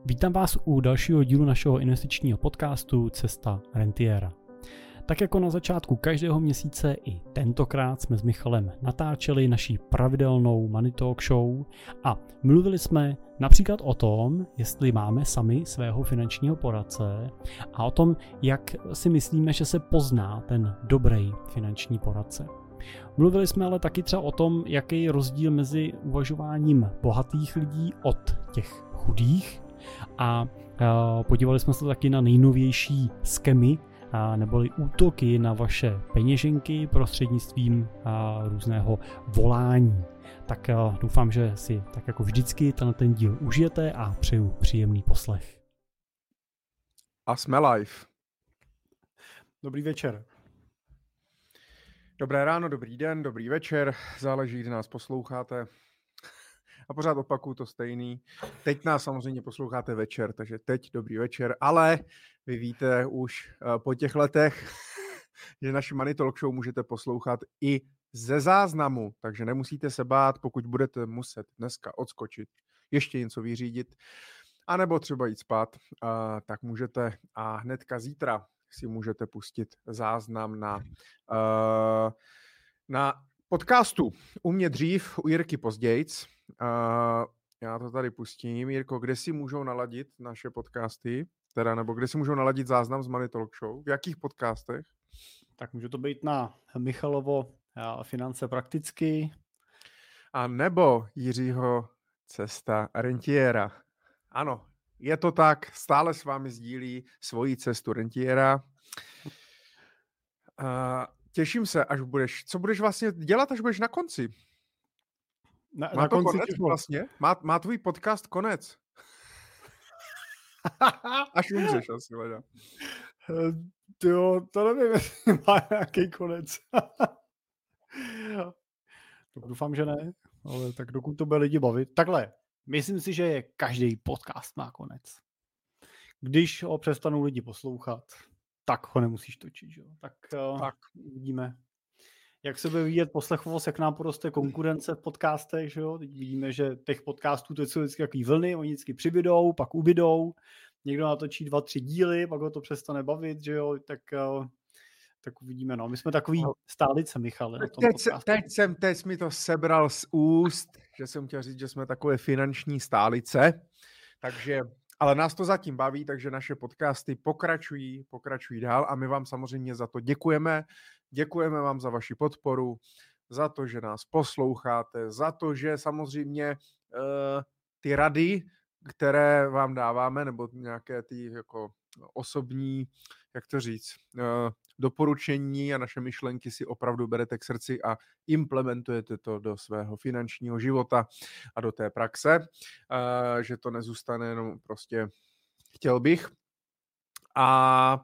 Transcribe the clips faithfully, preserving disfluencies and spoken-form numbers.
Vítám vás u dalšího dílu našeho investičního podcastu Cesta rentiéra. Tak jako na začátku každého měsíce i tentokrát jsme s Michalem natáčeli naší pravidelnou Money Talk Show a mluvili jsme například o tom, jestli máme sami svého finančního poradce a o tom, jak si myslíme, že se pozná ten dobrý finanční poradce. Mluvili jsme ale taky třeba o tom, jaký je rozdíl mezi uvažováním bohatých lidí od těch chudých a podívali jsme se taky na nejnovější skemy neboli útoky na vaše peněženky prostřednictvím různého volání. Tak doufám, že si tak jako vždycky ten díl užijete a přeju příjemný poslech. A jsme live. Dobrý večer. Dobré ráno, dobrý den, dobrý večer, záleží, kdy nás posloucháte. A pořád opakuju to stejný. Teď nás samozřejmě posloucháte večer, takže teď dobrý večer, ale vy víte už po těch letech, že naši Money Talk Show můžete poslouchat i ze záznamu, takže nemusíte se bát, pokud budete muset dneska odskočit, ještě něco vyřídit, anebo třeba jít spát, tak můžete a hnedka zítra si můžete pustit záznam na, na podcastu. U mě dřív, u Jirky pozdějc. Já to tady pustím. Jirko, kde si můžou naladit naše podcasty? Teda, nebo kde si můžou naladit záznam z Money Talk Show? V jakých podcastech? Tak může to být na Michalovo Finance prakticky. A nebo Jiřího Cesta rentiéra. Ano, je to tak. Stále s vámi sdílí svoji cestu rentiéra. A těším se, až budeš... Co budeš vlastně dělat, až budeš na konci? Na, má na to konci konec těho. vlastně? Má, má tvůj podcast konec? Až umřeš asi, leda. Jo, to nevím, jestli má nějaký konec. Tak doufám, že ne, ale tak dokud to bude lidi bavit. Takhle, myslím si, že je každý podcast má konec. Když ho přestanou lidi poslouchat, tak ho nemusíš točit, jo. Tak, tak. Uvidíme. Jak se bude vidět poslechovost, jak nám poroste konkurence v podcastech, že jo? Teď vidíme, že těch podcastů teď jsou vždycky takový vlny, oni vždycky přibydou, pak ubydou, někdo natočí dva, tři díly, pak ho to přestane bavit, že jo? Tak, tak uvidíme, no. My jsme takový stálice, Michale, na tom teď, podcastu. Teď jsem, teď jsi mi to sebral z úst, že jsem chtěl říct, že jsme takové finanční stálice, takže... Ale nás to zatím baví, takže naše podcasty pokračují, pokračují dál a my vám samozřejmě za to děkujeme. Děkujeme vám za vaši podporu, za to, že nás posloucháte, za to, že samozřejmě uh, ty rady, které vám dáváme, nebo nějaké ty jako osobní, jak to říct, uh, doporučení a naše myšlenky si opravdu berete k srdci a implementujete to do svého finančního života a do té praxe, uh, že to nezůstane jenom prostě chtěl bych. A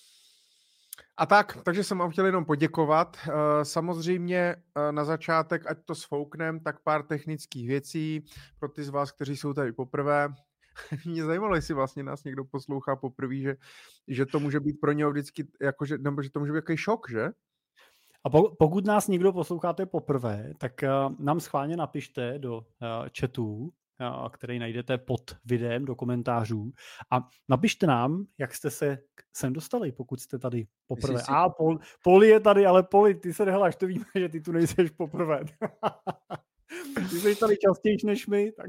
A tak, takže jsem vám chtěl jenom poděkovat. Samozřejmě na začátek, ať to sfouknem, tak pár technických věcí pro ty z vás, kteří jsou tady poprvé. Mě zajímalo, jestli vlastně nás někdo poslouchá poprvé, že, že to může být pro něho vždycky, jakože, nebo že to může být jaký šok, že? A pokud nás někdo posloucháte poprvé, tak nám schválně napište do chatu, který najdete pod videem do komentářů a napište nám, jak jste se sem dostali, pokud jste tady poprvé. Si... A Pol, Poli je tady, ale Poli, ty se nehláš, to víme, že ty tu nejseš poprvé. Ty jsi tady častěji než my, tak...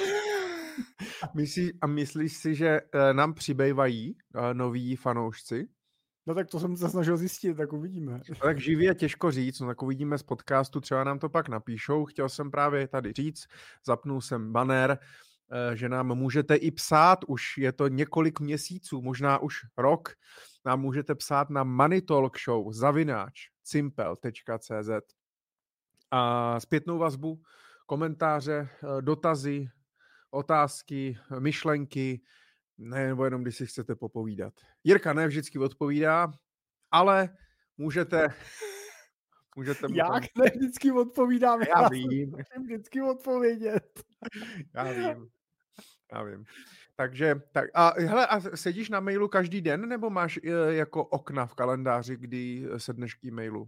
Myslí, a myslíš si, že nám přibývají noví fanoušci? No tak to jsem se snažil zjistit, tak uvidíme. No, tak živě těžko říct, no tak uvidíme z podcastu, třeba nám to pak napíšou. Chtěl jsem právě tady říct, zapnul jsem banner, že nám můžete i psát, už je to několik měsíců, možná už rok, nám můžete psát na Money Talk Show zavináč cimpel tečka cé zet a zpětnou vazbu, komentáře, dotazy, otázky, myšlenky, ne, nebo jenom když si chcete popovídat. Jirka ne vždycky odpovídá, ale můžete... můžete Jak tam... ne vždycky odpovídám? Já, já vím. Můžem vždycky odpovědět. Já vím. Já vím. Takže, tak, a hele, a sedíš na mailu každý den, nebo máš e, jako okna v kalendáři, kdy sedneš k e-mailu?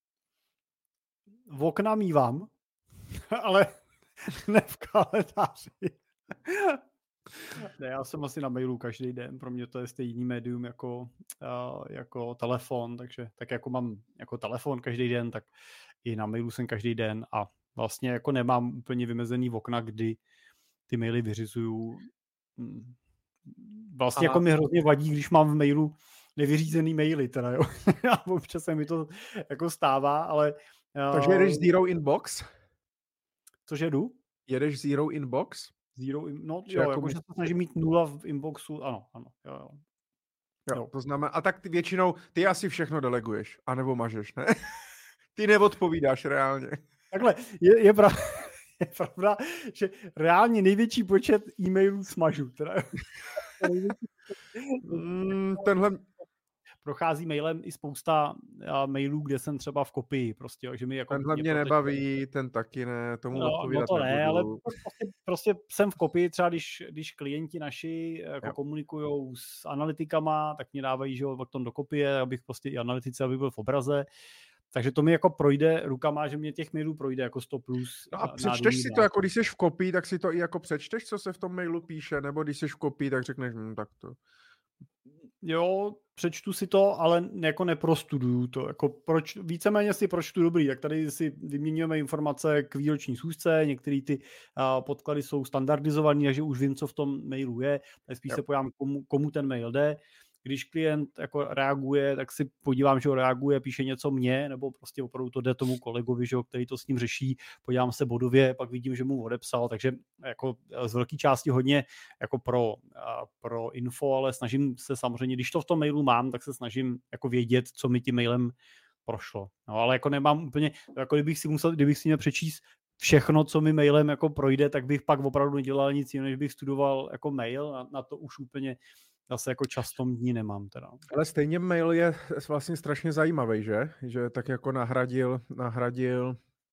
V okna mívám, ale ne v kalendáři. Ne, já jsem asi na mailu každý den, pro mě to je stejný médium jako, uh, jako telefon, takže tak jako mám jako telefon každý den, tak i na mailu jsem každý den a vlastně jako nemám úplně vymezený okna, kdy ty maily vyřizuju. Vlastně a... jako mi hrozně vadí, když mám v mailu nevyřízený maily, teda jo. A občas se mi to jako stává, ale... Uh... Takže jedeš zero inbox? Cože jdu? Jedeš zero inbox? Zero, in... no jo, jako jakože se snažím mít nula v inboxu, ano, ano, jo, jo. Jo, jo. To znamená, a tak ty většinou, ty asi všechno deleguješ, anebo mažeš, ne? Ty neodpovídáš reálně. Takhle, je, je, prav, je pravda, že reálně největší počet e-mailů smažu. Teda. mm, tenhle... Prochází mailem i spousta uh, mailů, kde jsem třeba v kopii. Prostě, že mi jako tenhle mě nebaví, teď... ten taky ne, tomu no, odpovídat no to nebudu. ne, ale prostě, prostě jsem v kopii, třeba když, když klienti naši jako komunikujou s analytikama, tak mě dávají, že ho potom do kopie, abych prostě i analytice, aby byl v obraze. Takže to mi jako projde rukama, že mě těch mailů projde jako sto plus. No a přečteš si to, jako když jsi v kopii, tak si to i jako přečteš, co se v tom mailu píše, nebo když jsi v kopii, tak řekneš, hm, tak to... Jo, přečtu si to, ale jako neprostuduju to. Jako proč, víceméně si pročtu dobrý, tak tady si vyměňujeme informace k výroční schůzce, některé ty uh, podklady jsou standardizované, takže už vím, co v tom mailu je, tak spíš jo. se podívám, komu, komu ten mail jde. Když klient jako reaguje, tak si podívám, že ho reaguje, píše něco mně, nebo prostě opravdu to jde tomu kolegovi, že ho, který to s ním řeší, podívám se bodově, pak vidím, že mu odepsal, takže jako z velké části hodně jako pro, pro info, ale snažím se samozřejmě, když to v tom mailu mám, tak se snažím jako vědět, co mi tím mailem prošlo. No, ale jako nemám úplně, jako kdybych si musel, kdybych si měl přečíst všechno, co mi mailem jako projde, tak bych pak opravdu nedělal nic jiného, než bych studoval jako mail, na, na to už úplně zase jako často dní nemám teda. Ale stejně mail je vlastně strašně zajímavý, že? Že tak jako nahradil, nahradil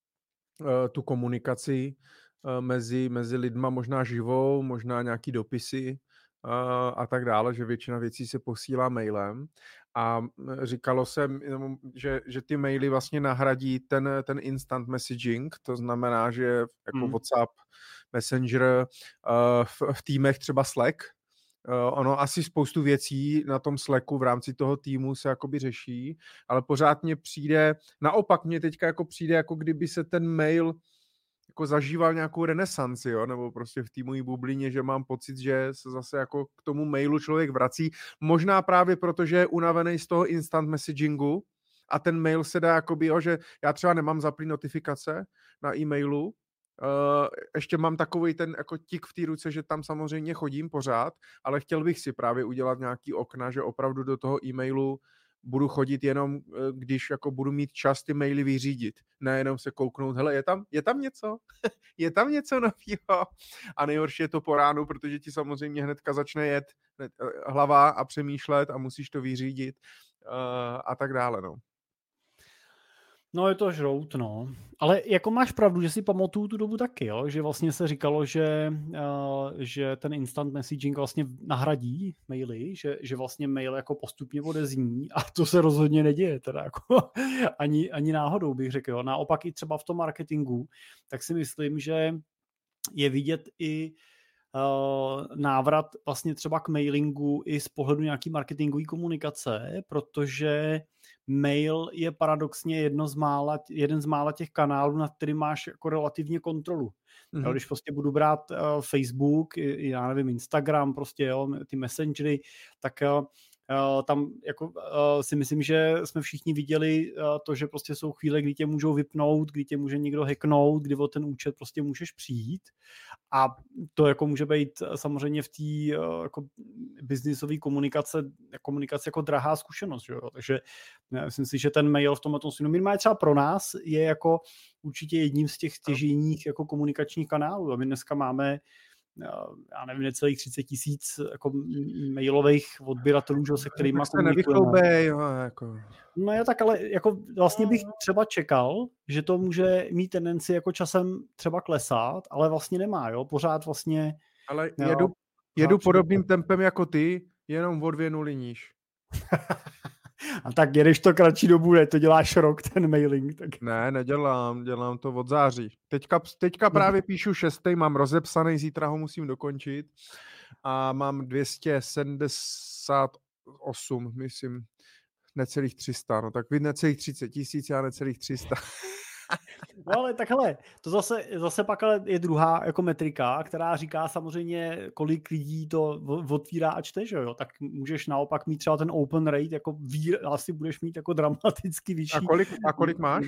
uh, tu komunikaci uh, mezi, mezi lidma, možná živou, možná nějaký dopisy uh, a tak dále, že většina věcí se posílá mailem. A říkalo se, že, že ty maily vlastně nahradí ten, ten instant messaging, to znamená, že jako hmm. WhatsApp, Messenger, uh, v, v týmech třeba Slack. Uh, ono asi spoustu věcí na tom Slacku v rámci toho týmu se jakoby řeší, ale pořád mně přijde, naopak mně teďka jako přijde, jako kdyby se ten mail jako zažíval nějakou renesanci, jo, nebo prostě v té mojí bublině, že mám pocit, že se zase jako k tomu mailu člověk vrací, možná právě proto, že je unavený z toho instant messagingu a ten mail se dá jakoby, jo, že já třeba nemám zaplý notifikace na e-mailu. Uh, ještě mám takový ten jako tik v té ruce, že tam samozřejmě chodím pořád, ale chtěl bych si právě udělat nějaký okna, že opravdu do toho e-mailu budu chodit jenom, když jako budu mít čas ty maily vyřídit. Ne jenom se kouknout, hele, je tam, je tam něco? je tam něco nového? A nejhorší je to po ránu, protože ti samozřejmě hnedka začne jet hlava a přemýšlet a musíš to vyřídit uh, a tak dále, no. No je to žrout, no. Ale jako máš pravdu, že si pamatuju tu dobu taky, jo? Že vlastně se říkalo, že, uh, že ten instant messaging vlastně nahradí maily, že, že vlastně mail jako postupně odezní a to se rozhodně neděje, teda jako ani, ani náhodou bych řekl, jo. Naopak i třeba v tom marketingu, tak si myslím, že je vidět i Uh, návrat vlastně třeba k mailingu i z pohledu nějaký marketingové komunikace, protože mail je paradoxně jedno z mála, jeden z mála těch kanálů, nad kterým máš jako relativně kontrolu. Mm-hmm. Jo, když prostě budu brát uh, Facebook, i, já nevím, Instagram, prostě jo, ty messengery, tak uh, Uh, tam jako uh, si myslím, že jsme všichni viděli uh, to, že prostě jsou chvíle, kdy tě můžou vypnout, kdy tě může někdo hacknout, kdy o ten účet prostě můžeš přijít a to jako může být samozřejmě v té uh, jako biznisové komunikace, komunikace jako drahá zkušenost, jo? Takže já myslím si, že ten mail v tomhle tom minimálně třeba pro nás je jako určitě jedním z těch stěžejních jako komunikačních kanálů a my dneska máme já nevím, necelých třicet tisíc jako mailových odběratelů, že, se kterýma komunikujeme. Jo, jako. No já tak, ale jako vlastně bych třeba čekal, že to může mít tendenci jako časem třeba klesat, ale vlastně nemá, jo, pořád vlastně. Ale jo, jedu, jedu podobným tempem jako ty, jenom o dvě nuly níž. A tak jedeš to kratší dobu, ne? To děláš rok, ten mailing. Tak... Ne, nedělám, dělám to od září. Teďka, teďka právě píšu šestý, mám rozepsaný, zítra ho musím dokončit. a mám dvě stě sedmdesát osm, myslím, necelých tři sta, no tak vy necelých třicet tisíc, já necelých tři sta. No ale tak hele, to zase, zase pak ale je druhá jako metrika, která říká samozřejmě, kolik lidí to otvírá a čte, že jo, tak můžeš naopak mít třeba ten open rate, jako vír, asi budeš mít jako dramaticky vyšší. A kolik, a kolik máš?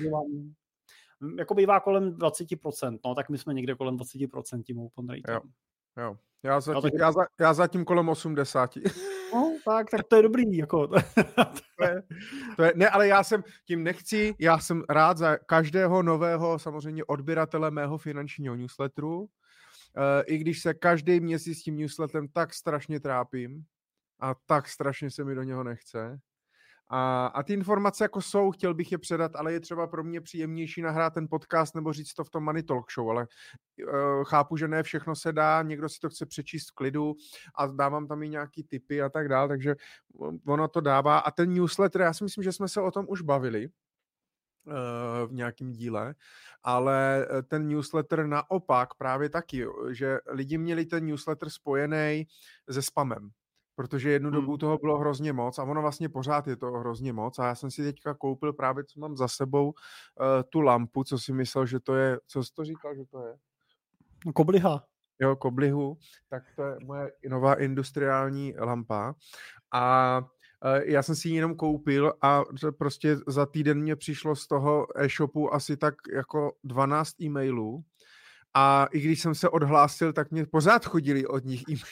Jako bývá kolem dvacet procent, no tak my jsme někde kolem dvacet procent tím open ratem. Jo, jo. Já zatím, no, tak... já, za, já zatím kolem osmdesát. No, tak, tak to je dobrý, jako. to je, to je, ne, ale já jsem, tím nechci, já jsem rád za každého nového samozřejmě odběratele mého finančního newsletteru, uh, i když se každý měsíc s tím newsletterem tak strašně trápím a tak strašně se mi do něho nechce. A, a ty informace jako jsou, chtěl bych je předat, ale je třeba pro mě příjemnější nahrát ten podcast nebo říct to v tom Money Talk Show, ale uh, chápu, že ne všechno se dá, někdo si to chce přečíst v klidu a dávám tam i nějaký tipy a tak dál, takže ono to dává. A ten newsletter, já si myslím, že jsme se o tom už bavili uh, v nějakém díle, ale ten newsletter naopak právě taky, že lidi měli ten newsletter spojený se spamem. Protože jednu dobu hmm. toho bylo hrozně moc a ono vlastně pořád je to hrozně moc a já jsem si teďka koupil právě, co mám za sebou, uh, tu lampu, co si myslel, že to je, co jsi to říkal, že to je? Kobliha. Jo, koblihu, tak to je moje nová industriální lampa a uh, já jsem si ji jenom koupil a prostě za týden mě přišlo z toho e-shopu asi tak jako dvanáct e-mailů a i když jsem se odhlásil, tak mě pořád chodili od nich e-maily.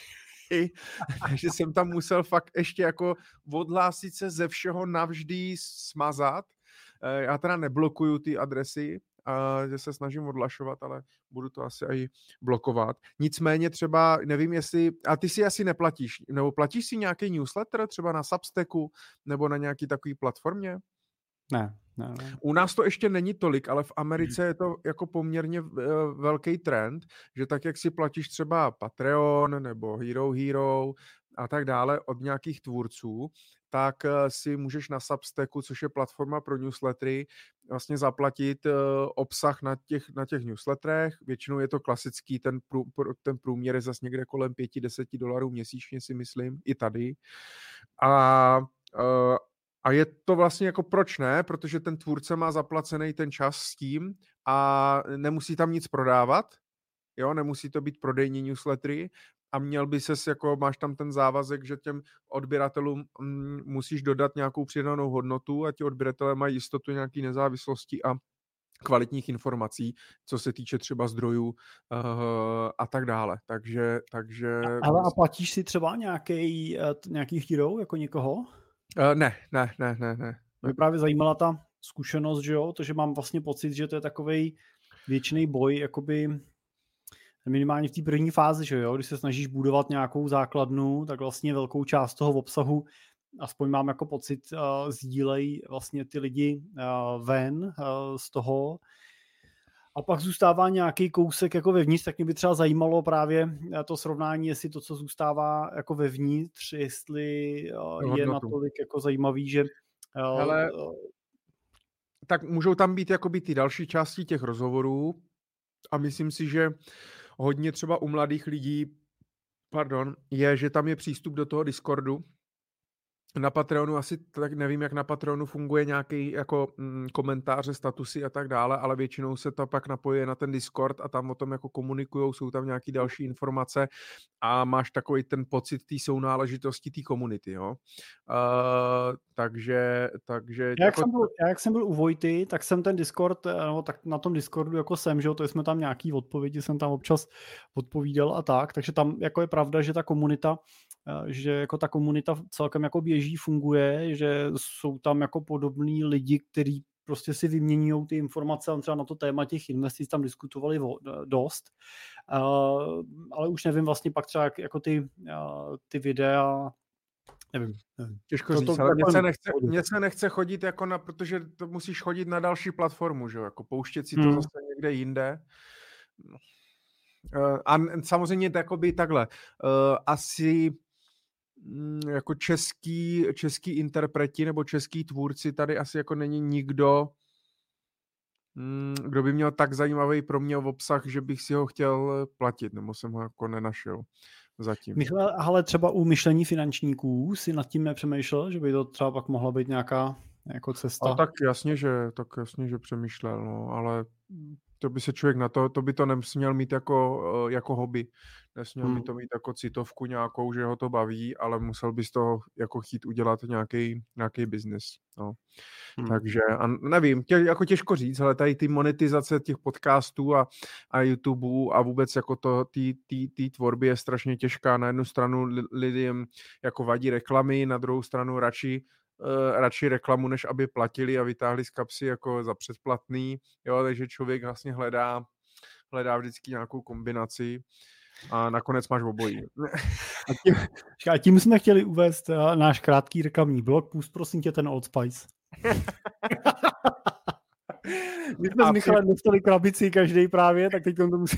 Takže jsem tam musel fakt ještě jako odhlásit se ze všeho navždy smazat. Já teda neblokuju ty adresy, že se snažím odhlašovat, ale budu to asi i blokovat. Nicméně třeba, nevím jestli, a ty si asi neplatíš, nebo platíš si nějaký newsletter třeba na Substacku nebo na nějaký takový platformě? Ne. Ne, ne. U nás to ještě není tolik, ale v Americe je to jako poměrně velký trend, že tak, jak si platíš třeba Patreon nebo Hero Hero a tak dále od nějakých tvůrců, tak si můžeš na Substacku, což je platforma pro newslettery, vlastně zaplatit obsah na těch, na těch newsletterech. Většinou je to klasický, ten, prů, ten průměr je zase někde kolem pět až deset dolarů měsíčně, si myslím, i tady. A uh, A je to vlastně jako proč ne, protože ten tvůrce má zaplacený ten čas s tím a nemusí tam nic prodávat, jo, nemusí to být prodejní newslettery a měl by ses jako, máš tam ten závazek, že těm odběratelům mm, musíš dodat nějakou přidanou hodnotu a ti odběratelé mají jistotu nějaký nezávislosti a kvalitních informací, co se týče třeba zdrojů uh, a tak dále. Takže, takže... Ale a platíš si třeba nějaký, nějaký hero jako někoho? Uh, ne, ne, ne, ne, ne. Mě právě zajímala ta zkušenost, že jo, takže mám vlastně pocit, že to je takovej věčný boj, jakoby minimálně v té první fázi, že jo, když se snažíš budovat nějakou základnu, tak vlastně velkou část toho obsahu, aspoň mám jako pocit, uh, sdílejí vlastně ty lidi uh, ven uh, z toho. A pak zůstává nějaký kousek jako vevnitř, tak mě by třeba zajímalo právě to srovnání, jestli to, co zůstává jako vevnitř, jestli uh, je natolik jako zajímavý, že... Uh, Hele, tak můžou tam být jakoby ty další části těch rozhovorů a myslím si, že hodně třeba u mladých lidí, pardon, je, že tam je přístup do toho Discordu. Na Patreonu asi tak nevím, jak na Patreonu funguje nějaký jako mm, komentáře, statusy a tak dále, ale většinou se to pak napojí na ten Discord a tam o tom jako komunikujou, jsou tam nějaký další informace a máš takový ten pocit té sounáležitosti té komunity, jo. Uh, takže, takže... Já jak, jako... jsem byl, já jak jsem byl u Vojty, tak jsem ten Discord, no, tak na tom Discordu jako jsem, že jo, to jsme tam nějaký odpovědi, jsem tam občas odpovídal a tak, takže tam jako je pravda, že ta komunita že jako ta komunita celkem jako běží, funguje, že jsou tam jako podobní lidi, kteří prostě si vyměňují ty informace, třeba na to téma těch investic tam diskutovali dost, uh, ale už nevím vlastně pak třeba jako ty, uh, ty videa, nevím. nevím. Těžko říct, ale mně se, nechce, mně se nechce chodit jako na, protože to musíš chodit na další platformu, že jo, jako pouštět si to hmm. zase někde jinde. Uh, a samozřejmě takoby takhle, uh, asi jako český, český interpreti nebo český tvůrci tady asi jako není nikdo, kdo by měl tak zajímavý pro mě obsah, že bych si ho chtěl platit, nebo jsem ho jako nenašel. zatím. Michale, ale třeba u myšlení finančníků si nad tím nepřemýšlel, že by to třeba pak mohla být nějaká jako cesta? A tak jasně, že, tak jasně, že přemýšlel, no, ale to by se člověk na to, to by to nesměl mít jako, jako hobby. Nesměl hmm. by to mít jako citovku nějakou, že ho to baví, ale musel by z toho jako chtít udělat nějaký, nějaký biznis. No. Hmm. Takže a nevím, tě, jako těžko říct, ale tady ty monetizace těch podcastů a, a YouTubeů a vůbec jako to, té tvorby je strašně těžká. Na jednu stranu lidem jako vadí reklamy, na druhou stranu radši Uh, radši reklamu, než aby platili a vytáhli z kapsy jako za předplatný, jo, takže člověk vlastně hledá, hledá vždycky nějakou kombinaci a nakonec máš obojí. A tím, a tím jsme chtěli uvést uh, náš krátký reklamní blok, pust prosím tě ten Old Spice. My jsme s Michalem dostali krabici každý právě, tak teď to musí...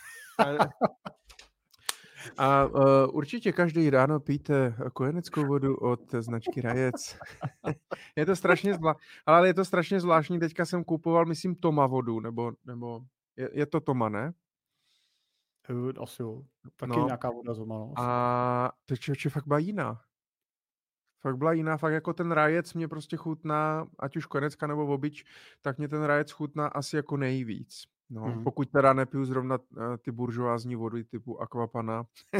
A uh, určitě každý ráno pijte kojeneckou vodu od značky Rajec. Je to strašně zvláštní, ale je to strašně zvláštní. Teďka jsem kupoval, myslím, Toma vodu, nebo, nebo je, je to Toma, ne? Asi jo. Taky no. Nějaká voda Toma, no. A to člověče fakt byla jiná. Fakt byla jiná, fakt jako ten Rajec mě prostě chutná, ať už konecka nebo obyč, tak mě ten Rajec chutná asi jako nejvíc. No, mm. Pokud teda nepiju zrovna uh, ty buržoázní vody typu Aquapana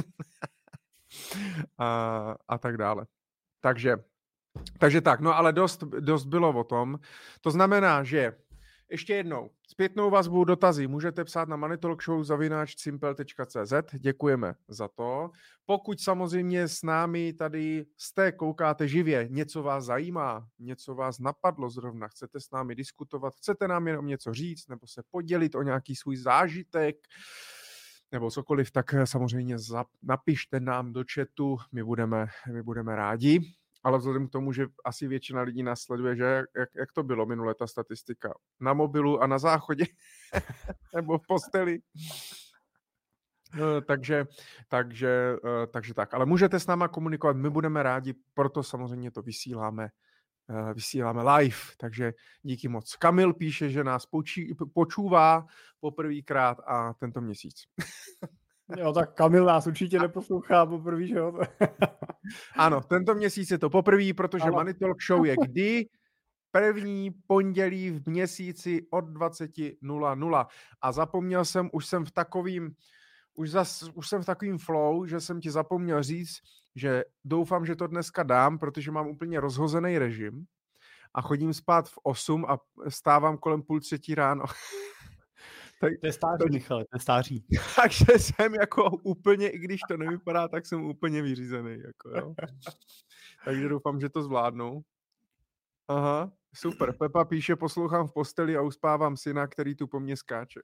a, a tak dále. Takže, takže tak, no ale dost, dost bylo o tom. To znamená, že ještě jednou, zpětnou vazbu, dotazy můžete psát na moneytalkshow zavináč simple tečka cé zet, děkujeme za to. Pokud samozřejmě s námi tady jste, koukáte živě, něco vás zajímá, něco vás napadlo zrovna, chcete s námi diskutovat, chcete nám jenom něco říct, nebo se podělit o nějaký svůj zážitek, nebo cokoliv, tak samozřejmě napište nám do chatu, my budeme, my budeme rádi. Ale vzhledem k tomu, že asi většina lidí nás sleduje, že jak, jak to bylo minule ta statistika? Na mobilu a na záchodě? Nebo v posteli? No, takže, takže, takže tak. Ale můžete s náma komunikovat, my budeme rádi, proto samozřejmě to vysíláme, vysíláme live. Takže díky moc. Kamil píše, že nás počí, počůvá poprvýkrát a tento měsíc. Jo, tak Kamil nás určitě neposlouchá poprvé, že jo? Ano, tento měsíc je to poprvé, protože Money Talk Show je kdy? První pondělí v měsíci od dvacet nula nula. A zapomněl jsem, už jsem v takovým, už, zas, už jsem v takovým flow, že jsem ti zapomněl říct, že doufám, že to dneska dám, protože mám úplně rozhozený režim a chodím spát v osm a stávám kolem půl třetí ráno. Tak, to je stáří, tak, Michale, to je stáří. Takže jsem jako úplně, i když to nevypadá, tak jsem úplně vyřízený. Jako, jo. Takže doufám, že to zvládnou. Aha, super. Pepa píše, poslouchám v posteli a uspávám syna, který tu po mně skáče.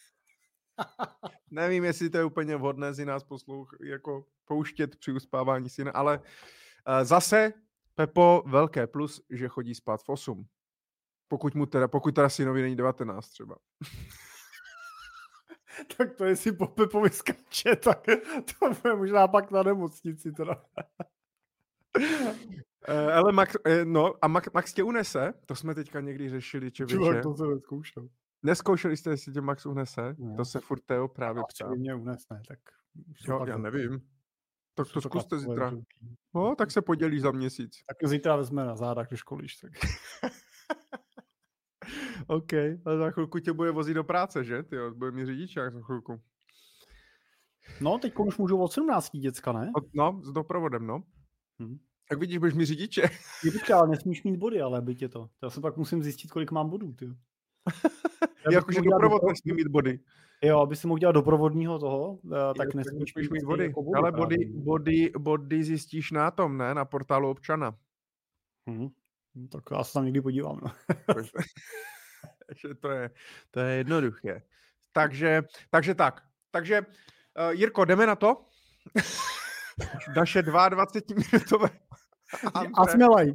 Nevím, jestli to je úplně vhodné si nás poslouch, jako pouštět při uspávání syna, ale uh, zase, Pepo, velké plus, že chodí spát v osm. Pokud mu teda, pokud teda synovi není devatenáct třeba. Tak to jestli po Pepovi skáče, tak to bude možná pak na nemocnici teda. Ale Max, no a Max, Max tě unese? To jsme teďka někdy řešili, čevěče. To jsem neskoušel. Neskoušeli jste, jestli tě Max unese? No. To se furt Teo právě ptá. Mě unesne, tak... Jo, já nevím. Tak to zkuste zítra. No, tak se podělí za měsíc. Tak zítra vezme na zádách do školíš, tak... OK, ale za chvilku tě bude vozit do práce, že? Ty bude mi řidičák za chvilku. No, teď už můžu od sedmnácti děcka, ne? No, s doprovodem, no. Hmm. Tak vidíš, budeš mi řidiče. Je ale nesmíš mít body, ale by tě to. Já se pak musím zjistit, kolik mám bodů, ty. Jakože doprovod nesmí mít body. Jo, aby si mohl dělat doprovodního toho, tak je, nesmíš mít, mít body. Jako body. Ale body, body, body zjistíš na tom, ne? Na portálu občana. Hmm. No, tak já se tam někdy podívám. No. Takže to je, to je jednoduché. Takže, takže tak. Takže, uh, Jirko, jdeme na to? Naše dvacetiminutové a smělej.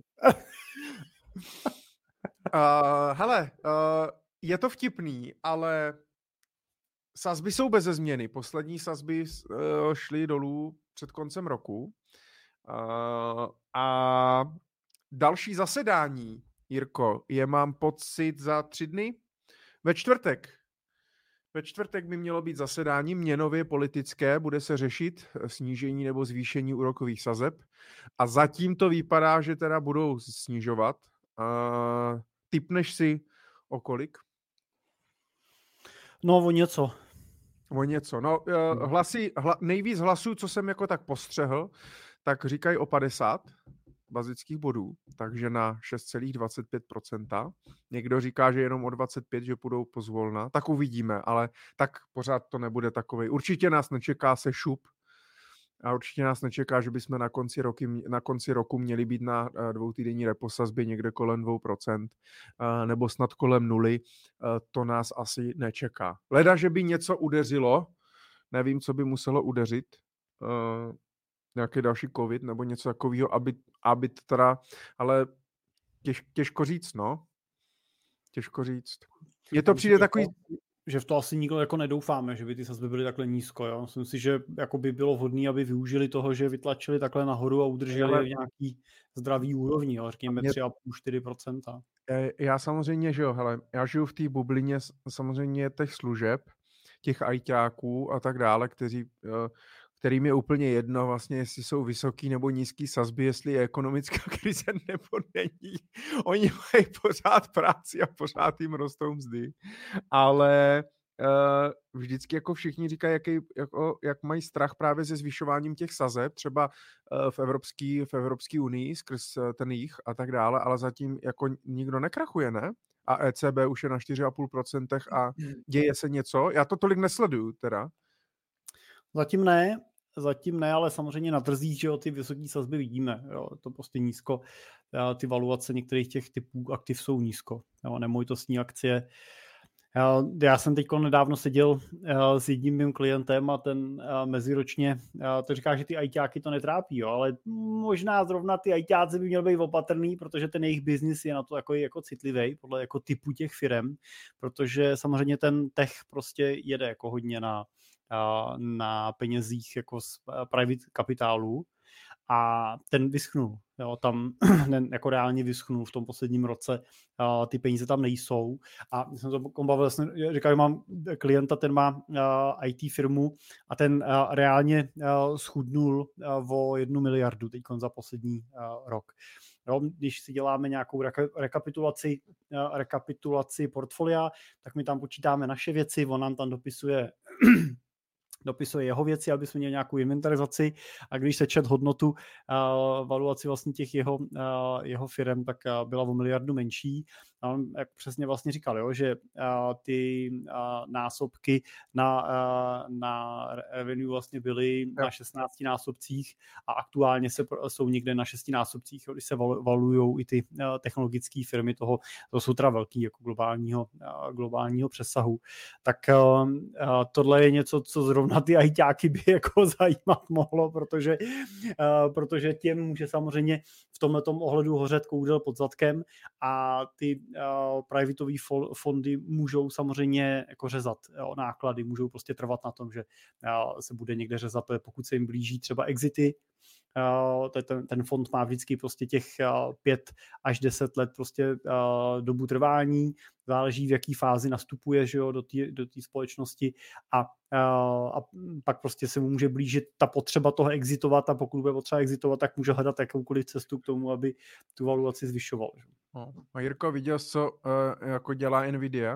uh, hele, uh, je to vtipný, ale sazby jsou beze změny. Poslední sazby uh, šly dolů před koncem roku. Uh, a další zasedání, Jirko, je mám pocit za tři dny. Ve čtvrtek. Ve čtvrtek by mělo být zasedání měnově politické, bude se řešit snížení nebo zvýšení úrokových sazeb a zatím to vypadá, že teda budou snižovat. Uh, tipneš si o kolik? No o něco. O něco. No, uh, hlasy, hla, nejvíc hlasů, co jsem jako tak postřehl, tak říkají o padesát bazických bodů, takže na šest celá dvacet pět procenta. Někdo říká, že jenom o dvacet pět, že půjdou pozvolna. Tak uvidíme, ale tak pořád to nebude takovej. Určitě nás nečeká se šup a určitě nás nečeká, že bychom na konci, roky, na konci roku měli být na dvoutýdenní reposazbě někde kolem dvou procent nebo snad kolem nuly. To nás asi nečeká. Leda, že by něco udeřilo, nevím, co by muselo udeřit, nějaký další covid nebo něco takového, aby, aby teda, ale těž, těžko říct, no. Těžko říct. Je to přijde takový... Že v to asi nikdo jako nedoufáme, že by ty sazby byly takhle nízko. Jo? Myslím si, že jako by bylo vhodné, aby využili toho, že vytlačili takhle nahoru a udrželi ale... v nějaký zdravý úrovni, jo? Řekněme mě... tři celá pět až čtyři procenta. Já samozřejmě, že jo, hele, já žiju v té bublině samozřejmě těch služeb, těch ajťáků a tak dále, kteří... kterým je úplně jedno vlastně, jestli jsou vysoký nebo nízký sazby, jestli je ekonomická krize nebo není. Oni mají pořád práci a pořád jim rostou mzdy. Ale uh, vždycky jako všichni říkají, jaký, jako, jak mají strach právě se zvyšováním těch sazeb, třeba uh, v Evropské v Evropské unii skrz uh, ten jich a tak dále, ale zatím jako nikdo nekrachuje, ne? A E C B už je na čtyři celá pět procenta a děje se něco. Já to tolik nesleduju teda. Zatím ne. Zatím ne, ale samozřejmě na trzích, že jo, ty vysoké sazby vidíme, jo, to prostě nízko, ty valuace některých těch typů aktiv jsou nízko, jo, nemovitostní akcie. Já jsem teď nedávno seděl s jedním mým klientem a ten meziročně to říká, že ty ajťáky to netrápí, jo, ale možná zrovna ty ajťáci by měli být opatrný, protože ten jejich biznis je na to jako, jako citlivý podle jako typu těch firem, protože samozřejmě ten tech prostě jede jako hodně na na penězích jako z private kapitálu a ten vyschnul. Jo, tam jako reálně vyschnul v tom posledním roce. Uh, ty peníze tam nejsou. A jsem to bavil, říkal, že mám klienta, ten má uh, í té firmu a ten uh, reálně uh, schudnul uh, o jednu miliardu teď za poslední uh, rok. Jo, když si děláme nějakou reka- rekapitulaci, uh, rekapitulaci portfolia, tak my tam počítáme naše věci, on nám tam dopisuje dopisuje jeho věci, aby jsme měli nějakou inventarizaci a když se čet hodnotu uh, valuaci vlastně těch jeho, uh, jeho firem, tak uh, byla o miliardu menší. A on jak přesně vlastně říkal, jo, že uh, ty uh, násobky na, uh, na revenue vlastně byly na šestnácti násobcích a aktuálně se, jsou někde na šesti násobcích, když se valujou i ty uh, technologické firmy toho, to jsou teda velký jako globálního, uh, globálního přesahu. Tak uh, uh, tohle je něco, co zrovna na ty ajťáky by jako zajímat mohlo, protože, uh, protože těm může samozřejmě v tomhletom ohledu hořet koudel pod zadkem a ty uh, privateové fondy můžou samozřejmě jako řezat jo, náklady, můžou prostě trvat na tom, že uh, se bude někde řezat, pokud se jim blíží třeba exity. Uh, ten, ten fond má vždycky prostě těch uh, pět až deset let prostě uh, dobu trvání, záleží v jaký fázi nastupuje, že jo, do té do té společnosti a, uh, a pak prostě se mu může blížit ta potřeba toho exitovat a pokud bude potřeba exitovat, tak může hledat jakoukoliv cestu k tomu, aby tu valuaci zvyšoval. No. A Jirko, viděl jsi, co uh, jako dělá Nvidia?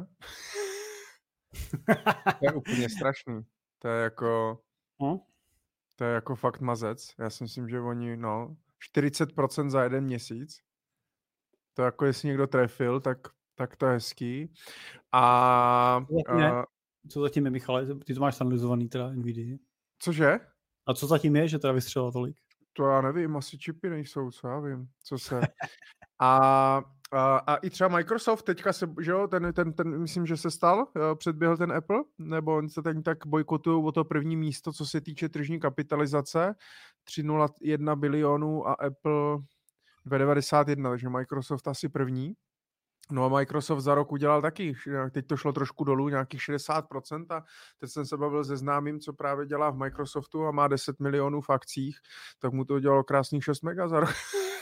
To je úplně strašný. To je jako... No? To je jako fakt mazec. Já si myslím, že oni, no, čtyřicet procent za jeden měsíc. To jako jestli někdo trefil, tak, tak to je hezký. A... a... Co zatím je, Michale? Ty to máš analyzovaný teda Nvidia. Cože? A co zatím je, že teda vystřelila tolik? To já nevím, asi čipy nejsou, co já vím, co se... A, a, a i třeba Microsoft teďka se, že jo, ten, ten, ten, myslím, že se stal, předběhl ten Apple, nebo oni se teď tak bojkotují o to první místo, co se týče tržní kapitalizace, tři celá nula jedna bilionů a Apple dvě celá devadesát jedna, takže Microsoft asi první. No a Microsoft za rok udělal taky, teď to šlo trošku dolů, nějakých šedesát procent a teď jsem se bavil se známým, co právě dělá v Microsoftu a má deset milionů v akcích, tak mu to udělalo krásných šest mega za rok.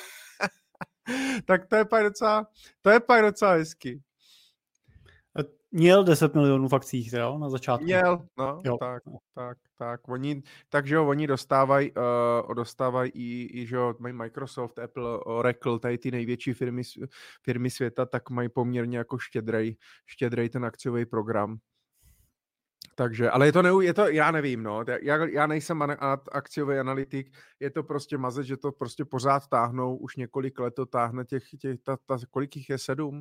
Tak to je pak docela, to je pak docela hezky. Měl deset milionů v akcích, jo, na začátku. Měl, no, jo. tak, tak, tak. Oni, takže jo, oni dostávají, uh, dostávají i, i, že jo, mají Microsoft, Apple, Oracle, tady ty největší firmy, firmy světa, tak mají poměrně jako štědrej, štědrej ten akciový program. Takže, ale je to, neu, je to, já nevím, no, já, já nejsem an, akciový analytik, je to prostě mazec, že to prostě pořád táhnou, už několik let to táhne těch, těch ta, ta, kolik jich je, sedm?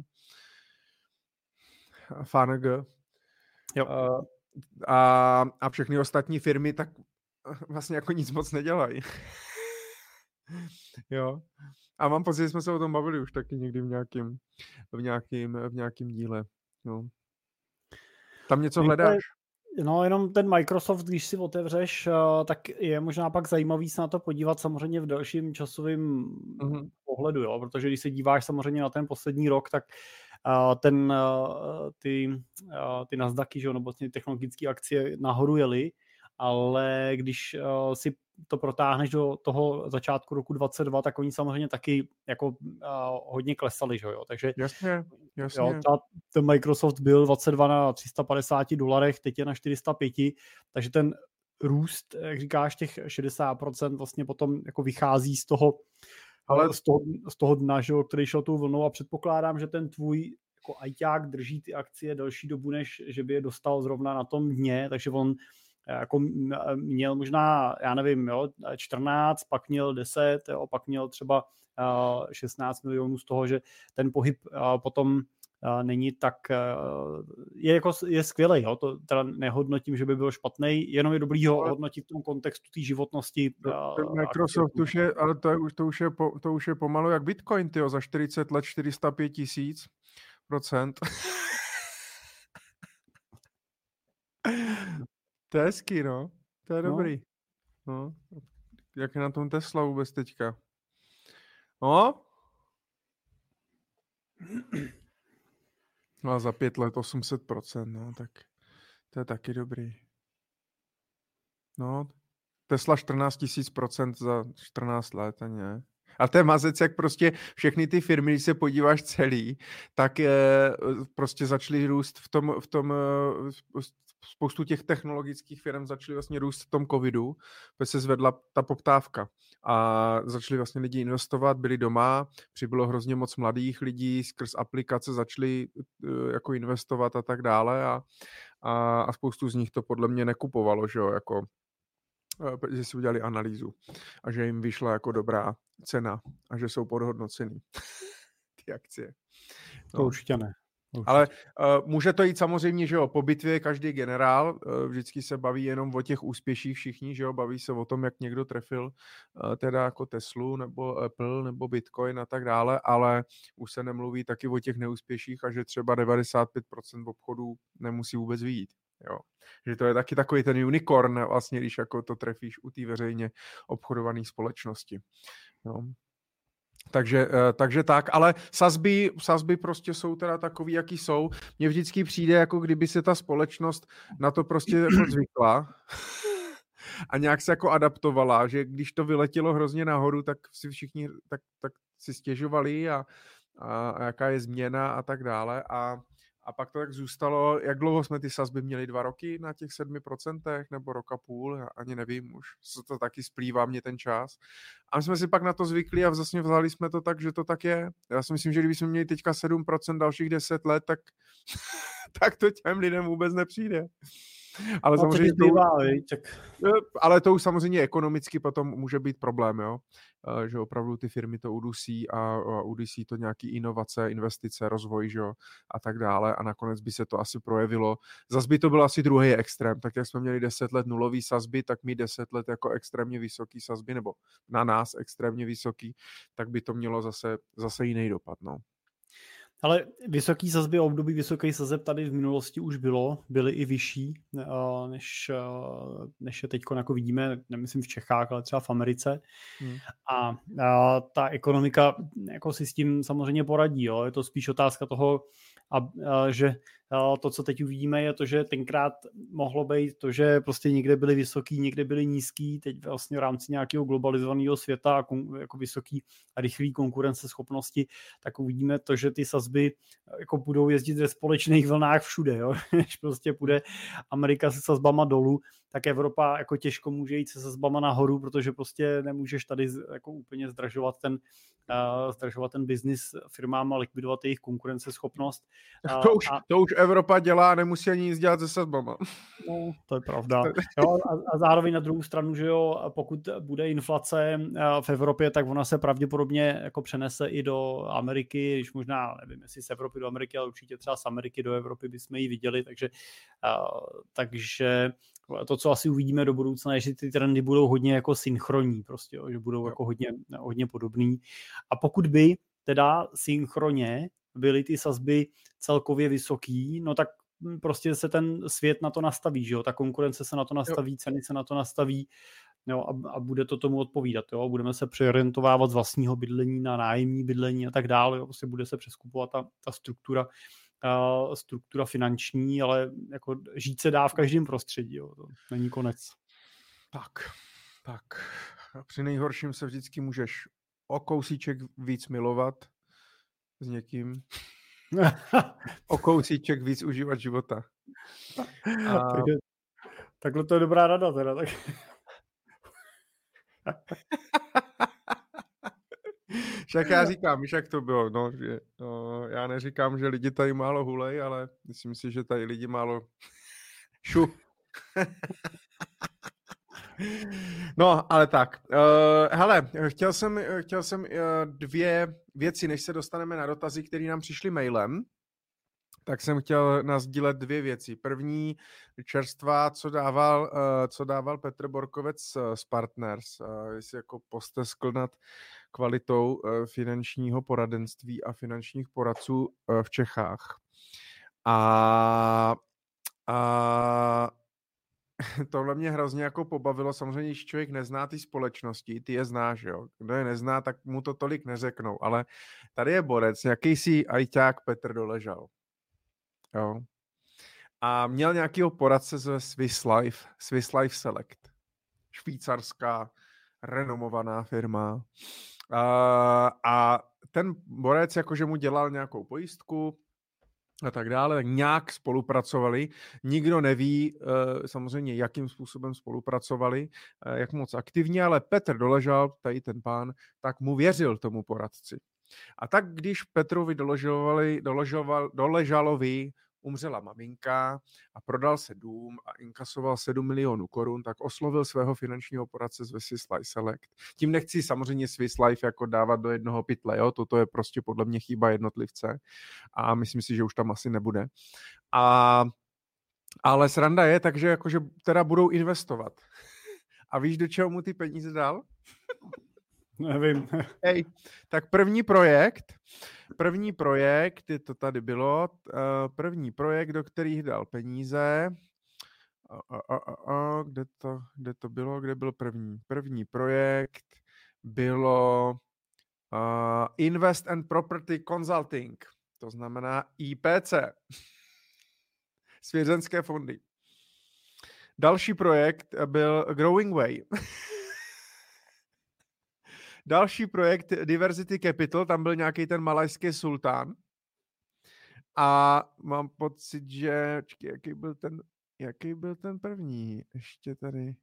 F N G. Jo. Uh, a, a všechny ostatní firmy tak vlastně jako nic moc nedělají. Jo. A mám pocit, že jsme se o tom bavili už taky někdy v nějakým, v nějakým, v nějakým díle. No. Tam něco hledáš? No, jenom ten Microsoft, když si otevřeš, tak je možná pak zajímavý se na to podívat samozřejmě v dalším časovém mm-hmm. pohledu, jo? Protože když se díváš samozřejmě na ten poslední rok, tak ten, ty, ty Nasdaqy, že jo, nebo ty technologické akcie nahoru jely, ale když si to protáhneš do toho začátku roku dvacet dva, tak oni samozřejmě taky jako uh, hodně klesali, že jo, takže jasně, jasně. Jo, ta, ten Microsoft byl dvacet dva na tři sta padesát dolarech, teď je na čtyři sta pět, takže ten růst, jak říkáš, těch šedesát procent vlastně potom jako vychází z toho, ale z toho, z toho dna, že jo, který šel tou vlnou a předpokládám, že ten tvůj jako ajťák drží ty akcie delší dobu, než že by je dostal zrovna na tom dně, takže on jako měl možná, já nevím, jo, čtrnáct, pak měl deset, jo, pak měl třeba uh, šestnáct milionů z toho, že ten pohyb uh, potom uh, není tak, uh, je, jako, je skvělej, jo, to teda nehodnotím, že by byl špatný, jenom je dobrý ho hodnotit v tom kontextu té životnosti. Uh, Microsoft už je, ale to, je, to, už je po, to už je pomalu jak Bitcoin, tyjo, za čtyřicet let čtyři sta pět tisíc procent. To je hezký, no. To je no. Dobrý. No. Jak je na tom Tesla vůbec teďka? No? No a za pět let osm set procent, no, tak to je taky dobrý. No, Tesla čtrnáct tisíc procent za čtrnáct let, a ne? A to je mazec, jak prostě všechny ty firmy, když se podíváš celý, tak je, prostě začaly růst v tom, v tom spoustu těch technologických firm začaly vlastně růst v tom covidu, protože se zvedla ta poptávka a začali vlastně lidi investovat, byli doma, přibylo hrozně moc mladých lidí, skrz aplikace začali jako investovat a tak dále a, a, a spoustu z nich to podle mě nekupovalo, že jo, jako že si udělali analýzu a že jim vyšla jako dobrá cena a že jsou podhodnocený ty akcie. No. To určitě ne. Určitě. Ale uh, může to jít samozřejmě, že jo, po bitvě každý generál, uh, vždycky se baví jenom o těch úspěších všichni, že jo, baví se o tom, jak někdo trefil uh, teda jako Teslu nebo Apple nebo Bitcoin a tak dále, ale už se nemluví taky o těch neúspěších a že třeba devadesát pět procent obchodů nemusí vůbec vyjít. Jo. Že to je taky takový ten unicorn vlastně, když jako to trefíš u té veřejně obchodované společnosti. Jo. Takže, takže tak, ale sazby, sazby prostě jsou teda takový, jaký jsou. Mně vždycky přijde, jako kdyby se ta společnost na to prostě jako zvykla a nějak se jako adaptovala, že když to vyletělo hrozně nahoru, tak si všichni tak, tak si stěžovali a, a, a jaká je změna a tak dále a A pak to tak zůstalo, jak dlouho jsme ty sazby měli, dva roky na těch sedmi procentech, nebo roka půl, já ani nevím, už se to taky splývá mě ten čas. A my jsme si pak na to zvykli a vlastně vzali jsme to tak, že to tak je. Já si myslím, že kdyby jsme měli teďka sedm procent dalších deset let, tak, tak to těm lidem vůbec nepřijde. Ale, no, samozřejmě to, bývá, tak... ale to už samozřejmě ekonomicky potom může být problém, jo? Že opravdu ty firmy to udusí a, a udusí to nějaký inovace, investice, rozvoj, že jo? A tak dále a nakonec by se to asi projevilo. Zas by to byl asi druhý extrém, tak jak jsme měli deset let nulový sazby, tak mít deset let jako extrémně vysoký sazby, nebo na nás extrémně vysoký, tak by to mělo zase, zase jiný dopad, no. Ale vysoký sazby, období vysoký sazeb tady v minulosti už bylo, byly i vyšší, než, než je teď jako vidíme, nemyslím v Čechách, ale třeba v Americe. Hmm. A, a ta ekonomika jako si s tím samozřejmě poradí. Jo. Je to spíš otázka toho, a, a, že To, co teď uvidíme, je to, že tenkrát mohlo být to, že prostě někde byly vysoký, někde byly nízký, teď vlastně v rámci nějakého globalizovaného světa a jako vysoký a rychlý konkurenceschopnosti, tak uvidíme to, že ty sazby jako budou jezdit ve společných vlnách všude, jo? Když prostě půjde Amerika se sazbama dolů, tak Evropa jako těžko může jít se sazbama nahoru, protože prostě nemůžeš tady jako úplně zdražovat ten, uh, zdražovat ten biznis firmám a likvidovat jejich konkurenceschopnost. Uh, to, už, a, to už Evropa dělá, nemusí ani nic dělat se sazbama. No, to je pravda. Jo, a, a zároveň na druhou stranu, že jo, pokud bude inflace v Evropě, tak ona se pravděpodobně jako přenese i do Ameriky, když možná, nevím, jestli z Evropy do Ameriky, ale určitě třeba z Ameriky do Evropy bychom ji viděli, takže, uh, takže to, co asi uvidíme do budoucna, je, že ty trendy budou hodně jako synchronní, prostě, jo, že budou jako hodně, hodně podobný. A pokud by teda synchronně byly ty sazby celkově vysoký, no tak prostě se ten svět na to nastaví, že jo, ta konkurence se na to nastaví, jo. Ceny se na to nastaví, jo, a, a bude to tomu odpovídat, jo, budeme se přeorientovávat z vlastního bydlení na nájemní bydlení a tak dále, jo, prostě bude se přeskupovat ta, ta struktura, uh, struktura finanční, ale jako žít se dá v každém prostředí, jo, to není konec. Tak, tak, a při nejhorším se vždycky můžeš o kousíček víc milovat s někým, o kousíček víc užívat života. A... Takže, takhle to je dobrá rada teda. Tak... Však já říkám, víš, jak to bylo, no, že, no, já neříkám, že lidi tady málo hulej, ale myslím si, že tady lidi málo šu. No, ale tak. Uh, hele, chtěl jsem, chtěl jsem uh, dvě věci, než se dostaneme na dotazy, které nám přišly mailem. Tak jsem chtěl nasdílet dvě věci. První čerstvá, co dával, uh, co dával Petr Borkovec z Partners, uh, jestli jako posteskl nad kvalitou uh, finančního poradenství a finančních poradců uh, v Čechách. A, a tohle mě hrozně jako pobavilo. Samozřejmě, když člověk nezná ty společnosti, ty je znáš, jo. Kdo je nezná, tak mu to tolik neřeknou. Ale tady je borec, jakýsi ajťák Petr Doležal. Jo. A měl nějakýho poradce ze Swiss Life, Swiss Life Select. Švýcarská, renomovaná firma. A, a ten borec jakože mu dělal nějakou pojistku a tak dále, tak nějak spolupracovali. Nikdo neví samozřejmě, jakým způsobem spolupracovali, jak moc aktivně, ale Petr Doležal, tady ten pán, tak mu věřil tomu poradci. A tak když Petrovi Doležalovi, Doležalovi, Doležalovi umřela maminka a prodal se dům a inkasoval sedm milionů korun, tak oslovil svého finančního poradce z Swiss Life Select. Tím nechci samozřejmě Swiss Life jako dávat do jednoho pytle, jo? Toto je prostě podle mě chyba jednotlivce a myslím si, že už tam asi nebude. A, ale sranda je, takže jakože teda budou investovat. A víš, do čeho mu ty peníze dal? Nevím. Hej, tak první projekt, první projekt, je to tady bylo, první projekt, do kterých dal peníze, a, a, a, a, kde, to, kde to bylo, kde byl první? První projekt bylo uh, Invest and Property Consulting, to znamená I P C, svěřenské fondy. Další projekt byl Growing Way. Další projekt Diversity Capital, tam byl nějaký ten malajský sultán. A mám pocit, že... Čekaj, jaký byl ten, jaký byl ten první? Ještě tady...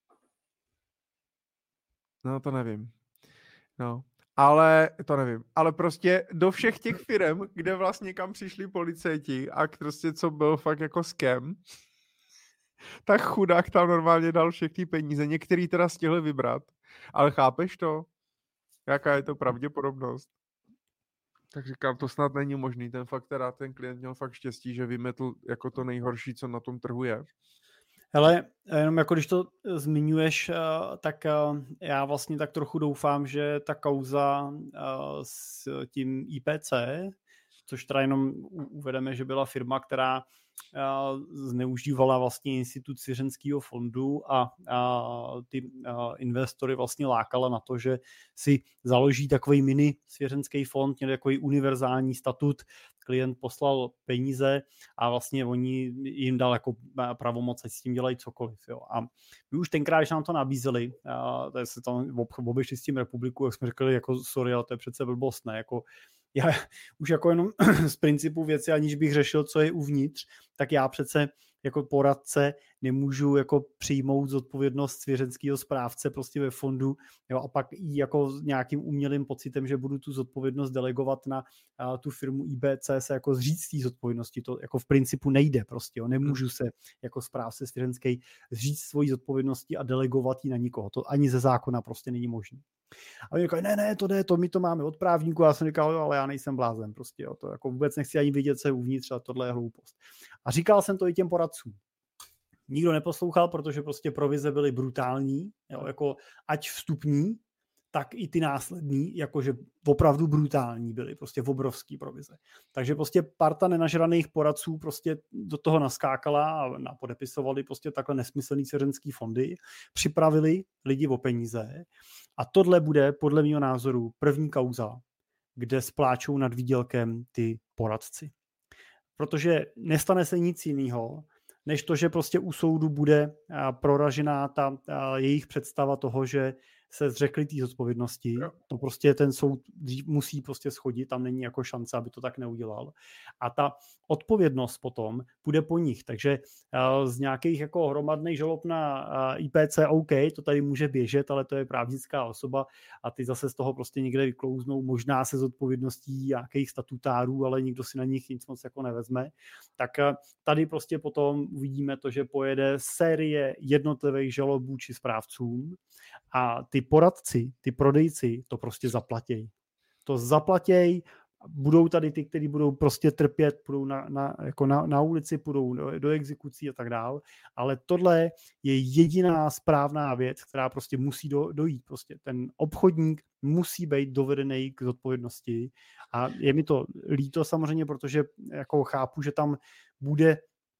No, to nevím. No, ale to nevím. Ale prostě do všech těch firem, kde vlastně kam přišli policajti a prostě co byl fakt jako scam, tak chudák tam normálně dal všech ty peníze. Některý teda stihli vybrat. Ale chápeš to? Jaká je to pravděpodobnost? Tak říkám, to snad není možný. Ten fakt teda, ten klient měl fakt štěstí, že vymetl jako to nejhorší, co na tom trhu je. Hele, jenom jako když to zmiňuješ, tak já vlastně tak trochu doufám, že ta kauza s tím I P C, což teda jenom uvedeme, že byla firma, která zneužívala vlastně institut svěřenského fondu a, a ty a investory vlastně lákala na to, že si založí takový mini svěřenský fond, měl takový univerzální statut, klient poslal peníze a vlastně oni jim dal jako pravomoc, ať s tím dělají cokoliv. Jo. A my už tenkrát, když nám to nabízeli, a to se tam obešli s tím republiku, jak jsme řekli, jako sorry, ale to je přece blbost, ne, jako já už jako jenom z principu věci, aniž bych řešil, co je uvnitř, tak já přece jako poradce nemůžu jako přijmout zodpovědnost svěřenského správce prostě ve fondu, jo, a pak i jako s nějakým umělým pocitem, že budu tu zodpovědnost delegovat na a, tu firmu I B C se jako zříct té zodpovědnosti. To jako v principu nejde prostě, jo. Nemůžu se jako správce svěřenský zříct svojí zodpovědnosti a delegovat ji na nikoho. To ani ze zákona prostě není možné. A oni říkají, ne, ne, to jde, to my to máme od právníku. Já jsem říkal, jo, ale já nejsem blázen, prostě, jo, to jako vůbec nechci ani vidět, co je uvnitř, a tohle je hloupost. A říkal jsem to i těm poradcům. Nikdo neposlouchal, protože prostě provize byly brutální, jo, jako ať vstupní, tak i ty následní, jakože opravdu brutální byly, prostě obrovský provize. Takže prostě parta nenažraných poradců prostě do toho naskákala a podepisovali prostě takhle nesmyslný svěřenský fondy, připravili lidi o peníze a tohle bude podle mého názoru první kauza, kde spláčou nad výdělkem ty poradci. Protože nestane se nic jiného, než to, že prostě u soudu bude proražená ta jejich představa toho, že se zřekli té zodpovědnosti. Jo. To prostě ten soud musí prostě schodit, tam není jako šance, aby to tak neudělal. A ta odpovědnost potom bude po nich. Takže z nějakých jako hromadných žalob na I P C, OK, to tady může běžet, ale to je právnická osoba a ty zase z toho prostě někde vyklouznou, možná se zodpovědností nějakých statutárů, ale nikdo si na nich nic moc jako nevezme. Tak tady prostě potom uvidíme to, že pojede série jednotlivých žalob vůči správcům a ty poradci, ty prodejci to prostě zaplatějí. To zaplatějí, budou tady ty, kteří budou prostě trpět, budou na, na, jako na, na ulici, budou do, do exekucí a tak dál, ale tohle je jediná správná věc, která prostě musí do, dojít. Prostě ten obchodník musí být dovedený k zodpovědnosti a je mi to líto samozřejmě, protože jako chápu, že tam bude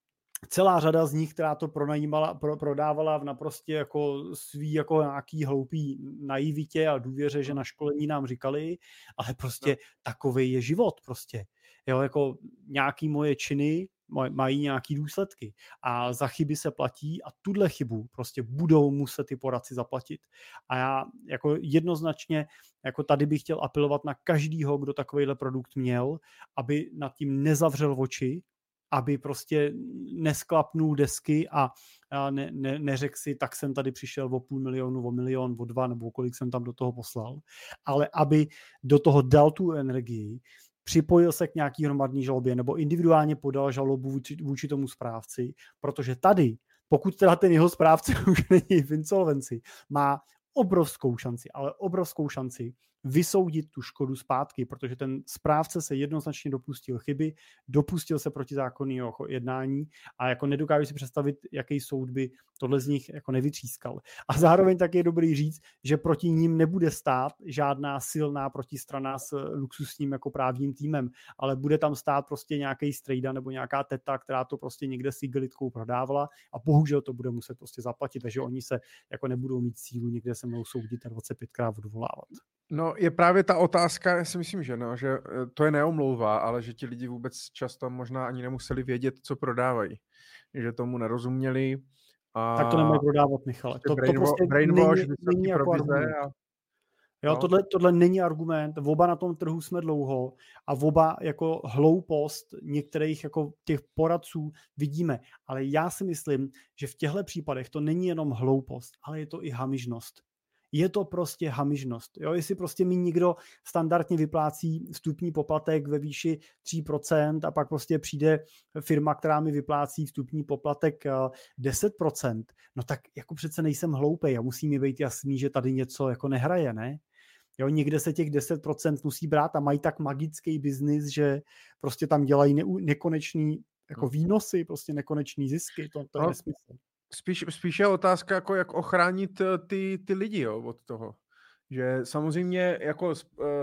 celá řada z nich, která to pronajímala, pro, prodávala v naprostě jako svý jako nějaký hloupý naivitě a důvěře, že na školení nám říkali, ale prostě no. Takovej je život prostě. Jo, jako nějaký moje činy mají nějaký důsledky a za chyby se platí a tuhle chybu prostě budou muset ty poradci zaplatit. A já jako jednoznačně jako tady bych chtěl apelovat na každýho, kdo takovejhle produkt měl, aby nad tím nezavřel oči, aby prostě nesklapnul desky a, a ne, ne, neřekl si, tak jsem tady přišel o půl milionu, o milion, o dva, nebo kolik jsem tam do toho poslal, ale aby do toho dal tu energii, připojil se k nějaký hromadný žalobě nebo individuálně podal žalobu vůči, vůči tomu správci, protože tady, pokud teda ten jeho správce už není v insolvenci, má obrovskou šanci, ale obrovskou šanci vysoudit tu škodu zpátky, protože ten správce se jednoznačně dopustil chyby, dopustil se protizákonného jednání a jako nedokážu si představit, jaký soud by tohle z nich jako nevytřískal. A zároveň tak je dobrý říct, že proti ním nebude stát žádná silná protistrana s luxusním jako právním týmem, ale bude tam stát prostě nějaký strejda nebo nějaká teta, která to prostě někde s igelitkou prodávala a bohužel to bude muset prostě zaplatit, takže oni se jako nebudou mít sílu někde se mnou soudit a dvacet pětkrát odvolávat. No je právě ta otázka, já si myslím, že no, že to je neomlouvá, ale že ti lidi vůbec často možná ani nemuseli vědět, co prodávají. Že tomu nerozuměli. A tak to nemají prodávat, Michale. To, brainwo- to prostě brainwash, není, není jako argument. A... Jo, no. tohle, tohle není argument, oba na tom trhu jsme dlouho a oba jako hloupost některých jako těch poradců vidíme, ale já si myslím, že v těchto případech to není jenom hloupost, ale je to i hamižnost. Je to prostě hamižnost. Jo? Jestli prostě mi někdo standardně vyplácí vstupní poplatek ve výši tři procenta a pak prostě přijde firma, která mi vyplácí vstupní poplatek deset procent, no tak jako přece nejsem hloupej a musí mi být jasný, že tady něco jako nehraje, ne? Jo, někde se těch deset procent musí brát a mají tak magický biznis, že prostě tam dělají ne- nekonečný jako výnosy, prostě nekonečný zisky, to, to je no. nesmysl. Spíš, spíš je otázka, jako jak ochránit ty, ty lidi, jo, od toho. Že samozřejmě jako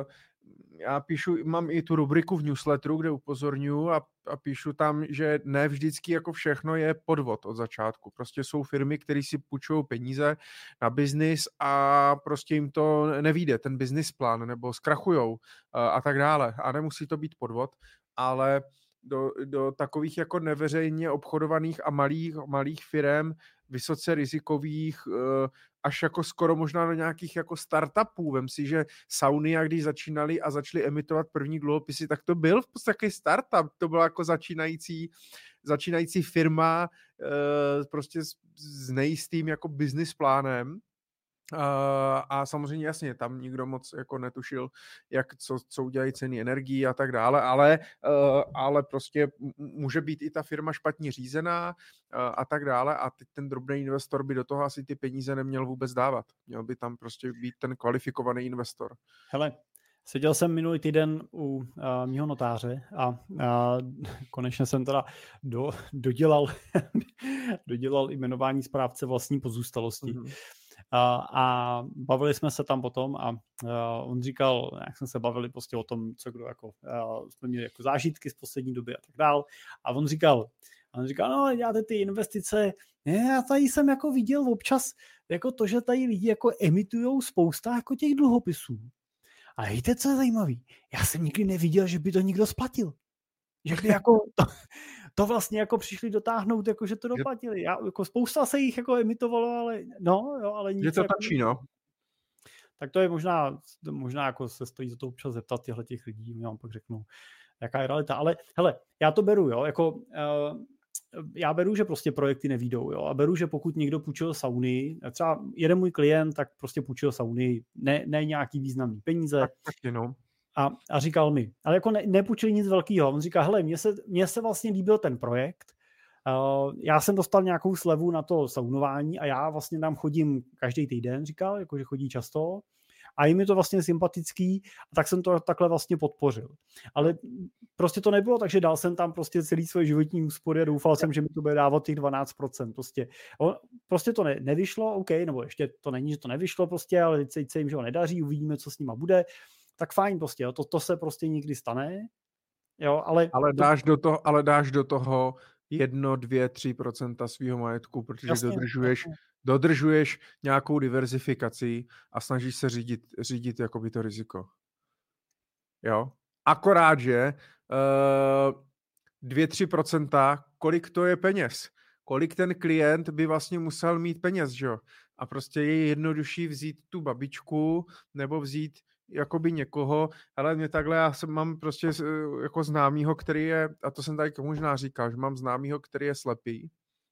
já píšu, mám i tu rubriku v newsletteru, kde upozorňuji a, a píšu tam, že ne vždycky jako všechno je podvod od začátku. Prostě jsou firmy, které si půjčují peníze na biznis a prostě jim to nevyjde, ten business plán, nebo zkrachujou a, a tak dále. A nemusí to být podvod, ale do, do takových jako neveřejně obchodovaných a malých, malých firem, vysoce rizikových, až jako skoro možná do nějakých jako startupů. Vem si, že Saunia, když začínali a začali emitovat první dluhopisy, tak to byl v podstatě startup. To byla jako začínající, začínající firma prostě s, s nejistým jako business plánem. Uh, a samozřejmě jasně, tam nikdo moc jako netušil, jak, co, co udělají ceny energií a tak dále, ale, uh, ale prostě může být i ta firma špatně řízená uh, a tak dále a teď ten drobný investor by do toho asi ty peníze neměl vůbec dávat. Měl by tam prostě být ten kvalifikovaný investor. Hele, seděl jsem minulý týden u uh, mýho notáře a uh, konečně jsem teda do, dodělal, dodělal jmenování správce vlastní pozůstalosti. Mm-hmm. A, a bavili jsme se tam potom a uh, on říkal, jak jsme se bavili prostě o tom, co kdo jako, uh, jsme měli jako zážitky z poslední doby a tak dál. A on říkal, on říkal, no děláte ty investice, ne, já tady jsem jako viděl občas jako to, že tady lidi jako emitujou spousta jako těch dluhopisů. A víte, co je zajímavý? Já jsem nikdy neviděl, že by to někdo splatil. Že by jako to, to vlastně jako přišli dotáhnout, jako že to doplatili. Já, jako spousta se jich jako emitovalo, ale no, jo, ale nic. Je to jako, tačí, no. Tak to je možná, možná jako se stojí za to občas zeptat těchto těch lidí, já vám pak řeknu, jaká je realita. Ale hele, já to beru, jo, jako uh, já beru, že prostě projekty nevídou, jo, a beru, že pokud někdo půjčil Sauny, třeba jeden můj klient, tak prostě půjčil Sauny, ne, ne nějaký významný peníze. Tak, taky, no. A, a říkal mi, ale jako ne, nepůjčili nic velkého. On říká, hele, mně se, mně se vlastně líbil ten projekt, uh, já jsem dostal nějakou slevu na to saunování a já vlastně tam chodím každý týden, říkal, jakože chodí často a je mi to vlastně sympatický a tak jsem to takhle vlastně podpořil. Ale prostě to nebylo, takže dal jsem tam prostě celý svoje životní úspory a doufal jsem, že mi to bude dávat těch dvanáct procent. Prostě, prostě to ne, nevyšlo, OK, nebo ještě to není, že to nevyšlo prostě, ale teď se jim, že ho nedaří, uvidíme, co s nima bude. Tak fajn prostě, jo. To, to se prostě nikdy stane, jo, ale... Ale to... dáš do toho, ale dáš do toho jedno, dvě, tři procenta svýho majetku, protože jasně, dodržuješ, jasně. dodržuješ nějakou diverzifikaci a snažíš se řídit, řídit jakoby to riziko. Jo? Akorát, že uh, dvě, tři procenta, kolik to je peněz? Kolik ten klient by vlastně musel mít peněz, že jo? A prostě je jednodušší vzít tu babičku nebo vzít jakoby někoho, ale mě takhle, já jsem, mám prostě jako známýho, který je, a to jsem tady možná říkal, že mám známýho, který je slepý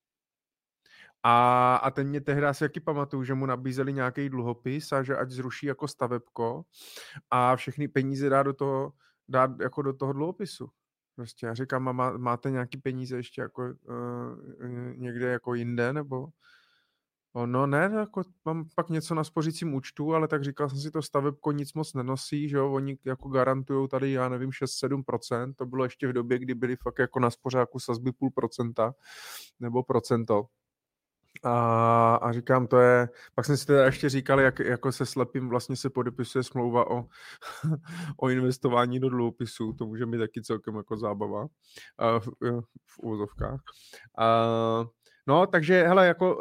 a, a ten mě tehdy si jaký pamatuju, že mu nabízeli nějaký dluhopis a že ať zruší jako stavebko a všechny peníze dá do toho, dá jako do toho dluhopisu. Prostě já říkám, má, máte nějaký peníze ještě jako uh, někde jako jinde, nebo no ne, jako mám pak něco na spořícím účtu, ale tak říkal jsem si, to stavebko nic moc nenosí, že jo, oni jako garantujou tady, já nevím, šest sedm procent, to bylo ještě v době, kdy byly fakt jako na spořáku sazby půl procenta, nebo procento. A, a říkám, to je, pak jsem si teda ještě říkal, jak jako se slepým vlastně se podepisuje smlouva o, o investování do dluhopisů, to může být taky celkem jako zábava a v, v uvozovkách. A, no, takže hele, jako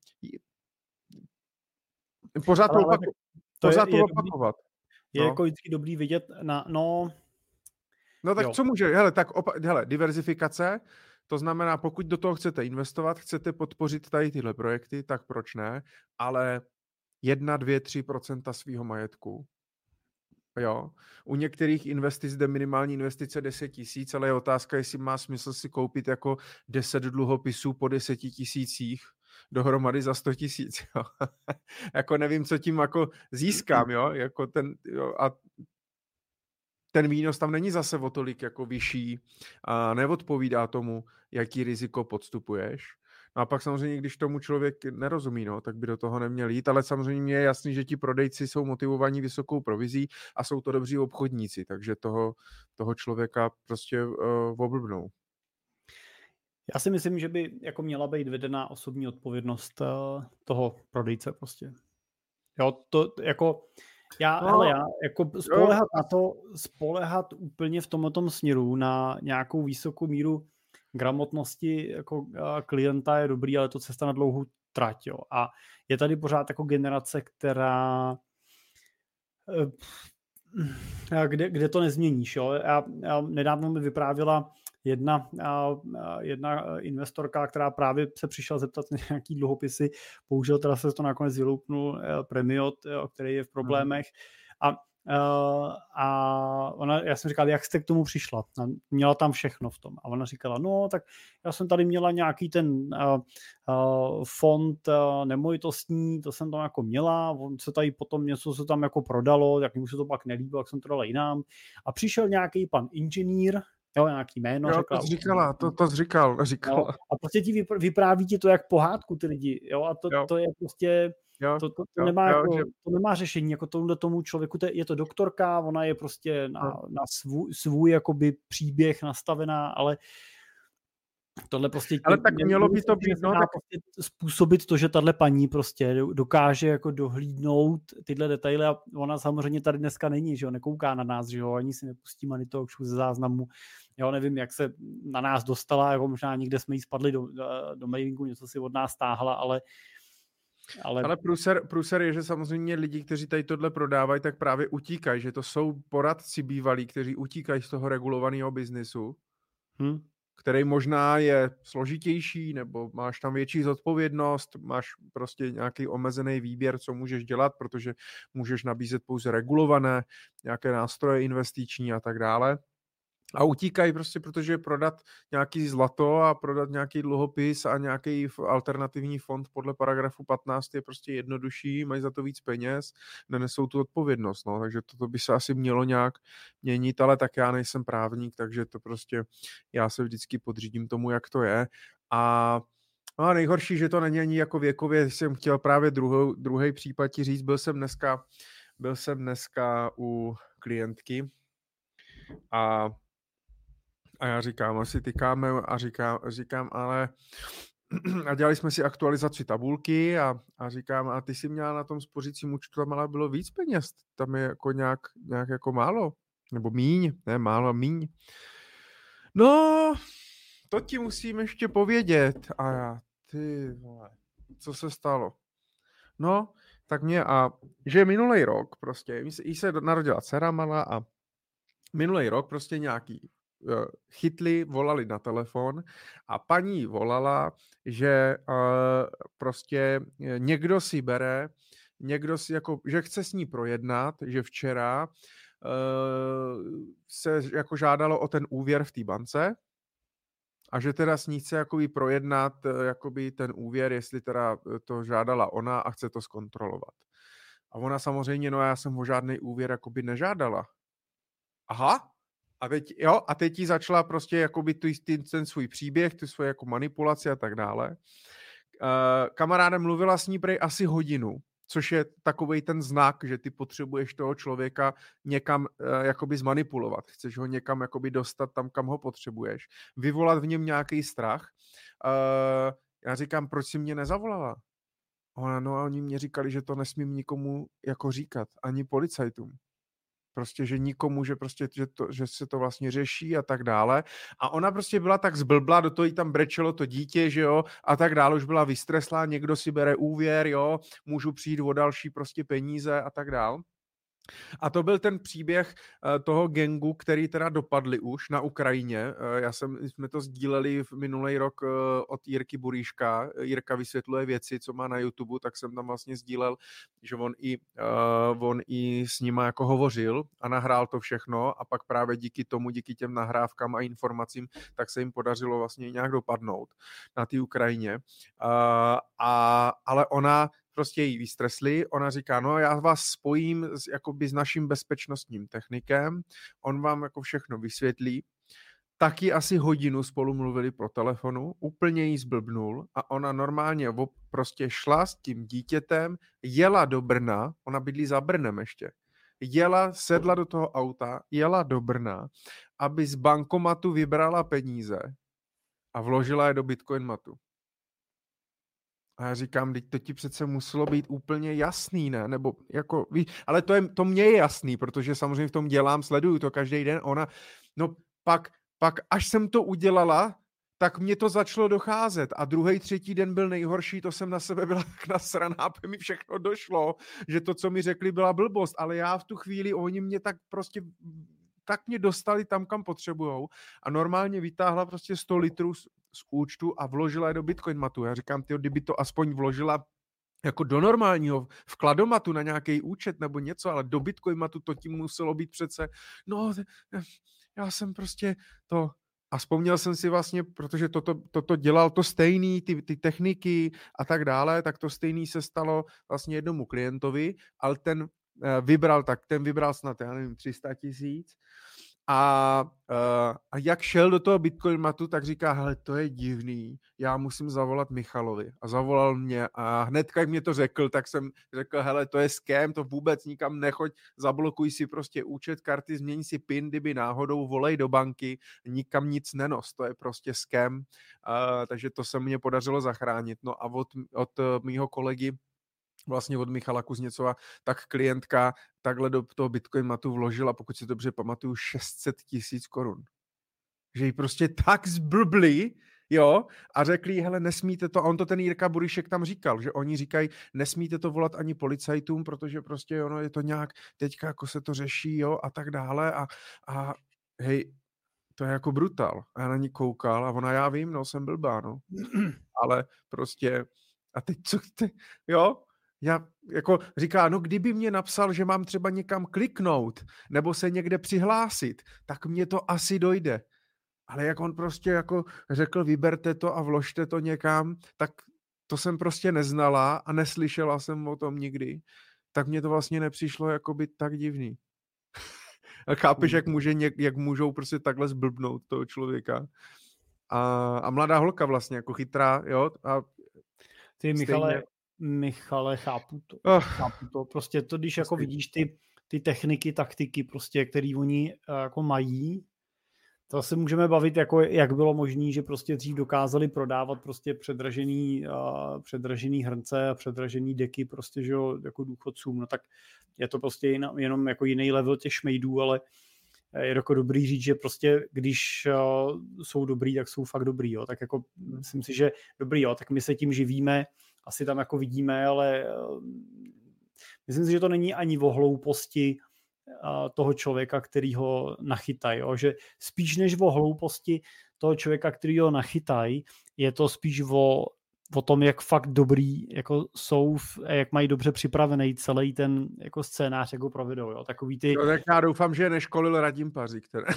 pořád to, opak, to pořád je, to je opakovat. Je no. jako vždycky dobrý vidět na, no... No tak jo. co může, hele, tak opa- hele, diverzifikace, to znamená, pokud do toho chcete investovat, chcete podpořit tady tyhle projekty, tak proč ne, ale jedna, dvě, tři procenta svýho majetku. Jo. U některých investic jde minimální investice deset tisíc, ale je otázka, jestli má smysl si koupit jako deset dluhopisů po deseti tisících dohromady za sto tisíc. Jako nevím, co tím jako získám, jo. Jako ten, jo, a ten výnos tam není zase o tolik jako vyšší a neodpovídá tomu, jaký riziko podstupuješ. No a pak samozřejmě, když tomu člověk nerozumí, no, tak by do toho neměl jít, ale samozřejmě je jasný, že ti prodejci jsou motivovaní vysokou provizí a jsou to dobří obchodníci, takže toho, toho člověka prostě uh, oblbnou. Já si myslím, že by jako měla být vedená osobní odpovědnost uh, toho prodejce prostě. Jo, to jako Já, No, hele, já jako jo. spolehat na to, spolehat úplně v tomto směru na nějakou vysokou míru gramotnosti jako a, klienta je dobrý, ale to cesta na dlouhou trať, jo. A je tady pořád jako generace, která eh, kde, kde to nezměníš, jo. Já, já nedávno mi vyprávěla jedna, a, a, jedna investorka, která právě se přišla zeptat na nějaký dluhopisy, použil teda se to nakonec vyloupnul Premiot, jo, který je v problémech. A a ona, já jsem říkal, jak jste k tomu přišla? A měla tam všechno v tom. A ona říkala, no, tak já jsem tady měla nějaký ten uh, uh, fond uh, nemovitostní, to jsem tam jako měla, on se tady potom něco se tam jako prodalo, tak mu se to pak nelíbilo, jak jsem to dala jinam. A přišel nějaký pan inženýr, jo, nějaký jméno. Jo, řekla, to říkala, to, to říkal, říkala. Jo, a prostě ti vypráví ti to jak pohádku ty lidi, jo, a to, jo. to je prostě... Jo, to, to, to, jo, nemá jo, jako, že... to nemá řešení, jako tomu, tomu člověku, to je, je to doktorka, ona je prostě na, no. na svůj, svůj jakoby příběh nastavená, ale tohle prostě... Ale tak mělo by to být, no, tak... prostě způsobit to, že tahle paní prostě dokáže jako dohlídnout tyhle detaily a ona samozřejmě tady dneska není, že jo, nekouká na nás, že jo, ani si nepustí Money ze záznamu, jo, nevím, jak se na nás dostala, jako možná někde jsme jí spadli do, do mailingu, něco si od nás stáhla, ale Ale, ale průser, průser je, že samozřejmě lidi, kteří tady tohle prodávají, tak právě utíkají, že to jsou poradci bývalí, kteří utíkají z toho regulovaného biznisu, hmm. který možná je složitější, nebo máš tam větší zodpovědnost, máš prostě nějaký omezený výběr, co můžeš dělat, protože můžeš nabízet pouze regulované, nějaké nástroje investiční a tak dále. A utíkají prostě, protože prodat nějaký zlato a prodat nějaký dluhopis a nějaký alternativní fond podle paragrafu patnáct je prostě jednodušší, mají za to víc peněz, nenesou tu odpovědnost, no, takže toto by se asi mělo nějak měnit, ale tak já nejsem právník, takže to prostě já se vždycky podřídím tomu, jak to je. A no a nejhorší, že to není ani jako věkově, jsem chtěl právě druhou, druhý případ ti říct, byl jsem dneska, byl jsem dneska u klientky a A já říkám, asi tykáme a říkám, říkám ale a dělali jsme si aktualizaci tabulky a, a říkám, a ty jsi měla na tom spořícím účtu, tam ale bylo víc peněz, tam je jako nějak, nějak jako málo, nebo míň, ne málo, míň. No, to ti musím ještě povědět. A já, ty vole, co se stalo? No, tak mě a, že minulej rok prostě, jí se narodila dcera malá a minulej rok prostě nějaký chytli, volali na telefon a paní volala, že uh, prostě někdo si bere, někdo si jako, že chce s ní projednat, že včera uh, se jako žádalo o ten úvěr v té bance a že teda s ní chce jakoby projednat jakoby ten úvěr, jestli teda to žádala ona a chce to zkontrolovat. A ona samozřejmě, no já jsem o žádný úvěr jakoby nežádala. Aha, A teď, jo, a teď jí začala prostě jakoby tu, ten svůj příběh, tu svoje jako manipulaci a tak dále. Uh, kamarádem mluvila s ní prej asi hodinu, což je takovej ten znak, že ty potřebuješ toho člověka někam uh, jakoby zmanipulovat. Chceš ho někam jakoby dostat tam, kam ho potřebuješ. Vyvolat v něm nějaký strach. Uh, já říkám, proč si mě nezavolala? Ona, no a oni mě říkali, že to nesmím nikomu jako říkat, ani policajtům. Prostě, že nikomu, že prostě, že, to, že se to vlastně řeší a tak dále. A ona prostě byla tak zblblá, do toho jí tam brečelo to dítě, že jo, a tak dále, už byla vystreslá, někdo si bere úvěr, jo, můžu přijít o další prostě peníze a tak dále. A to byl ten příběh uh, toho gangu, který teda dopadli už na Ukrajině. Uh, já jsem, jsme to sdíleli v minulý rok uh, od Jirky Buríška. Jirka vysvětluje věci, co má na YouTube, tak jsem tam vlastně sdílel, že on i, uh, on i s nima jako hovořil a nahrál to všechno a pak právě díky tomu, díky těm nahrávkám a informacím, tak se jim podařilo vlastně nějak dopadnout na té Ukrajině. Uh, a, ale ona prostě jí vystresli, ona říká, no já vás spojím s, jakoby s naším bezpečnostním technikem, on vám jako všechno vysvětlí, taky asi hodinu spolu mluvili po telefonu, úplně jí zblbnul a ona normálně prostě šla s tím dítětem, jela do Brna, ona bydlí za Brnem ještě, jela, sedla do toho auta, jela do Brna, aby z bankomatu vybrala peníze a vložila je do Bitcoin matu. A já říkám, teď to ti přece muselo být úplně jasný, ne? Nebo jako, víš, ale to, je, to mně je jasný, protože samozřejmě v tom dělám, sleduju to každý den. Ona, no pak, pak až jsem to udělala, tak mě to začalo docházet a druhý, třetí den byl nejhorší, to jsem na sebe byla tak nasraná, aby mi všechno došlo, že to, co mi řekli, byla blbost, ale já v tu chvíli, oni mě tak prostě, tak mě dostali tam, kam potřebujou a normálně vytáhla prostě sto litrů z, z účtu a vložila je do Bitcoin matu. Já říkám, tyjo, kdyby to aspoň vložila jako do normálního vkladomatu na nějaký účet nebo něco, ale do Bitcoin matu to tím muselo být přece, no, já jsem prostě to... A vzpomněl jsem si vlastně, protože toto, toto dělal to stejný, ty, ty techniky a tak dále, tak to stejný se stalo vlastně jednomu klientovi, ale ten vybral, tak ten vybral snad, já nevím, tři sta tisíc. A, a jak šel do toho Bitcoin matu, tak říká, hele, to je divný, já musím zavolat Michalovi. A zavolal mě a hned, jak mě to řekl, tak jsem řekl, hele, to je scam, to vůbec nikam nechoď, zablokuj si prostě účet, karty, změň si PIN, kdyby náhodou, volej do banky, nikam nic nenos, to je prostě scam. Uh, takže to se mě podařilo zachránit. No a od, od mýho kolegy, vlastně od Michala Kuzněcova, tak klientka takhle do toho Bitcoin matu vložila, pokud si dobře pamatuju, šest set tisíc korun. Že jí prostě tak zblblí, jo, a řekli, hele, nesmíte to, a on to ten Jirka Burišek tam říkal, že oni říkají, nesmíte to volat ani policajtům, protože prostě ono je to nějak, teďka jako se to řeší, jo, a tak dále a, a hej, to je jako brutál. A já na ní koukal a ona, já vím, no, jsem blbá, no. Ale prostě, a teď co ty, jo, já jako říká, no kdyby mě napsal, že mám třeba někam kliknout nebo se někde přihlásit, tak mě to asi dojde. Ale jak on prostě jako řekl, vyberte to a vložte to někam, tak to jsem prostě neznala a neslyšela jsem o tom nikdy. Tak mě to vlastně nepřišlo jako by tak divný. A chápeš, jak, může něk, jak můžou prostě takhle zblbnout toho člověka. A, a mladá holka vlastně jako chytrá, jo. A ty, Michale, stejně... Michale, chápu to. Oh. Chápu to. Prostě to, když jako vidíš ty, ty techniky, taktiky, prostě, které oni jako mají, to se můžeme bavit, jako jak bylo možné, že prostě dřív dokázali prodávat prostě předražený, uh, předražený hrnce a předražený deky prostě, že jo, jako důchodcům. No tak je to prostě jen, jenom jako jiný level těch šmejdů, ale je jako dobrý říct, že prostě když uh, jsou dobrý, tak jsou fakt dobrý, jo. Tak jako myslím si, že dobrý, jo, tak my se tím živíme, asi tam jako vidíme, ale uh, myslím si, že to není ani o hlouposti uh, toho člověka, který ho nachytají, jo. Že spíš než o hlouposti toho člověka, který ho nachytají, je to spíš o o tom, jak fakt dobrý jako jsou, jak mají dobře připravený celý ten jako scénář, jak ho provedou, jo, takový ty... No, tak já doufám, že neškolil Radim Pařík, teda.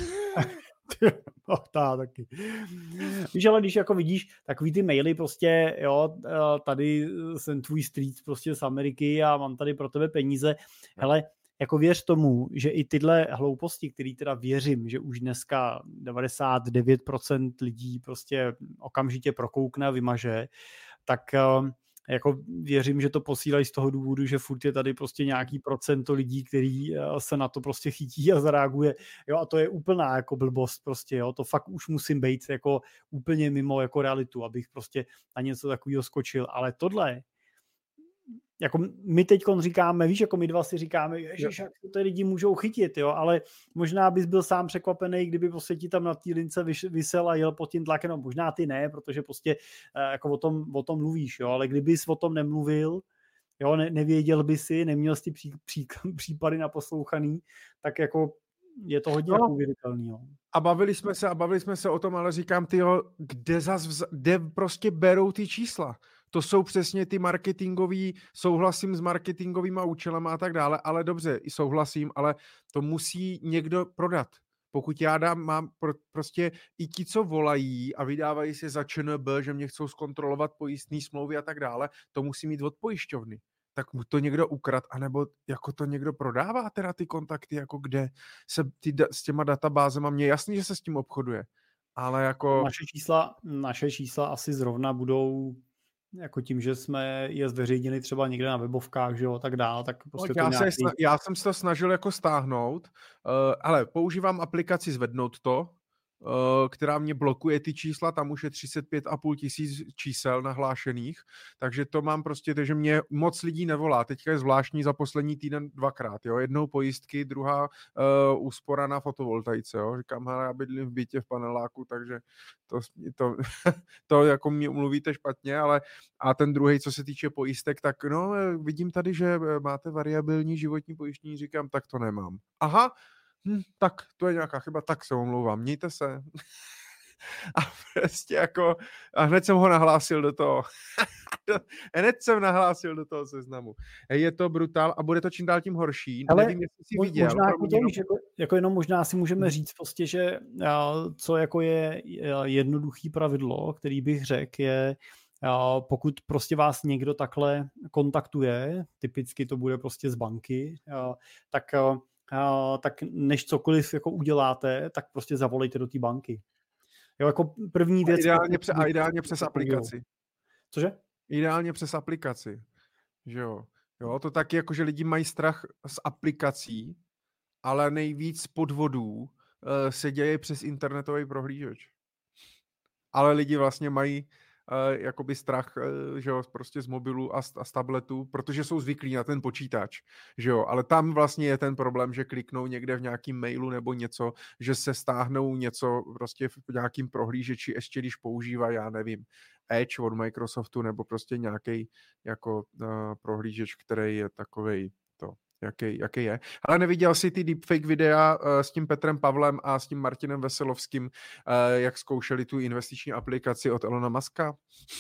No, tá, taky. Víš, ale když jako vidíš takový ty maily prostě, jo, tady jsem tvůj street prostě z Ameriky a mám tady pro tebe peníze, hele, jako věř tomu, že i tyhle hlouposti, který teda věřím, že už dneska devadesát devět procent lidí prostě okamžitě prokoukne a vymaže, tak jako věřím, že to posílají z toho důvodu, že furt je tady prostě nějaký procento lidí, který se na to prostě chytí a zareaguje. Jo, a to je úplná jako blbost prostě, jo, to fakt už musím být jako úplně mimo jako realitu, abych prostě na něco takového skočil, ale tohle jako my teďkon říkáme, víš, jako my dva si říkáme, ježiš, jak to ty lidi můžou chytit, jo, ale možná bys byl sám překvapený, kdyby prostě ti tam na té lince vysel a jel pod tím tlakem, no možná ty ne, protože prostě jako o tom, o tom mluvíš, jo, ale kdybys o tom nemluvil, jo, ne, nevěděl by si, neměl jsi pří, pří, případy naposlouchaný, tak jako je to hodně no. uvěřitelný, jo. A bavili jsme se a bavili jsme se o tom, ale říkám, tyjo, kde zas, vz... kde prostě berou ty čísla? To jsou přesně ty marketingový, souhlasím s marketingovýma účelama a tak dále, ale dobře, i souhlasím, ale to musí někdo prodat. Pokud já dám, mám pro, prostě i ti, co volají a vydávají se za ČNB, že mě chcou zkontrolovat pojistný smlouvy a tak dále, to musí mít od pojišťovny. Tak mu to někdo ukrad, anebo jako to někdo prodává teda ty kontakty, jako kde se ty, s těma databázema, mně jasný, že se s tím obchoduje, ale jako... Naše čísla, naše čísla asi zrovna budou jako tím, že jsme je zveřejnili třeba někde na webovkách, že jo, tak dál, tak prostě no, já, to nějaký... se, já jsem se to snažil jako stáhnout, uh, ale používám aplikaci Zvednout to, která mě blokuje ty čísla, tam už je třicet pět a půl tisíc čísel nahlášených, takže to mám prostě, takže mě moc lidí nevolá. Teďka je zvláštní za poslední týden dvakrát, jo, jednou pojistky, druhá uh, úspora na fotovoltaice, jo, říkám, hele, já bydlím v bytě v paneláku, takže to, to, to jako mě mluvíte špatně, ale a ten druhý, co se týče pojistek, tak no, vidím tady, že máte variabilní životní pojištění, říkám, tak to nemám. Aha, hm, tak to je nějaká chyba, tak se omlouvám, mějte se. A prostě jako, a hned jsem ho nahlásil do toho. hned jsem nahlásil do toho seznamu. Hej, je to brutál a bude to čím dál tím horší. Ale nevím, jestli jsi viděl. Možná jako, to, jenom... jako, jako jenom možná si můžeme říct prostě, že co jako je jednoduchý pravidlo, který bych řekl, je pokud prostě vás někdo takhle kontaktuje, typicky to bude prostě z banky, tak Uh, tak než cokoliv jako uděláte, tak prostě zavolejte do té banky. Jo, jako první věc... A ideálně, pře- a ideálně přes aplikaci. Cože? Ideálně přes aplikaci. Že jo. Jo, to taky jako, že lidi mají strach z aplikací, ale nejvíc podvodů uh, se děje přes internetový prohlížeč. Ale lidi vlastně mají Uh, jakoby strach, uh, že jo, prostě z mobilu a z, a z tabletu, protože jsou zvyklí na ten počítač, že jo, ale tam vlastně je ten problém, že kliknou někde v nějakým mailu nebo něco, že se stáhnou něco prostě v nějakým prohlížeči, ještě když používají, já nevím, Edge od Microsoftu nebo prostě nějaký jako uh, prohlížeč, který je takovej to, jaký, jaký je. Ale neviděl jsi ty deepfake videa uh, s tím Petrem Pavlem a s tím Martinem Veselovským, uh, jak zkoušeli tu investiční aplikaci od Elona Muska?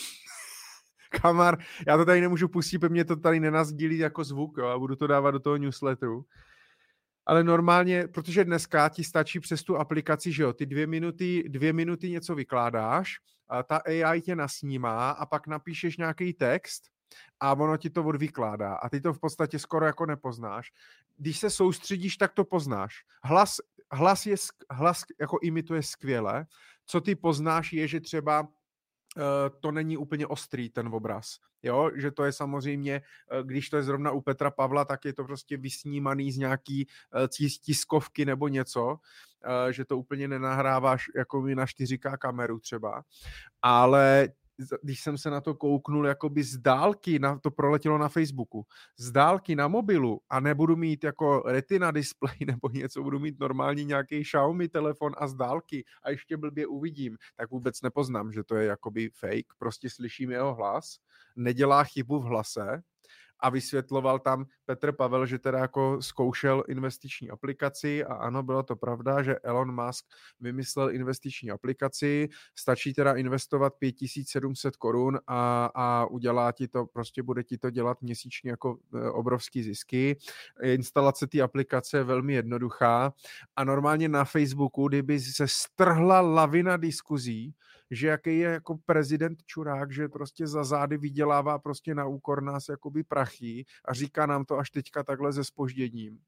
Kamar, já to tady nemůžu pustit, protože mě to tady nenazdílí jako zvuk, jo, a budu to dávat do toho newsletteru. Ale normálně, protože dneska ti stačí přes tu aplikaci, že jo, ty dvě minuty, dvě minuty něco vykládáš, a ta A I tě nasnímá a pak napíšeš nějaký text a ono ti to odvykládá a ty to v podstatě skoro jako nepoznáš. Když se soustředíš, tak to poznáš. Hlas, hlas, je, hlas jako imituje skvěle. Co ty poznáš je, že třeba uh, to není úplně ostrý ten obraz. Jo? Že to je samozřejmě, uh, když to je zrovna u Petra Pavla, tak je to prostě vysnímaný z nějaký uh, tiskovky nebo něco, uh, že to úplně nenahráváš jako na čtyři ká kameru třeba. Ale když jsem se na to kouknul jakoby z dálky, na, to proletělo na Facebooku, z dálky na mobilu a nebudu mít jako retina display nebo něco, budu mít normální nějaký Xiaomi telefon a z dálky a ještě blbě uvidím, tak vůbec nepoznám, že to je jakoby fake, prostě slyším jeho hlas, nedělá chybu v hlase a vysvětloval tam Petr Pavel, že teda jako zkoušel investiční aplikaci a ano, byla to pravda, že Elon Musk vymyslel investiční aplikaci, stačí teda investovat pět tisíc sedm set korun a, a udělá ti to, prostě bude ti to dělat měsíčně jako obrovský zisky. Instalace té aplikace je velmi jednoduchá a normálně na Facebooku, kdyby se strhla lavina diskuzí, že jaký je jako prezident čurák, že prostě za zády vydělává prostě na úkor nás jakoby prachy a říká nám to až teďka takhle se zpožděním.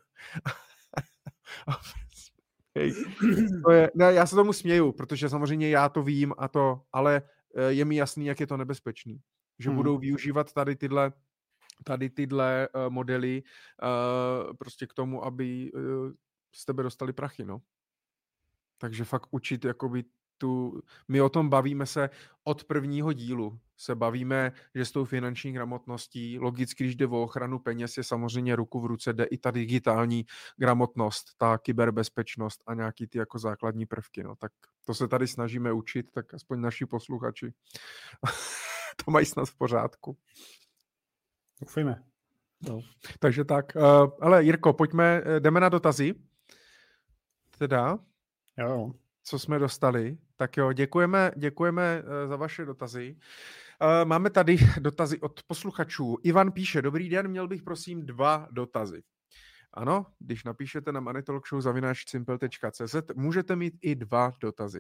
Hej, to je, ne, já se tomu směju, protože samozřejmě já to vím a to, ale je mi jasný, jak je to nebezpečný. Že hmm. budou využívat tady tyhle tady tyhle uh, modely uh, prostě k tomu, aby uh, z tebe dostali prachy, no. Takže fakt učit jakoby tu, my o tom bavíme se od prvního dílu. Se bavíme, že s tou finanční gramotností, logicky, když jde o ochranu peněz, je samozřejmě ruku v ruce, jde i ta digitální gramotnost, ta kyberbezpečnost a nějaký ty jako základní prvky. No. Tak to se tady snažíme učit, tak aspoň naši posluchači to mají snad v pořádku. Doufejme. No. Takže tak, uh, ale Jirko, pojďme, jdeme na dotazy. Teda, jo. Co jsme dostali. Tak jo, děkujeme, děkujeme uh, za vaše dotazy. Uh, máme tady dotazy od posluchačů. Ivan píše, dobrý den, měl bych prosím dva dotazy. Ano, když napíšete na moneytalkshow zavináč simple tečka cé zet, můžete mít i dva dotazy.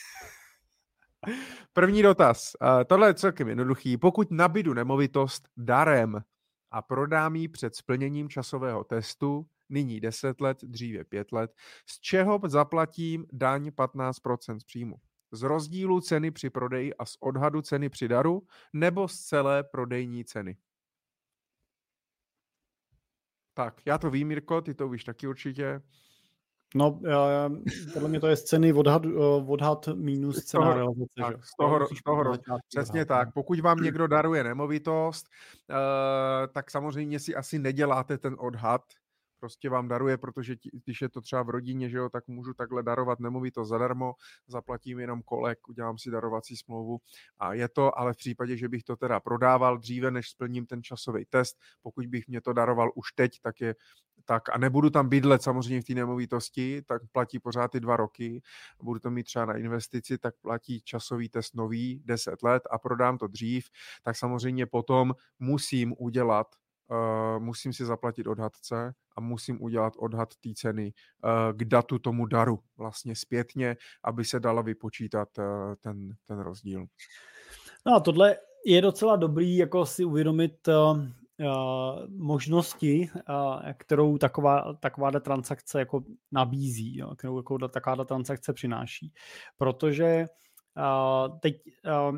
První dotaz. Uh, tohle je celkem jednoduchý. Pokud nabydu nemovitost darem a prodám ji před splněním časového testu, nyní deset let, dříve pět let, z čeho zaplatím daň patnáct procent z příjmu? Z rozdílu ceny při prodeji a z odhadu ceny při daru nebo z celé prodejní ceny? Tak, já to vím, Mirko, ty to víš taky určitě. No, podle mě to je z ceny odhad, odhad minus cena realizace. Tak, že? z toho, z toho roz... Přesně odhad. tak. Pokud vám někdo daruje nemovitost, uh, tak samozřejmě si asi neděláte ten odhad, prostě vám daruje, protože tí, když je to třeba v rodině, že jo, tak můžu takhle darovat nemovitost zadarmo, zaplatím jenom kolek, udělám si darovací smlouvu a je to, ale v případě, že bych to teda prodával dříve, než splním ten časový test, pokud bych mě to daroval už teď, tak je tak a nebudu tam bydlet samozřejmě v té nemovitosti, tak platí pořád ty dva roky, budu to mít třeba na investici, tak platí časový test nový, deset let a prodám to dřív, tak samozřejmě potom musím udělat Uh, musím si zaplatit odhadce a musím udělat odhad té ceny uh, k datu tomu daru vlastně zpětně, aby se dala vypočítat uh, ten, ten rozdíl. No a tohle je docela dobrý jako si uvědomit uh, uh, možnosti, uh, kterou taková, taková transakce jako nabízí, jo, kterou jako taková transakce přináší. Protože uh, teď uh,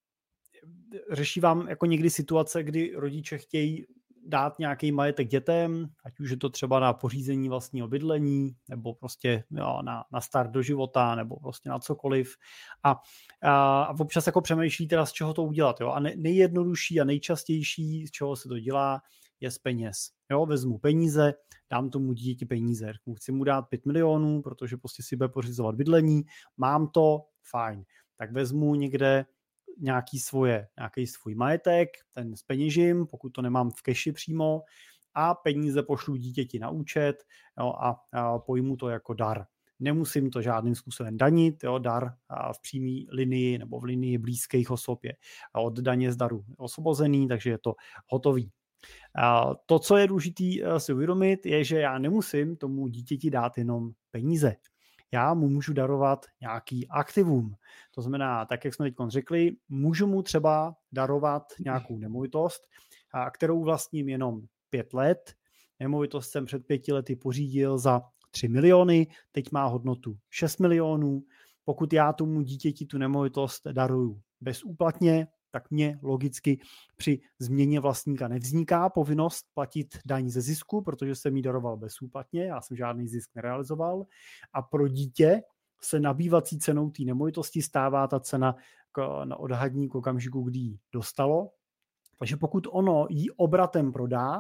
řeší vám jako někdy situace, kdy rodiče chtějí dát nějaký majetek dětem, ať už je to třeba na pořízení vlastního bydlení, nebo prostě jo, na, na start do života, nebo prostě na cokoliv. A, a, a občas jako přemýšlí teda, z čeho to udělat. Jo? A ne, nejjednodušší a nejčastější, z čeho se to dělá, je z peněz. Jo? Vezmu peníze, dám tomu dítěti peníze. Chci mu dát pět milionů, protože prostě si bude pořizovat bydlení, mám to, fajn. Tak vezmu někde nějaký svoje, nějaký svůj majetek, ten zpeněžím, pokud to nemám v keši přímo, a peníze pošlu dítěti na účet, jo, a, a pojmu to jako dar. Nemusím to žádným způsobem danit, jo, dar v přímé linii nebo v linii blízkých osob je od daně z daru osvobozený, takže je to hotový. A to, co je důležité si uvědomit, je, že já nemusím tomu dítěti dát jenom peníze. Já mu můžu darovat nějaký aktivum. To znamená, tak jak jsme teď řekli, můžu mu třeba darovat nějakou nemovitost, kterou vlastním jenom pět let. Nemovitost jsem před pěti lety pořídil za tři miliony, teď má hodnotu šest milionů. Pokud já tomu dítěti tu nemovitost daruju bezúplatně, tak mě logicky při změně vlastníka nevzniká povinnost platit daň ze zisku, protože jsem ji daroval bezúplatně, já jsem žádný zisk nerealizoval. A pro dítě se nabývací cenou té nemovitosti stává ta cena na odhadní k okamžiku, kdy ji dostalo. Takže pokud ono ji obratem prodá,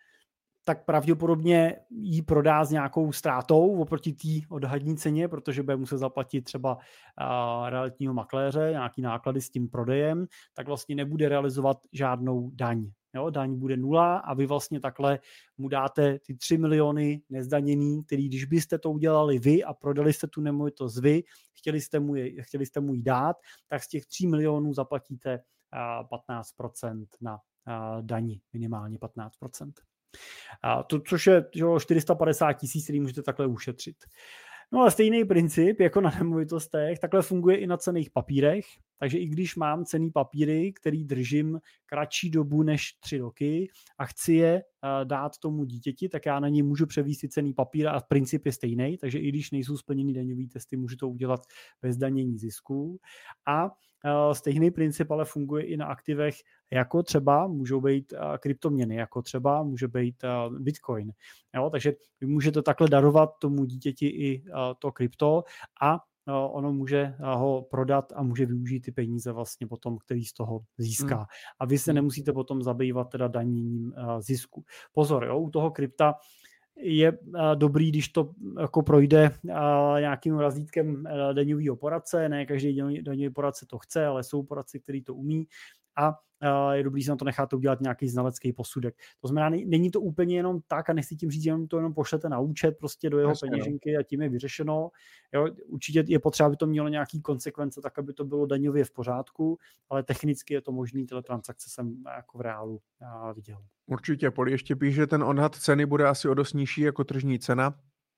tak pravděpodobně ji prodá s nějakou ztrátou oproti té odhadní ceně, protože bude muset zaplatit třeba uh, realitního makléře, nějaký náklady s tím prodejem, tak vlastně nebude realizovat žádnou daň. Jo, daň bude nula a vy vlastně takhle mu dáte ty tři miliony nezdaněný, který když byste to udělali vy a prodali jste tu nemovitost vy, chtěli jste mu, je, chtěli jste mu ji dát, tak z těch tří milionů zaplatíte uh, patnáct procent na uh, dani, minimálně patnáct procent. A to, což je jo, čtyři sta padesát tisíc, který můžete takhle ušetřit. No a stejný princip jako na nemovitostech, takhle funguje i na cenných papírech, takže i když mám cenný papíry, který držím kratší dobu než tři roky a chci je dát tomu dítěti, tak já na ně můžu převést cenný papír a princip je stejný, takže i když nejsou splněny daňové testy, můžu to udělat bez danění zisků. A stejný princip ale funguje i na aktivech, jako třeba můžou být kryptoměny, jako třeba může být Bitcoin. Jo, takže vy můžete takhle darovat tomu dítěti i to krypto a ono může ho prodat a může využít ty peníze vlastně potom, který z toho získá. Hmm. A vy se nemusíte potom zabývat teda daněním zisku. Pozor, jo, u toho krypta je dobrý, když to jako projde nějakým razítkem daňového poradce. Ne každý daňový poradce to chce, ale jsou poradci, kteří to umí. A je dobrý si na to nechat udělat nějaký znalecký posudek. To znamená, není to úplně jenom tak a nechci tím říct, že to jenom pošlete na účet prostě do jeho Jasně, peněženky a tím je vyřešeno. Jo, určitě je potřeba, aby to mělo nějaký konsekvence, tak aby to bylo daňově v pořádku, ale technicky je to možný, tyhle transakce jsem jako v reálu viděl. Určitě, Poli ještě píše, že ten odhad ceny bude asi o dost nižší jako tržní cena.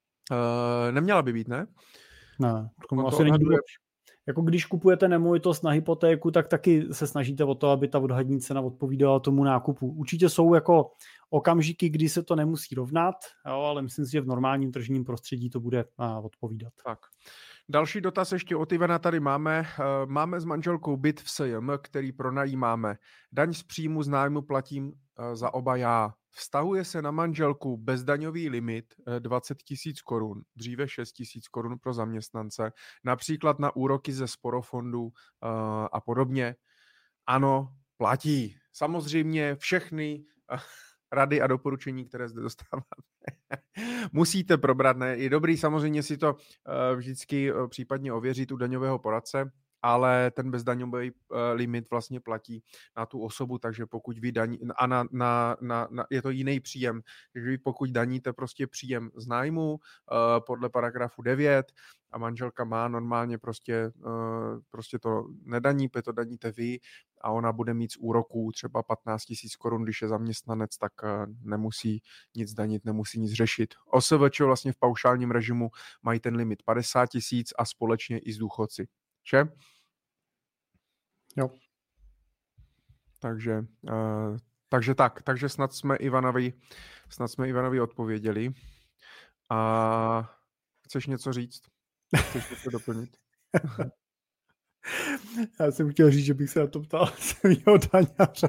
E, neměla by být, ne? Ne, to asi není důvod. Jako když kupujete nemovitost na hypotéku, tak taky se snažíte o to, aby ta odhadní cena odpovídala tomu nákupu. Určitě jsou jako okamžiky, kdy se to nemusí rovnat, jo, ale myslím si, že v normálním tržním prostředí to bude odpovídat. Tak. Další dotaz ještě od Ivana tady máme. Máme s manželkou byt v S J M, který pronajímáme. Daň z příjmu z nájmu platím za oba já. Vztahuje se na manželku bezdaňový limit dvacet tisíc korun, dříve šest tisíc korun pro zaměstnance, například na úroky ze sporofondů a podobně. Ano, platí. Samozřejmě všechny rady a doporučení, které zde dostáváte, musíte probrat. Ne? Je dobrý samozřejmě si to vždycky případně ověřit u daňového poradce, ale ten bezdaňový limit vlastně platí na tu osobu, takže pokud vy daní, a na, na, na, na, je to jiný příjem, takže vy pokud daníte prostě příjem z nájmu podle paragrafu devět a manželka má normálně prostě, prostě to nedaní, to daníte vy a ona bude mít z úroků třeba patnáct tisíc korun, když je zaměstnanec, tak nemusí nic danit, nemusí nic řešit. O S V Č vlastně v paušálním režimu mají ten limit padesát tisíc a společně i s důchodci. Že? Jo. Takže, uh, takže tak, takže snad jsme Ivanovi, snad jsme Ivanovi odpověděli. A chceš něco říct? Chceš něco doplnit? Já jsem chtěl říct, že bych se na to ptal svýho daňaře.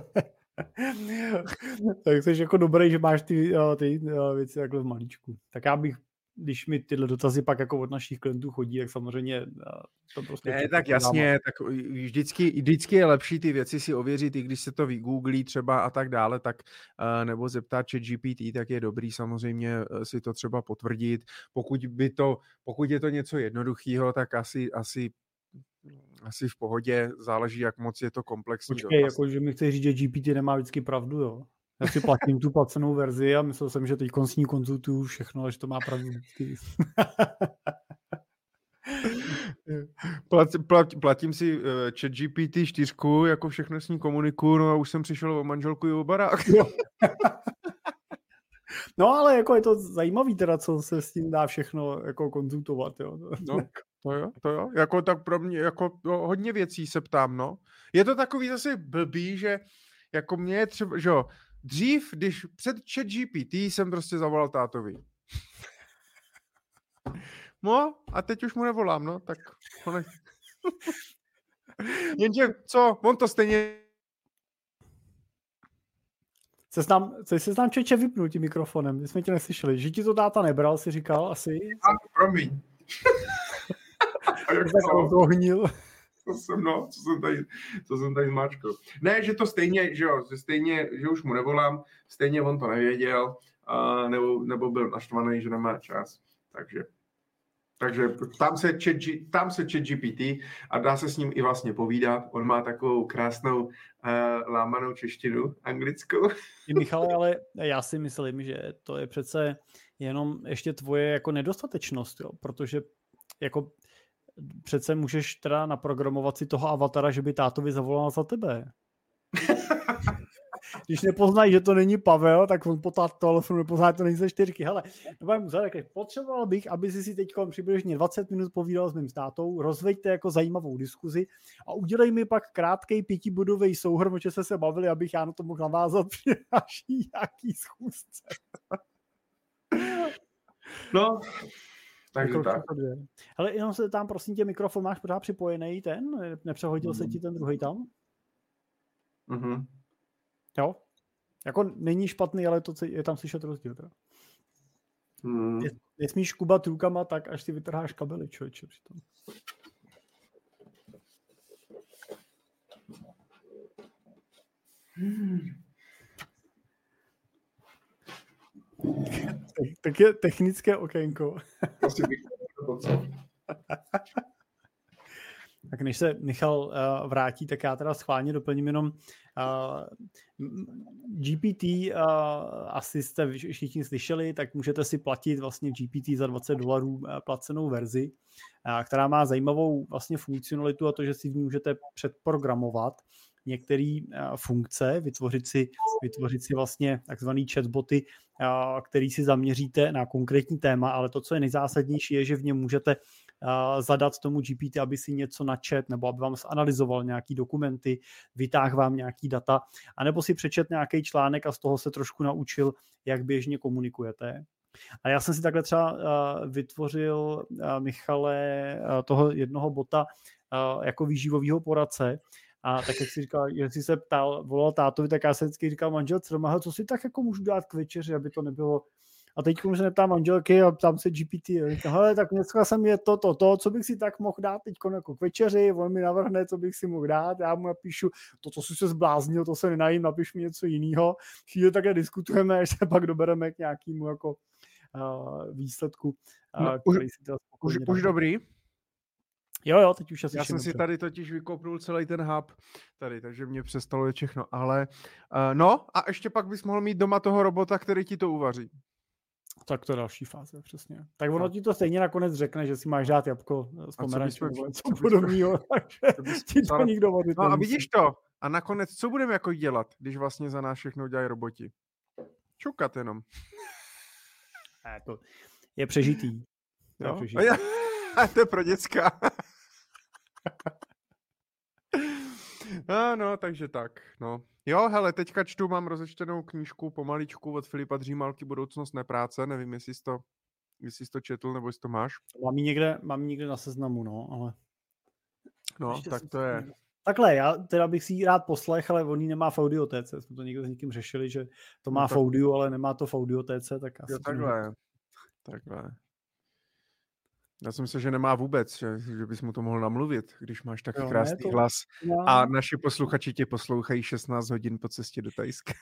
Tak jsi jako dobrý, že máš ty, ty věci takhle v malíčku. Tak já bych, když mi tyhle dotazy pak jako od našich klientů chodí, tak samozřejmě to prostě... Ne, tak jasně, tak vždycky, vždycky je lepší ty věci si ověřit, i když se to vygooglí třeba a tak dále, tak nebo zeptat ChatGPT, tak je dobrý samozřejmě si to třeba potvrdit. Pokud by to, pokud je to něco jednoduchého, tak asi, asi asi v pohodě, záleží, jak moc je to komplexní. Počkej, jako, že mi chce říct, že G P T nemá vždycky pravdu, jo. Já si platím tu placenou verzi a myslel jsem, že teď s ní konzultuju všechno, ale že to má pravdu vždycky. Plat, plat, platím si uh, chat G P T čtyři, jako všechno s ní komunikuju, no a už jsem přišel o manželku i o barák. No ale jako je to zajímavý teda, co se s tím dá všechno jako konzultovat, jo. No, to jo, to jo. Jako tak pro mě, jako no, hodně věcí se ptám, no. Je to takový zase blbý, že jako mě je třeba, že jo, dřív, když před chat G P T jsem prostě zavolal tátovi. No, a teď už mu nevolám, no, tak konec. Jenže, co, on to stejně... Chceš nám, chceš se nám čeče vypnout tím mikrofonem, my jsme tě neslyšeli. Že ti to táta nebral, si říkal asi? Ano, promiň. A jak tak rohnil. Co jsem, no, co jsem tady, co jsem tady zmáčkal. Ne, že to stejně, že jo, že stejně, že už mu nevolám, stejně on to nevěděl, a nebo, nebo byl naštvaný, že nemá čas, takže... Takže tam se, chat, tam se chat G P T a dá se s ním i vlastně povídat. On má takovou krásnou uh, lámanou češtinu anglickou. Michale, ale já si myslím, že to je přece jenom ještě tvoje jako nedostatečnost, jo? Protože jako přece můžeš teda naprogramovat si toho avatara, že by tátovi zavolal za tebe. Když nepoznají, že to není Pavel, tak on po telefonu nepozná, že to není ze čtyřky. Hele, nebudem musel, tak potřeboval bych, aby si si teď přibližně dvacet minut povídal s mým tátou, rozveďte jako zajímavou diskuzi a udělej mi pak krátkej pětibodový souhrn, o čem jste se bavili, abych já na to mohl navázat při naší nějaký schůzce. No, takže tak. Hele, jenom se tam, prosím tě, mikrofon máš pořád připojený ten? Nepřehodil mm. se ti ten druhý tam? Mhm. Jo? Jako není špatný, ale to je tam slyšet rozdíl. Teda. Hmm. Nesmíš kubat rukama tak, až si vytrháš kabely, člověče, přitom. Hmm. Tak je technické okénko. Tak než se Michal uh, vrátí, tak já teda schválně doplním jenom uh, G P T, uh, asi jste všichni slyšeli, tak můžete si platit vlastně G P T za dvacet dolarů uh, placenou verzi, uh, která má zajímavou vlastně funkcionalitu a to, že si v ní můžete předprogramovat některé uh, funkce, vytvořit si, vytvořit si vlastně takzvaný chatboty, uh, který si zaměříte na konkrétní téma, ale to, co je nejzásadnější, je, že v něm můžete Uh, zadat tomu G P T, aby si něco načet, nebo aby vám zanalyzoval nějaký dokumenty, vytáhl vám nějaký data, anebo si přečet nějaký článek a z toho se trošku naučil, jak běžně komunikujete. A já jsem si takhle třeba uh, vytvořil, uh, Michale, uh, toho jednoho bota uh, jako výživovýho poradce A tak jak si říkal, jestli se ptal, volal tátovi, tak já jsem vždycky říkal manželce doma, co si tak jako můžu dát k večeři, aby to nebylo. A teď se neptám manželky a ptám se G P T. A říkám, hele, tak dneska jsem je to, to, to, co bych si tak mohl dát teď jako k večeři, on mi navrhne, co bych si mohl dát, já mu napíšu, to, co jsi se zbláznil, to se nenajím, napiš mi něco jiného. Chvíli také diskutujeme, až se pak dobereme k nějakému jako uh, výsledku. Uh, no, který už, si teda už, už dobrý? Jo, jo, teď už asi Já jsem dobře. si tady totiž vykopnul celý ten hub tady, takže mě přestalo je všechno, ale uh, no a ještě pak bys mohl mít doma toho robota, který ti to uvaří. Tak to je další fáze, přesně. Tak ono ti to stejně nakonec řekne, že si máš dát jabko z pomeranče nebo něco podobného, takže ti to nikdo vařit No a vidíš to, a nakonec co budeme jako dělat, když vlastně za nás všechno dělají roboti? Čukat jenom. A to je přežitý. To je, přežitý. A to je pro děcka. No, takže tak, no. Jo, hele, teďka čtu, mám rozečtenou knížku pomaličku od Filipa Dřímalky Budoucnost nepráce, nevím, jestli jsi to, jestli jsi to četl, nebo jestli to máš. Mám ji někde, mám ji někde na seznamu, no, ale... No, ještě tak to je. Někde. Takhle, já teda bych si ji rád poslech, ale on ji nemá v audiotéce, jsme to někdo s někým řešili, že to má no, tak... v audio, ale nemá to v audiotéce, tak asi... Jo, takhle, takhle. Já jsem myslel, že nemá vůbec, že, že bys mu to mohl namluvit, když máš tak jo, krásný to... hlas. No. A naši posluchači tě poslouchají šestnáct hodin po cestě do Thajska.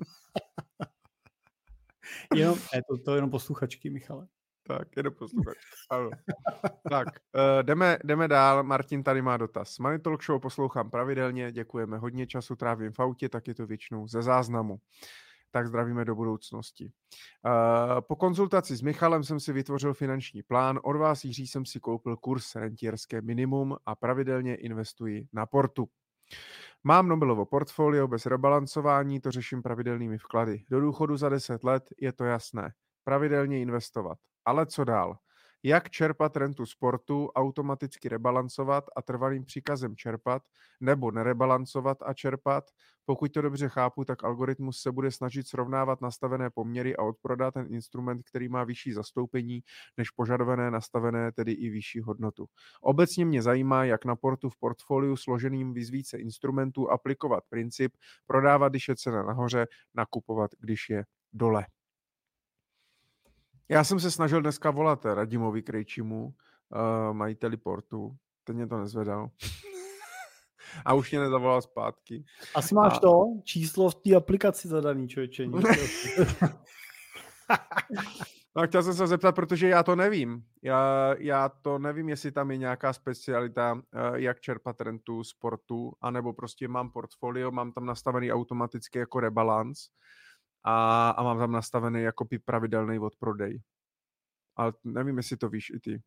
jenom, je to, to je jenom posluchačky, Michale. Tak, jenom posluchačky. Tak, uh, jdeme, jdeme dál. Martin tady má dotaz. Money Talk Show poslouchám pravidelně, děkujeme. Hodně času trávím v autě, tak je to většinou ze záznamu. Tak zdravíme do budoucnosti. Uh, po konzultaci s Michalem jsem si vytvořil finanční plán. Od vás, Jiří, jsem si koupil kurz Rentierské minimum a pravidelně investuji na portu. Mám Nobelovo portfolio bez rebalancování, to řeším pravidelnými vklady. Do důchodu za deset let je to jasné. Pravidelně investovat. Ale co dál? Jak čerpat rentu sportu, automaticky rebalancovat a trvalým příkazem čerpat, nebo nerebalancovat a čerpat? Pokud to dobře chápu, tak algoritmus se bude snažit srovnávat nastavené poměry a odprodat ten instrument, který má vyšší zastoupení než požadované nastavené, tedy i vyšší hodnotu. Obecně mě zajímá, jak na portu v portfoliu složeným z více instrumentů aplikovat princip prodávat, když je cena nahoře, nakupovat, když je dole. Já jsem se snažil dneska volat Radimovi Krejčímu, uh, majiteli portu, ten mě to nezvedal. A už mě nezavolal zpátky. Asi máš a... to číslo v té aplikaci zadaný, člověče. No, chtěl jsem se zeptat, protože já to nevím. Já, já to nevím, jestli tam je nějaká specialita, uh, jak čerpat rentu z portu, anebo prostě mám portfolio, mám tam nastavený automaticky jako rebalance, A, a mám tam nastavený jako pravidelný odprodej. Ale nevím, jestli to víš i ty.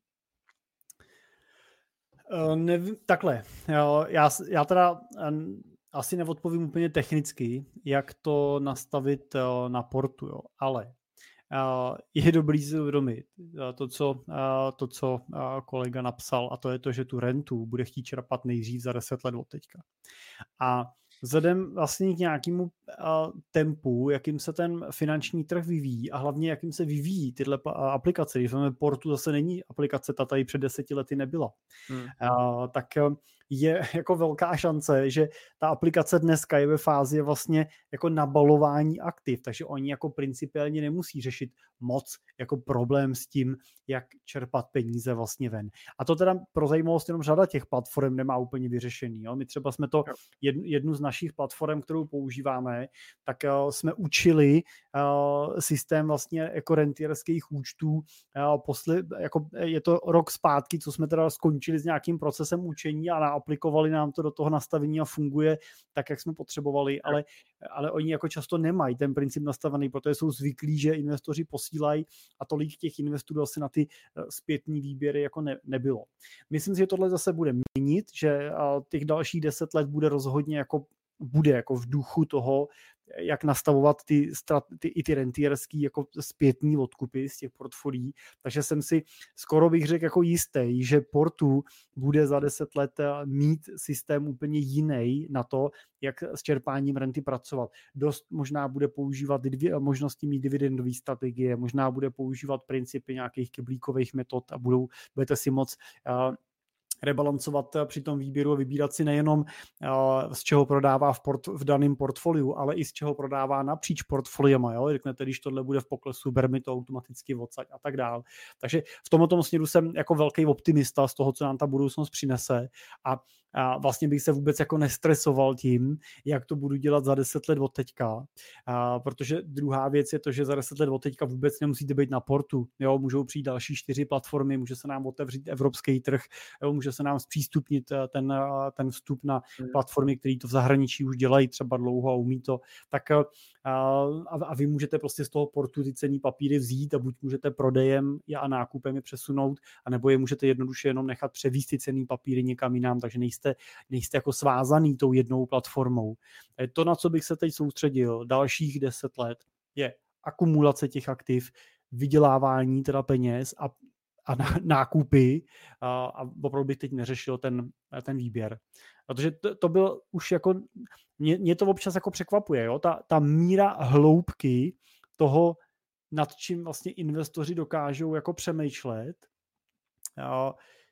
Uh, nevím, takhle. Jo, já, já teda um, asi neodpovím úplně technicky, jak to nastavit uh, na portu, jo. Ale uh, je dobrý si uvědomit uh, to, co, uh, to, co uh, kolega napsal, a to je to, že tu rentu bude chtít čerpat nejdřív za deset let od teďka. A vzhledem vlastně k nějakému uh, tempu, jakým se ten finanční trh vyvíjí a hlavně jakým se vyvíjí tyhle uh, aplikace. Když máme portu, zase není aplikace, ta tady před deseti lety nebyla. Hmm. Uh, tak uh, je jako velká šance, že ta aplikace dneska je ve fázi vlastně jako nabalování aktiv, takže oni jako principiálně nemusí řešit moc jako problém s tím, jak čerpat peníze vlastně ven. A to teda pro zajímavost jenom řada těch platform nemá úplně vyřešený. Jo? My třeba jsme to jednu, jednu z našich platform, kterou používáme, tak uh, jsme učili uh, systém vlastně jako rentierských účtů. Uh, posle, jako je to rok zpátky, co jsme teda skončili s nějakým procesem učení a naaplikovali nám to do toho nastavení a funguje tak, jak jsme potřebovali, ale, ale oni jako často nemají ten princip nastavený, protože jsou zvyklí, že investoři posílají a tolik těch investorů asi na ty zpětní výběry jako ne, nebylo. Myslím si, že tohle zase bude měnit, že těch dalších deset let bude rozhodně jako bude jako v duchu toho, jak nastavovat ty, ty, i ty rentierský jako zpětní odkupy z těch portfolií. Takže jsem si skoro bych řekl jako jistý, že portu bude za deset let mít systém úplně jiný na to, jak s čerpáním renty pracovat. Dost možná bude používat dvě možnosti mít dividendové strategie, možná bude používat principy nějakých kyblíkových metod a budou, budete si moc uh, rebalancovat při tom výběru a vybírat si nejenom z čeho prodává v, port, v daném portfoliu, ale i z čeho prodává napříč portfoliema. Jo? Řeknete, když tohle bude v poklesu, ber mi to automaticky odsaď a tak dál. Takže v tomto směru jsem jako velký optimista z toho, co nám ta budoucnost přinese a, a vlastně bych se vůbec jako nestresoval tím, jak to budu dělat za deset let od teďka, a, protože druhá věc je to, že za deset let od teďka vůbec nemusíte být na portu. Jo? Můžou přijít další čtyři platformy, může se nám otevřít evropský trh, jo? Může se nám zpřístupnit ten, ten vstup na platformy, které to v zahraničí už dělají třeba dlouho a umí to, tak a, a vy můžete prostě z toho portu ty cenný papíry vzít a buď můžete prodejem a nákupem je přesunout, anebo je můžete jednoduše jenom nechat převízt ty cenný papíry někam jinam, takže nejste, nejste jako svázaný tou jednou platformou. To, na co bych se teď soustředil dalších deset let, je akumulace těch aktiv, vydělávání teda peněz a a nákupy a, a opravdu bych teď neřešil ten, ten výběr. Protože to, to byl už jako, mě, mě to občas jako překvapuje, jo? Ta, ta míra hloubky toho, nad čím vlastně investoři dokážou jako přemýšlet, jo?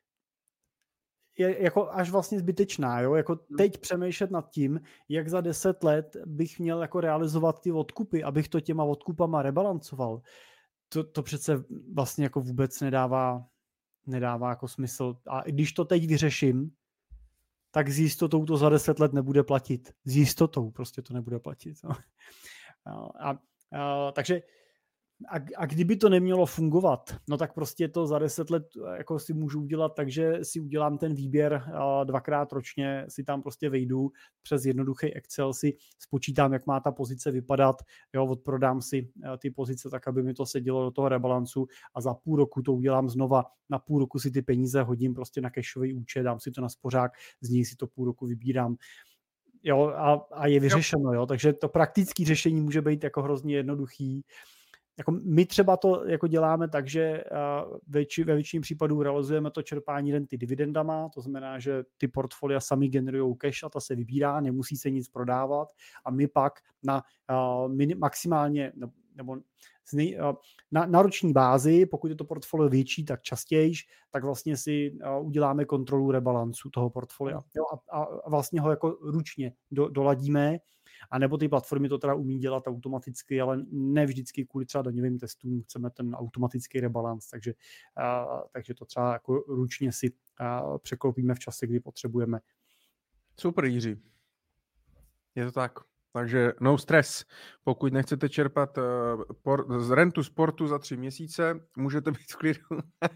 Je jako až vlastně zbytečná, jo? Jako teď přemýšlet nad tím, jak za deset let bych měl jako realizovat ty odkupy, abych to těma odkupama rebalancoval. To, to přece vlastně jako vůbec nedává, nedává jako smysl. A když to teď vyřeším, tak s jistotou to za deset let nebude platit. S jistotou prostě to nebude platit. No. A, a, takže a, a kdyby to nemělo fungovat, no tak prostě to za deset let jako si můžu udělat, takže si udělám ten výběr dvakrát ročně, si tam prostě vejdu přes jednoduchý Excel, si spočítám, jak má ta pozice vypadat, jo, odprodám si ty pozice tak, aby mi to sedělo do toho rebalancu a za půl roku to udělám znova, na půl roku si ty peníze hodím prostě na cashový účet, dám si to na spořák, z něj si to půl roku vybírám. Jo, a, a je vyřešeno, jo, takže to praktické řešení může být jako hrozně jednoduchý. Jako my třeba to jako děláme tak, že ve většině případů realizujeme to čerpání renty dividendama, to znamená, že ty portfolia sami generují cash a ta se vybírá, nemusí se nic prodávat a my pak na maximálně nebo na, na roční bázi, pokud je to portfolio větší, tak častěji, tak vlastně si uděláme kontrolu rebalancu toho portfolia. Jo, a, a vlastně ho jako ručně do, doladíme, a nebo ty platformy to teda umí dělat automaticky, ale ne vždycky kvůli třeba daňovým testům chceme ten automatický rebalans, takže, a, takže to třeba jako ručně si a, překlopíme v čase, kdy potřebujeme. Super, Jiří. Je to tak. Takže no stres. Pokud nechcete čerpat uh, por, z rentu sportu za tři měsíce, můžete být v klidu.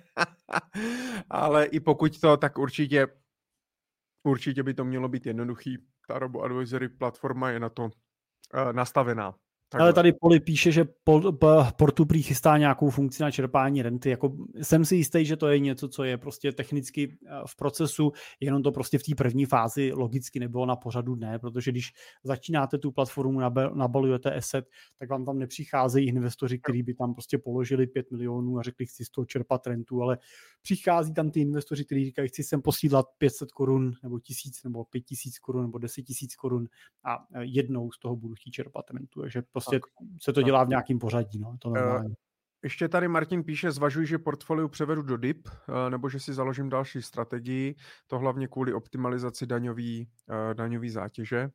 Ale i pokud to, tak určitě určitě by to mělo být jednoduchý. Ta RoboAdvisory platforma je na to uh, nastavená. Takhle. Ale tady Poli píše, že Portu prý chystá nějakou funkci na čerpání renty. Jako jsem si jistý, že to je něco, co je prostě technicky v procesu, jenom to prostě v té první fázi logicky nebylo na pořadu dne, protože když začínáte tu platformu, nabalujete asset, tak vám tam nepřicházejí investoři, kteří by tam prostě položili pět milionů a řekli, chci z toho čerpat rentu, ale přichází tam ty investoři, kteří říkají, chci sem posílat pět set korun nebo tisíc nebo pět tisíc korun nebo deset tisíc korun a jednou z toho budu chtít čerpat rentu. Takže prostě tak, se to dělá v nějakém pořadí, no, to normálně. Ještě tady Martin píše, zvažuji, že portfolio převedu do D I P, nebo že si založím další strategii, to hlavně kvůli optimalizaci daňový, daňový zátěže.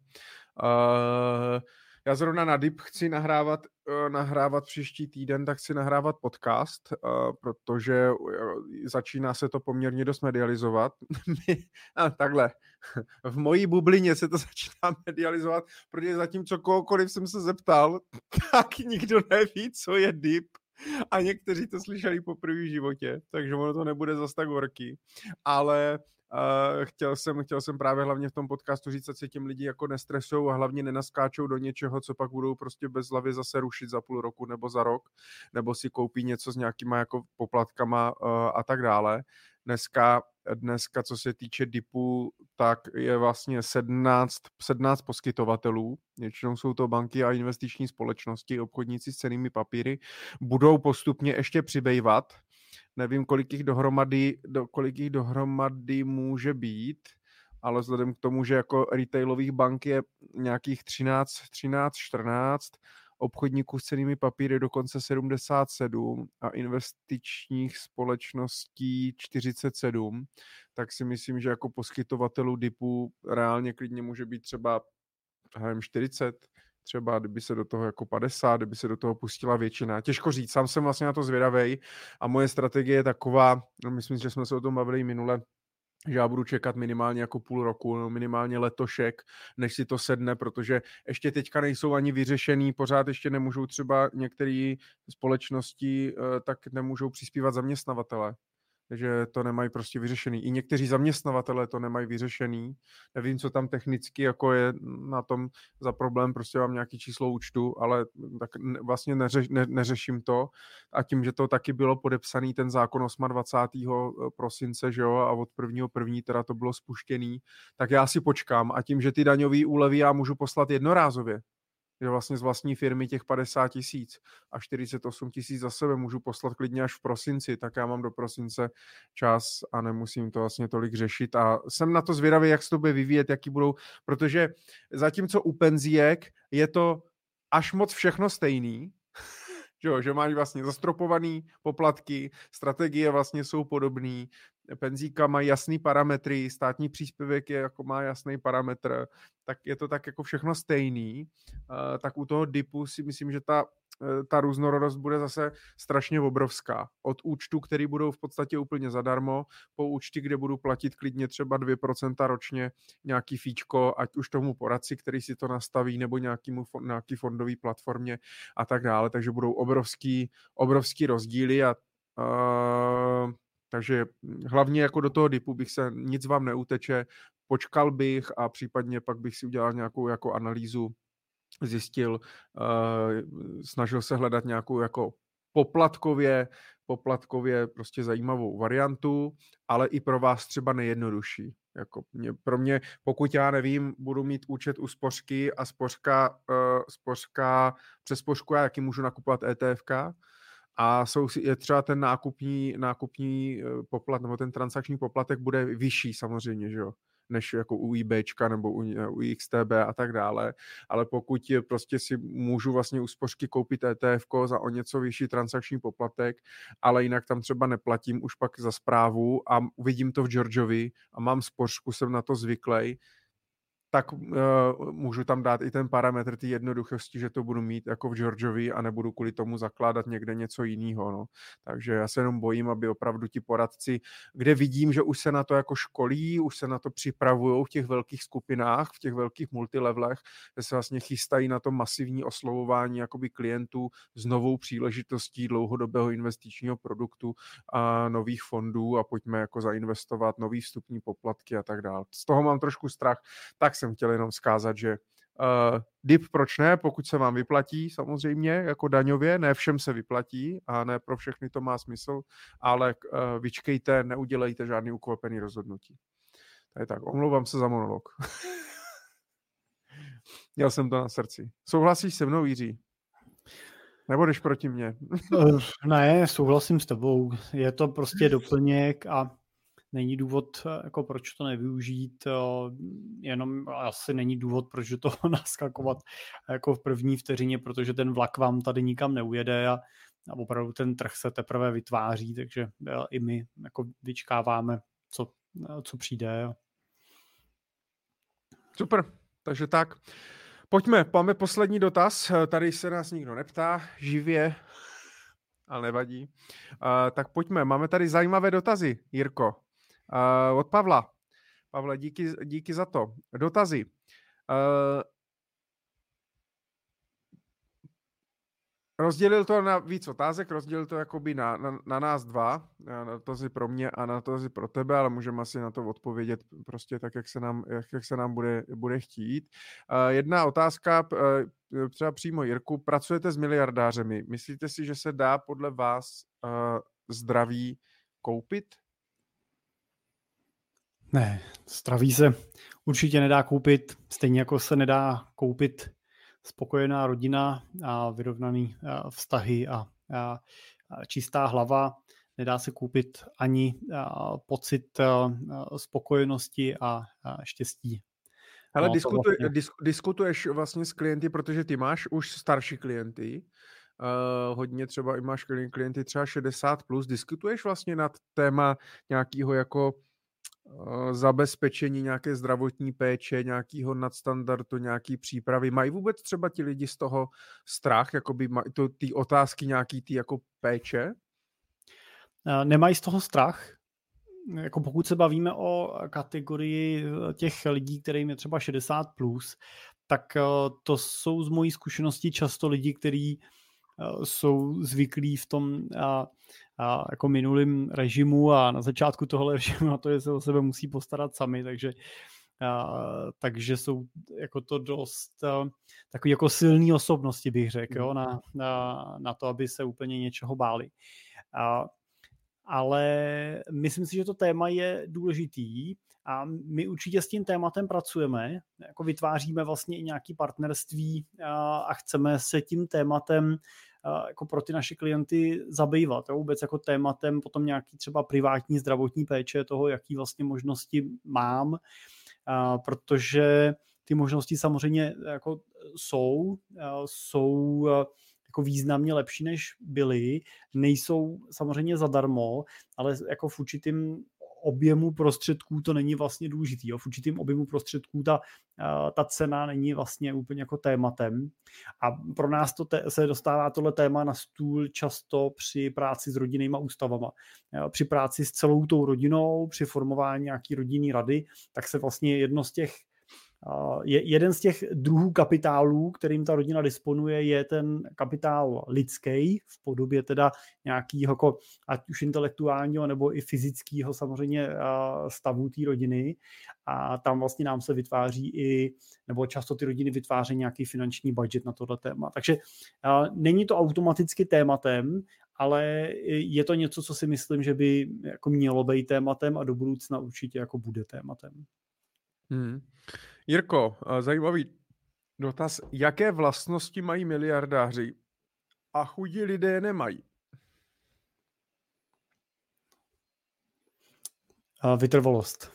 Já zrovna na D I P chci nahrávat, nahrávat příští týden, tak chci nahrávat podcast, protože začíná se to poměrně dost medializovat. A takhle, v mojí bublině se to začíná medializovat, protože zatímco kohokoliv jsem se zeptal, tak nikdo neví, co je D I P. A někteří to slyšeli poprvé v životě, takže ono to nebude zas tak horký. Ale uh, chtěl, jsem, chtěl jsem právě hlavně v tom podcastu říct, ať se těm lidi jako nestresujou a hlavně nenaskáčou do něčeho, co pak budou prostě bez hlavy zase rušit za půl roku nebo za rok, nebo si koupí něco s nějakýma jako poplatkama uh, a tak dále. Dneska, dneska, co se týče D I P u, tak je vlastně sedmnáct, sedmnáct poskytovatelů. Většinou jsou to banky a investiční společnosti, obchodníci s cennými papíry. Budou postupně ještě přibývat. Nevím, kolik jich dohromady, do, kolik jich dohromady může být, ale vzhledem k tomu, že jako retailových bank je nějakých třináct, čtrnáct, obchodníků s cennými papíry dokonce sedmdesát sedm a investičních společností čtyřicet sedm, tak si myslím, že jako poskytovatelů dipů reálně klidně může být třeba nevím, čtyřicet, třeba kdyby se do toho jako padesát, kdyby se do toho pustila většina. Těžko říct, sám jsem vlastně na to zvědavej a moje strategie je taková, no myslím, že jsme se o tom bavili minule, že já budu čekat minimálně jako půl roku, no minimálně letošek, než si to sedne, protože ještě teďka nejsou ani vyřešený, pořád ještě nemůžou třeba některé společnosti, tak nemůžou přispívat zaměstnavatele. Takže to nemají prostě vyřešený. I někteří zaměstnavatele to nemají vyřešený. Nevím, co tam technicky jako je na tom za problém, prostě mám nějaký číslo účtu, ale tak vlastně neře, ne, neřeším to. A tím, že to taky bylo podepsaný ten zákon dvacátého osmého prosince, že jo, a od prvního prvního teda to bylo spuštěný, tak já si počkám. A tím, že ty daňové úlevy já můžu poslat jednorázově, že vlastně z vlastní firmy těch padesát tisíc a čtyřicet osm tisíc za sebe můžu poslat klidně až v prosinci, tak já mám do prosince čas a nemusím to vlastně tolik řešit a jsem na to zvědavý, jak se to bude vyvíjet, jaký budou, protože zatímco u penzíek je to až moc všechno stejný, že, jo, že máš vlastně zastropovaný poplatky, strategie vlastně jsou podobný, penzíka mají jasný parametry, státní příspěvek je jako má jasný parametr, tak je to tak jako všechno stejný, uh, tak u toho dipu si myslím, že ta, ta různorodost bude zase strašně obrovská. Od účtu, který budou v podstatě úplně zadarmo, po účty, kde budu platit klidně třeba dvě procenta ročně nějaký fíčko, ať už tomu poradci, který si to nastaví, nebo nějakýmu, nějaký fondový platformě a tak dále, takže budou obrovský, obrovský rozdíly a uh, takže hlavně jako do toho dipu bych se, nic vám neuteče, počkal bych a případně pak bych si udělal nějakou jako analýzu, zjistil, uh, snažil se hledat nějakou jako poplatkově, poplatkově prostě zajímavou variantu, ale i pro vás třeba nejjednodušší. Jako mě, pro mě, pokud já nevím, budu mít účet u spořky a spořka, uh, spořka přes spořku já jaký můžu nakupovat é té efka, a jsou, je třeba ten nákupní, nákupní poplat, nebo ten transakční poplatek bude vyšší samozřejmě, že jo, než jako u eBayčka nebo u, u X T B a tak dále, ale pokud prostě si můžu vlastně u spořky koupit é té efko za o něco vyšší transakční poplatek, ale jinak tam třeba neplatím už pak za správu a vidím to v Georgeovi a mám spořku, jsem na to zvyklý, tak uh, můžu tam dát i ten parametr ty jednoduchosti, že to budu mít jako v Georgeovi a nebudu kvůli tomu zakládat někde něco jiného. No. Takže já se jenom bojím, aby opravdu ti poradci, kde vidím, že už se na to jako školí, už se na to připravují v těch velkých skupinách, v těch velkých multilevelech, že se vlastně chystají na to masivní oslovování jakoby klientů s novou příležitostí dlouhodobého investičního produktu a nových fondů a pojďme jako zainvestovat nový vstupní poplatky a tak dále. Z toho mám trošku strach, tak jsem chtěl jenom vzkázat, že uh, dip proč ne, pokud se vám vyplatí samozřejmě, jako daňově, ne všem se vyplatí a ne pro všechny to má smysl, ale uh, vyčkejte, neudělejte žádný ukvapený rozhodnutí. Tak, tak, omlouvám se za monolog. Měl jsem to na srdci. Souhlasíš se mnou, Jiří? Nebo jdeš proti mně? Ne, souhlasím s tebou. Je to prostě doplněk a není důvod, jako proč to nevyužít, jenom asi není důvod, proč do toho naskakovat jako v první vteřině, protože ten vlak vám tady nikam neujede a, a opravdu ten trh se teprve vytváří, takže i my jako vyčkáváme, co, co přijde. Super, takže tak. Pojďme, máme poslední dotaz, tady se nás nikdo neptá, živě, ale nevadí. Uh, tak pojďme, máme tady zajímavé dotazy, Jirko. Uh, od Pavla. Pavle, díky, díky za to. Dotazy. Uh, rozdělil to na víc otázek, rozdělil to jakoby na, na, na nás dva, na dotazy pro mě a na dotazy pro tebe, ale můžeme asi na to odpovědět prostě tak, jak se nám, jak, jak se nám bude, bude chtít. Uh, jedna otázka, uh, třeba přímo Jirku, pracujete s miliardářemi. Myslíte si, že se dá podle vás uh, zdraví koupit? Ne, zdraví se určitě nedá koupit, stejně jako se nedá koupit spokojená rodina a vyrovnaný vztahy a, a čistá hlava. Nedá se koupit ani pocit spokojenosti a štěstí. Hele, No, to diskutuj, vlastně... disk, diskutuješ vlastně s klienty, protože ty máš už starší klienty, uh, hodně třeba i máš klienty třeba šedesát plus, diskutuješ vlastně nad téma nějakého jako uh, zabezpečení nějaké zdravotní péče, nějakého nadstandardu, nějaký přípravy. Mají vůbec třeba ti lidi z toho strach, jakoby to, ty otázky nějaký ty jako péče? Nemají z toho strach. Jako pokud se bavíme o kategorii těch lidí, kterým je třeba šedesát plus, tak to jsou z mojí zkušenosti často lidi, kteří jsou zvyklí v tom a, a jako minulým režimu a na začátku tohle režimu na to, že se o sebe musí postarat sami, takže a, takže jsou jako to dost a, takový jako silný osobnosti, bych řekl, jo, na, na, na to, aby se úplně něčeho báli. A, ale myslím si, že to téma je důležitý a my určitě s tím tématem pracujeme, jako vytváříme vlastně i nějaké partnerství a, a chceme se tím tématem a, jako pro ty naše klienty zabývat. Jo? Vůbec jako tématem potom nějaký třeba privátní zdravotní péče, toho, jaký vlastně možnosti mám, a, protože ty možnosti samozřejmě jako jsou, a, jsou a, jako významně lepší, než byly. Nejsou samozřejmě zadarmo, ale jako v určitým objemu prostředků to není vlastně důležitý. Jo. V určitým objemu prostředků ta, ta cena není vlastně úplně jako tématem. A pro nás to te, se dostává tohle téma na stůl často při práci s rodinnýma ústavama. Jo. Při práci s celou tou rodinou, při formování nějaký rodinný rady, tak se vlastně jedno z těch Je, jeden z těch druhů kapitálů, kterým ta rodina disponuje, je ten kapitál lidský v podobě teda nějakého, jako, ať už intelektuálního nebo i fyzického samozřejmě stavu té rodiny. A tam vlastně nám se vytváří i, nebo často ty rodiny vytváří nějaký finanční budget na tohle téma. Takže není to automaticky tématem, ale je to něco, co si myslím, že by jako mělo být tématem a do budoucna určitě jako bude tématem. Hmm. Jirko, zajímavý dotaz. Jaké vlastnosti mají miliardáři a chudí lidé je nemají? Vytrvalost.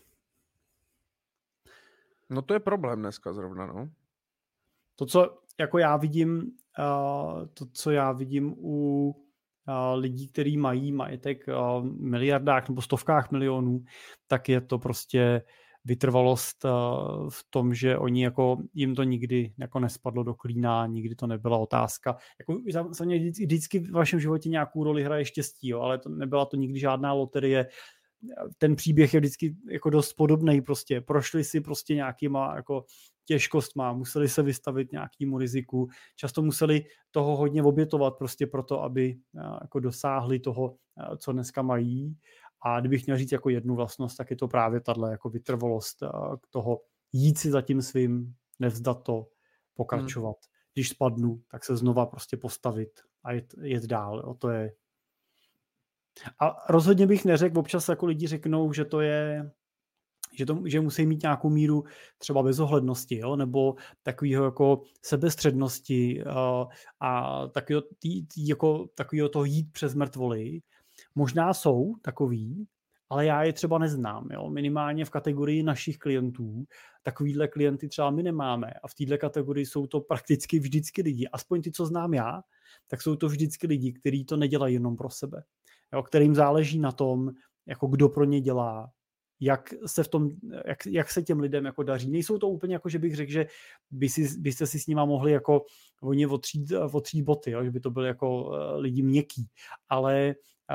No to je problém dneska zrovna, no. To, co jako já vidím, to, co já vidím u lidí, kteří mají majetek v miliardách nebo stovkách milionů, tak je to prostě vytrvalost v tom, že oni jako, jim to nikdy jako nespadlo do klína, nikdy to nebyla otázka. Jako samozřejmě vždycky, vždycky v vašem životě nějakou roli hraje štěstí, jo, ale to nebyla to nikdy žádná loterie. Ten příběh je vždycky jako dost podobný prostě. Prošli si prostě nějakýma jako těžkostma, museli se vystavit nějakému riziku, často museli toho hodně obětovat prostě proto, aby jako dosáhli toho, co dneska mají. A kdybych měl říct jako jednu vlastnost, tak je to právě tahle jako vytrvalost k toho jít si za tím svým, nevzdat to, pokračovat. Hmm. Když spadnu, tak se znova prostě postavit a jet, jet dál. O to je. A rozhodně bych neřekl, občas jako lidi řeknou, že to je, že, to, že musí mít nějakou míru třeba bezohlednosti, jo? Nebo takového jako sebestřednosti a, a takového, tý, tý, jako, takového toho jít přes mrtvoly. Možná jsou takový, ale já je třeba neznám. Jo? Minimálně v kategorii našich klientů takovýhle klienty třeba my nemáme a v této kategorii jsou to prakticky vždycky lidi. Aspoň ty, co znám já, tak jsou to vždycky lidi, kteří to nedělají jenom pro sebe. Jo? Kterým záleží na tom, jako kdo pro ně dělá, jak se v tom, jak, jak se těm lidem jako daří. Nejsou to úplně jako, že bych řekl, že by si, byste si s nima mohli jako oni otřít, otřít boty, jo? Že by to byly jako uh, lidi měkký, ale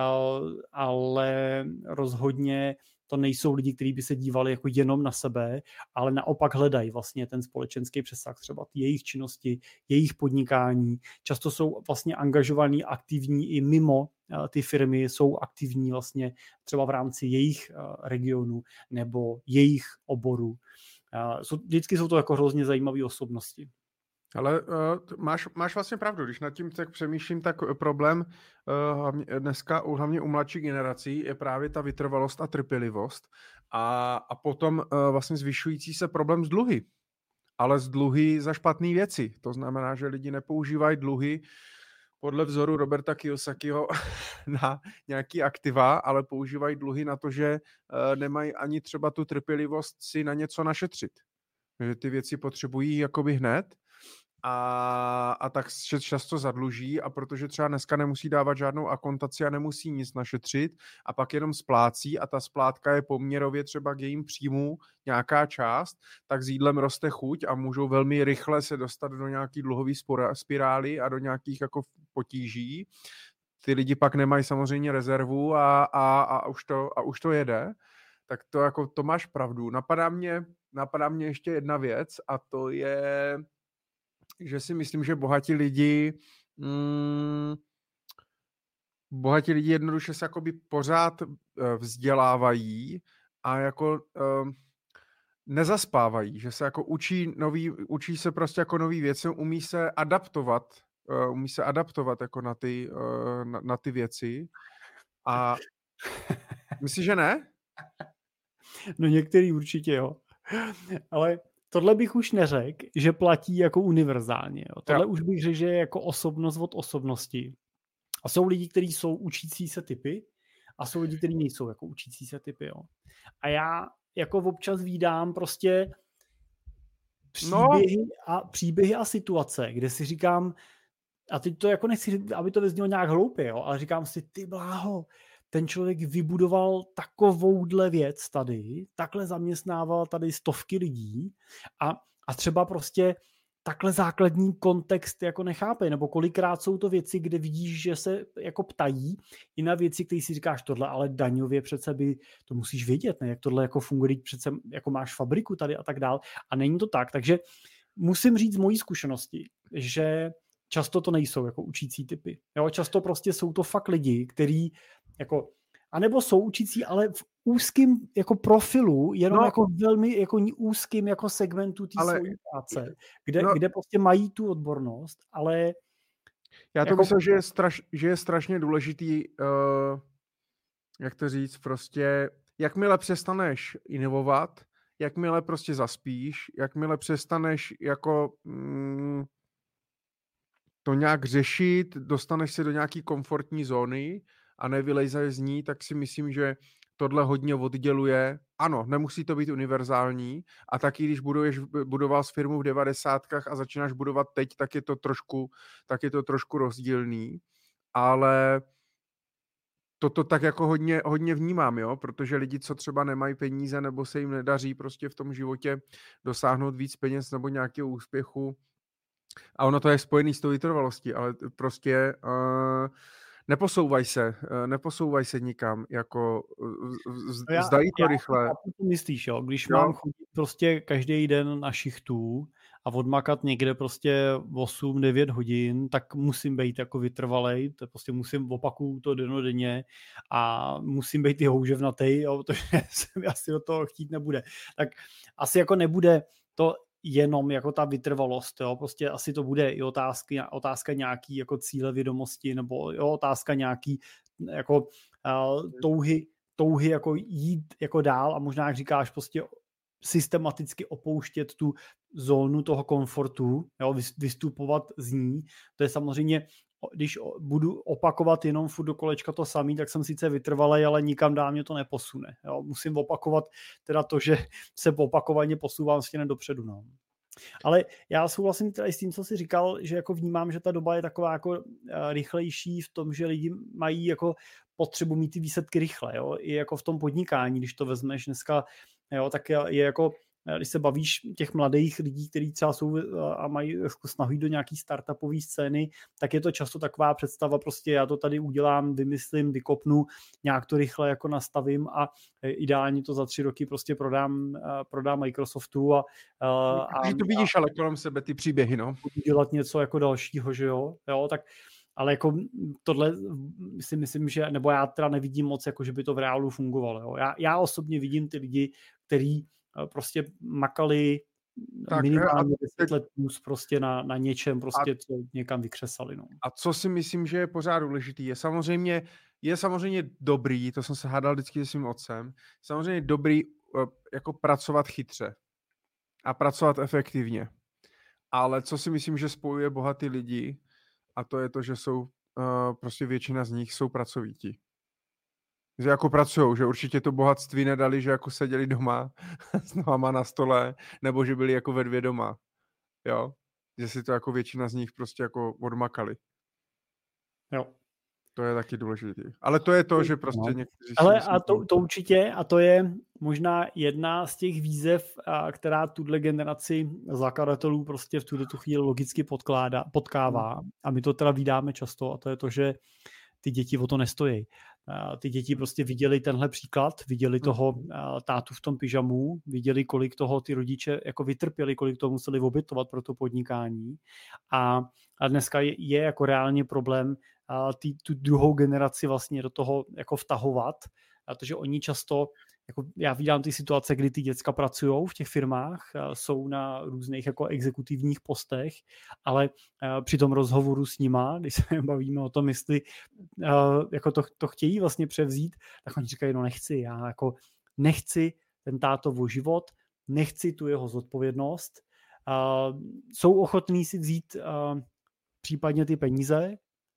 ale rozhodně to nejsou lidi, kteří by se dívali jako jenom na sebe, ale naopak hledají vlastně ten společenský přesah, třeba jejich činnosti, jejich podnikání. Často jsou vlastně angažovaní, aktivní i mimo ty firmy, jsou aktivní vlastně třeba v rámci jejich regionu nebo jejich oboru. Vždycky jsou to jako hrozně zajímavé osobnosti. Ale uh, máš, máš vlastně pravdu, když nad tím tak přemýšlím, tak problém uh, hlavně, dneska hlavně u mladší generací je právě ta vytrvalost a trpělivost a, a potom uh, vlastně zvyšující se problém s dluhy, ale s dluhy za špatné věci. To znamená, že lidi nepoužívají dluhy podle vzoru Roberta Kiyosakiho na nějaký aktiva, ale používají dluhy na to, že uh, nemají ani třeba tu trpělivost si na něco našetřit. že ty věci potřebují jakoby hned a, a tak se často zadluží a protože třeba dneska nemusí dávat žádnou akontaci a nemusí nic našetřit a pak jenom splácí a ta splátka je poměrově třeba k jejím příjmu nějaká část, tak s jídlem roste chuť a můžou velmi rychle se dostat do nějaký dluhový spirály a do nějakých jako potíží. Ty lidi pak nemají samozřejmě rezervu a, a, a, už, to, a už to jede. Tak to jako, to máš pravdu. Napadá mě, napadá mě ještě jedna věc a to je, že si myslím, že bohatí lidi mm, bohatí lidi jednoduše se jakoby pořád vzdělávají a jako um, nezaspávají, že se jako učí nový, učí se prostě jako nový věci, umí se adaptovat, uh, umí se adaptovat jako na ty, uh, na, na ty věci a myslíš, že ne? No některý určitě, jo. Ale tohle bych už neřekl, že platí jako univerzálně. Jo. Tohle jo. Už bych řekl, že je jako osobnost od osobnosti. A jsou lidi, kteří jsou učící se typy a jsou lidi, kteří nejsou jako učící se typy. Jo. A já jako občas vídám prostě příběhy, no. a, příběhy a situace, kde si říkám, a teď to jako nechci, aby to vyznělo nějak hloupě, jo, ale říkám si, ty bláho, ten člověk vybudoval takovouhle věc tady, takhle zaměstnával tady stovky lidí a, a třeba prostě takhle základní kontext jako nechápe, nebo kolikrát jsou to věci, kde vidíš, že se jako ptají i na věci, které si říkáš, tohle ale daňově přece by, to musíš vědět, ne, jak tohle jako funguje, přece jako máš fabriku tady a tak dál a není to tak, takže musím říct z mojí zkušenosti, že často to nejsou jako učící typy. Jo, často prostě jsou to fakt lidi, kteří jako, anebo jsou učící, ale v úzkým jako profilu, jenom no, jako velmi jako úzkým jako segmentu té své práce, kde, no, kde prostě mají tu odbornost, ale já to jako, myslím, že je, straš, že je strašně důležitý, uh, jak to říct, prostě jakmile přestaneš inovovat, jakmile prostě zaspíš, jakmile přestaneš jako mm, to nějak řešit, dostaneš se do nějaký komfortní zóny a nevylejzeš z ní, tak si myslím, že tohle hodně odděluje. Ano, nemusí to být univerzální a taky, když buduješ, budoval s firmu v devadesátkách a začínáš budovat teď, tak je to trošku, tak je to trošku rozdílný, ale toto tak jako hodně, hodně vnímám, jo, protože lidi, co třeba nemají peníze nebo se jim nedaří prostě v tom životě dosáhnout víc peněz nebo nějakého úspěchu, a ono to je spojený s tou vytrvalostí, ale prostě uh, neposouvaj se, uh, neposouvaj se nikam, jako vz, no vzdají to já, rychle. Já to myslíš, jo, když jo? mám chodit prostě každý den na šichtu a odmakat někde prostě osm devět hodin, tak musím být jako vytrvalej, to prostě musím opakuju to denodenně a musím být i houževnatej, jo, protože se mi asi do toho chtít nebude. Tak asi jako nebude to jenom jako ta vytrvalost, jo, prostě asi to bude i otázky, otázka nějaký jako cíle vědomosti nebo jo, otázka nějaký jako uh, touhy, touhy jako jít jako dál a možná, jak říkáš, prostě systematicky opouštět tu zónu toho komfortu, jo, vystupovat z ní. To je samozřejmě, když budu opakovat jenom furt do kolečka to samý, tak jsem sice vytrvalej, ale nikam dál mě to neposune. Jo. Musím opakovat teda to, že se opakovaně posouvám stěnem dopředu. No. Ale já souhlasím teda i s tím, co jsi říkal, že jako vnímám, že ta doba je taková jako rychlejší v tom, že lidi mají jako potřebu mít ty výsledky rychle. Jo. I jako v tom podnikání, když to vezmeš dneska, jo, tak je, je jako když se bavíš těch mladých lidí, kteří třeba jsou a mají snahu do nějaký startupové scény, tak je to často taková představa, prostě já to tady udělám, vymyslím, vykopnu, nějak to rychle jako nastavím a ideálně to za tři roky prostě prodám, prodám Microsoftu a, a, to vidíš, a, ale kolem sebe ty příběhy, no. Dělat něco jako dalšího, že jo, jo, tak ale jako tohle si myslím, že, nebo já teda nevidím moc, jako že by to v reálu fungovalo. Jo. Já, já osobně vidím ty lidi, kteří prostě makali tak, minimálně deset let plus prostě na, na něčem, prostě a, co někam vykřesali. No. A co si myslím, že je pořád důležitý, je samozřejmě, je samozřejmě dobrý, to jsem se hádal vždycky se svým otcem, samozřejmě dobrý jako pracovat chytře a pracovat efektivně. Ale co si myslím, že spojuje bohatý lidi, a to je to, že jsou uh, prostě většina z nich jsou pracovití. Že jako pracujou, že určitě to bohatství nedali, že jako seděli doma s nohama na stole, nebo že byli jako ve dvě doma. Jo? Že si to jako většina z nich prostě jako odmakali. Jo. To je taky důležité. Ale to je to, že prostě no. někteří... Ale a to, to určitě, a to je možná jedna z těch výzev, a, která tuhle generaci zakladatelů prostě v tuhle tu chvíli logicky podkládá, potkává. A my to teda vídáme často, a to je to, že ty děti o to nestojí. Ty děti prostě viděli tenhle příklad, viděli toho tátu v tom pyžamu, viděli, kolik toho ty rodiče jako vytrpěli, kolik toho museli obětovat pro to podnikání. A, a dneska je, je jako reálně problém tý, tu druhou generaci vlastně do toho jako vtahovat, protože oni často, jako já vidím ty situace, kdy ty děcka pracují v těch firmách, jsou na různých jako exekutivních postech, ale při tom rozhovoru s nima, když se bavíme o tom, jestli jako to, to chtějí vlastně převzít, tak oni říkají, no nechci, já jako nechci ten tátovo život, nechci tu jeho zodpovědnost, jsou ochotní si vzít případně ty peníze,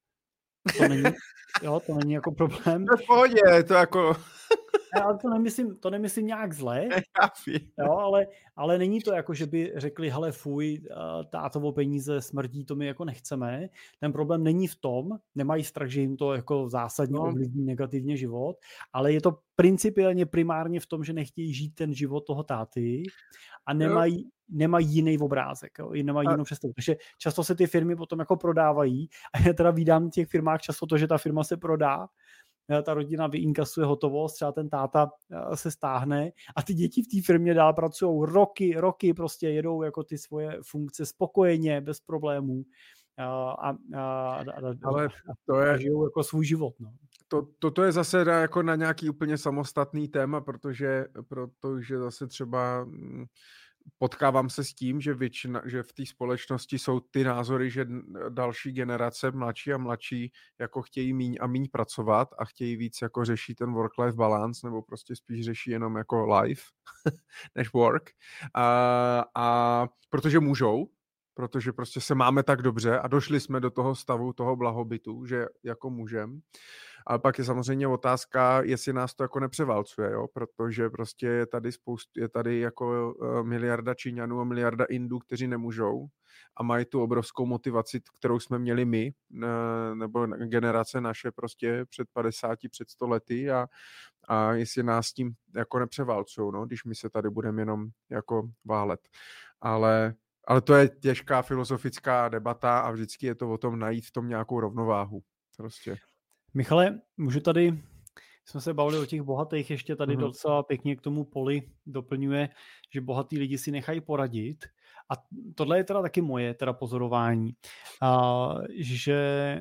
to není, jo, to není jako problém. To je v pohodě, to jako... Ale to nemyslím, to nemyslím nějak zle, jo, ale, ale není to jako, že by řekli, hele fuj, tátovo peníze smrdí, to my jako nechceme. Ten problém není v tom, nemají strach, že jim to jako zásadně no. ovlivní negativně život, ale je to principiálně primárně v tom, že nechtějí žít ten život toho táty a nemají, nemají jiný obrázek, jo, nemají a... jinou představu. Takže často se ty firmy potom jako prodávají a já teda vídám v těch firmách často to, že ta firma se prodá, ta rodina vyinkasuje hotovost, třeba ten táta se stáhne a ty děti v té firmě dál pracují roky, roky, prostě jedou jako ty svoje funkce spokojeně, bez problémů a, a, a, Ale to je, a žijou jako svůj život. No. To, toto je zase jako na nějaký úplně samostatný téma, protože, protože zase třeba potkávám se s tím, že většina, že v té společnosti jsou ty názory, že další generace, mladší a mladší, jako chtějí míň a míň pracovat a chtějí víc jako řešit ten work-life balance, nebo prostě spíš řeší jenom jako life než work. A, a protože můžou, protože prostě se máme tak dobře a došli jsme do toho stavu, toho blahobytu, že jako můžem. Ale pak je samozřejmě otázka, jestli nás to jako nepřeválcuje, jo? Protože prostě je tady spoustu, je tady jako miliarda Číňanů a miliarda Indů, kteří nemůžou a mají tu obrovskou motivaci, kterou jsme měli my, nebo generace naše prostě před padesáti, před sto lety a, a jestli nás tím jako nepřeválcují, no? Když my se tady budeme jenom jako válet. Ale Ale to je těžká filozofická debata a vždycky je to o tom najít v tom nějakou rovnováhu. Prostě. Michale, můžu tady, jsme se bavili o těch bohatých, ještě tady mm-hmm. docela pěkně k tomu Poli doplňuje, že bohatý lidi si nechají poradit. A tohle je teda taky moje teda pozorování, a, že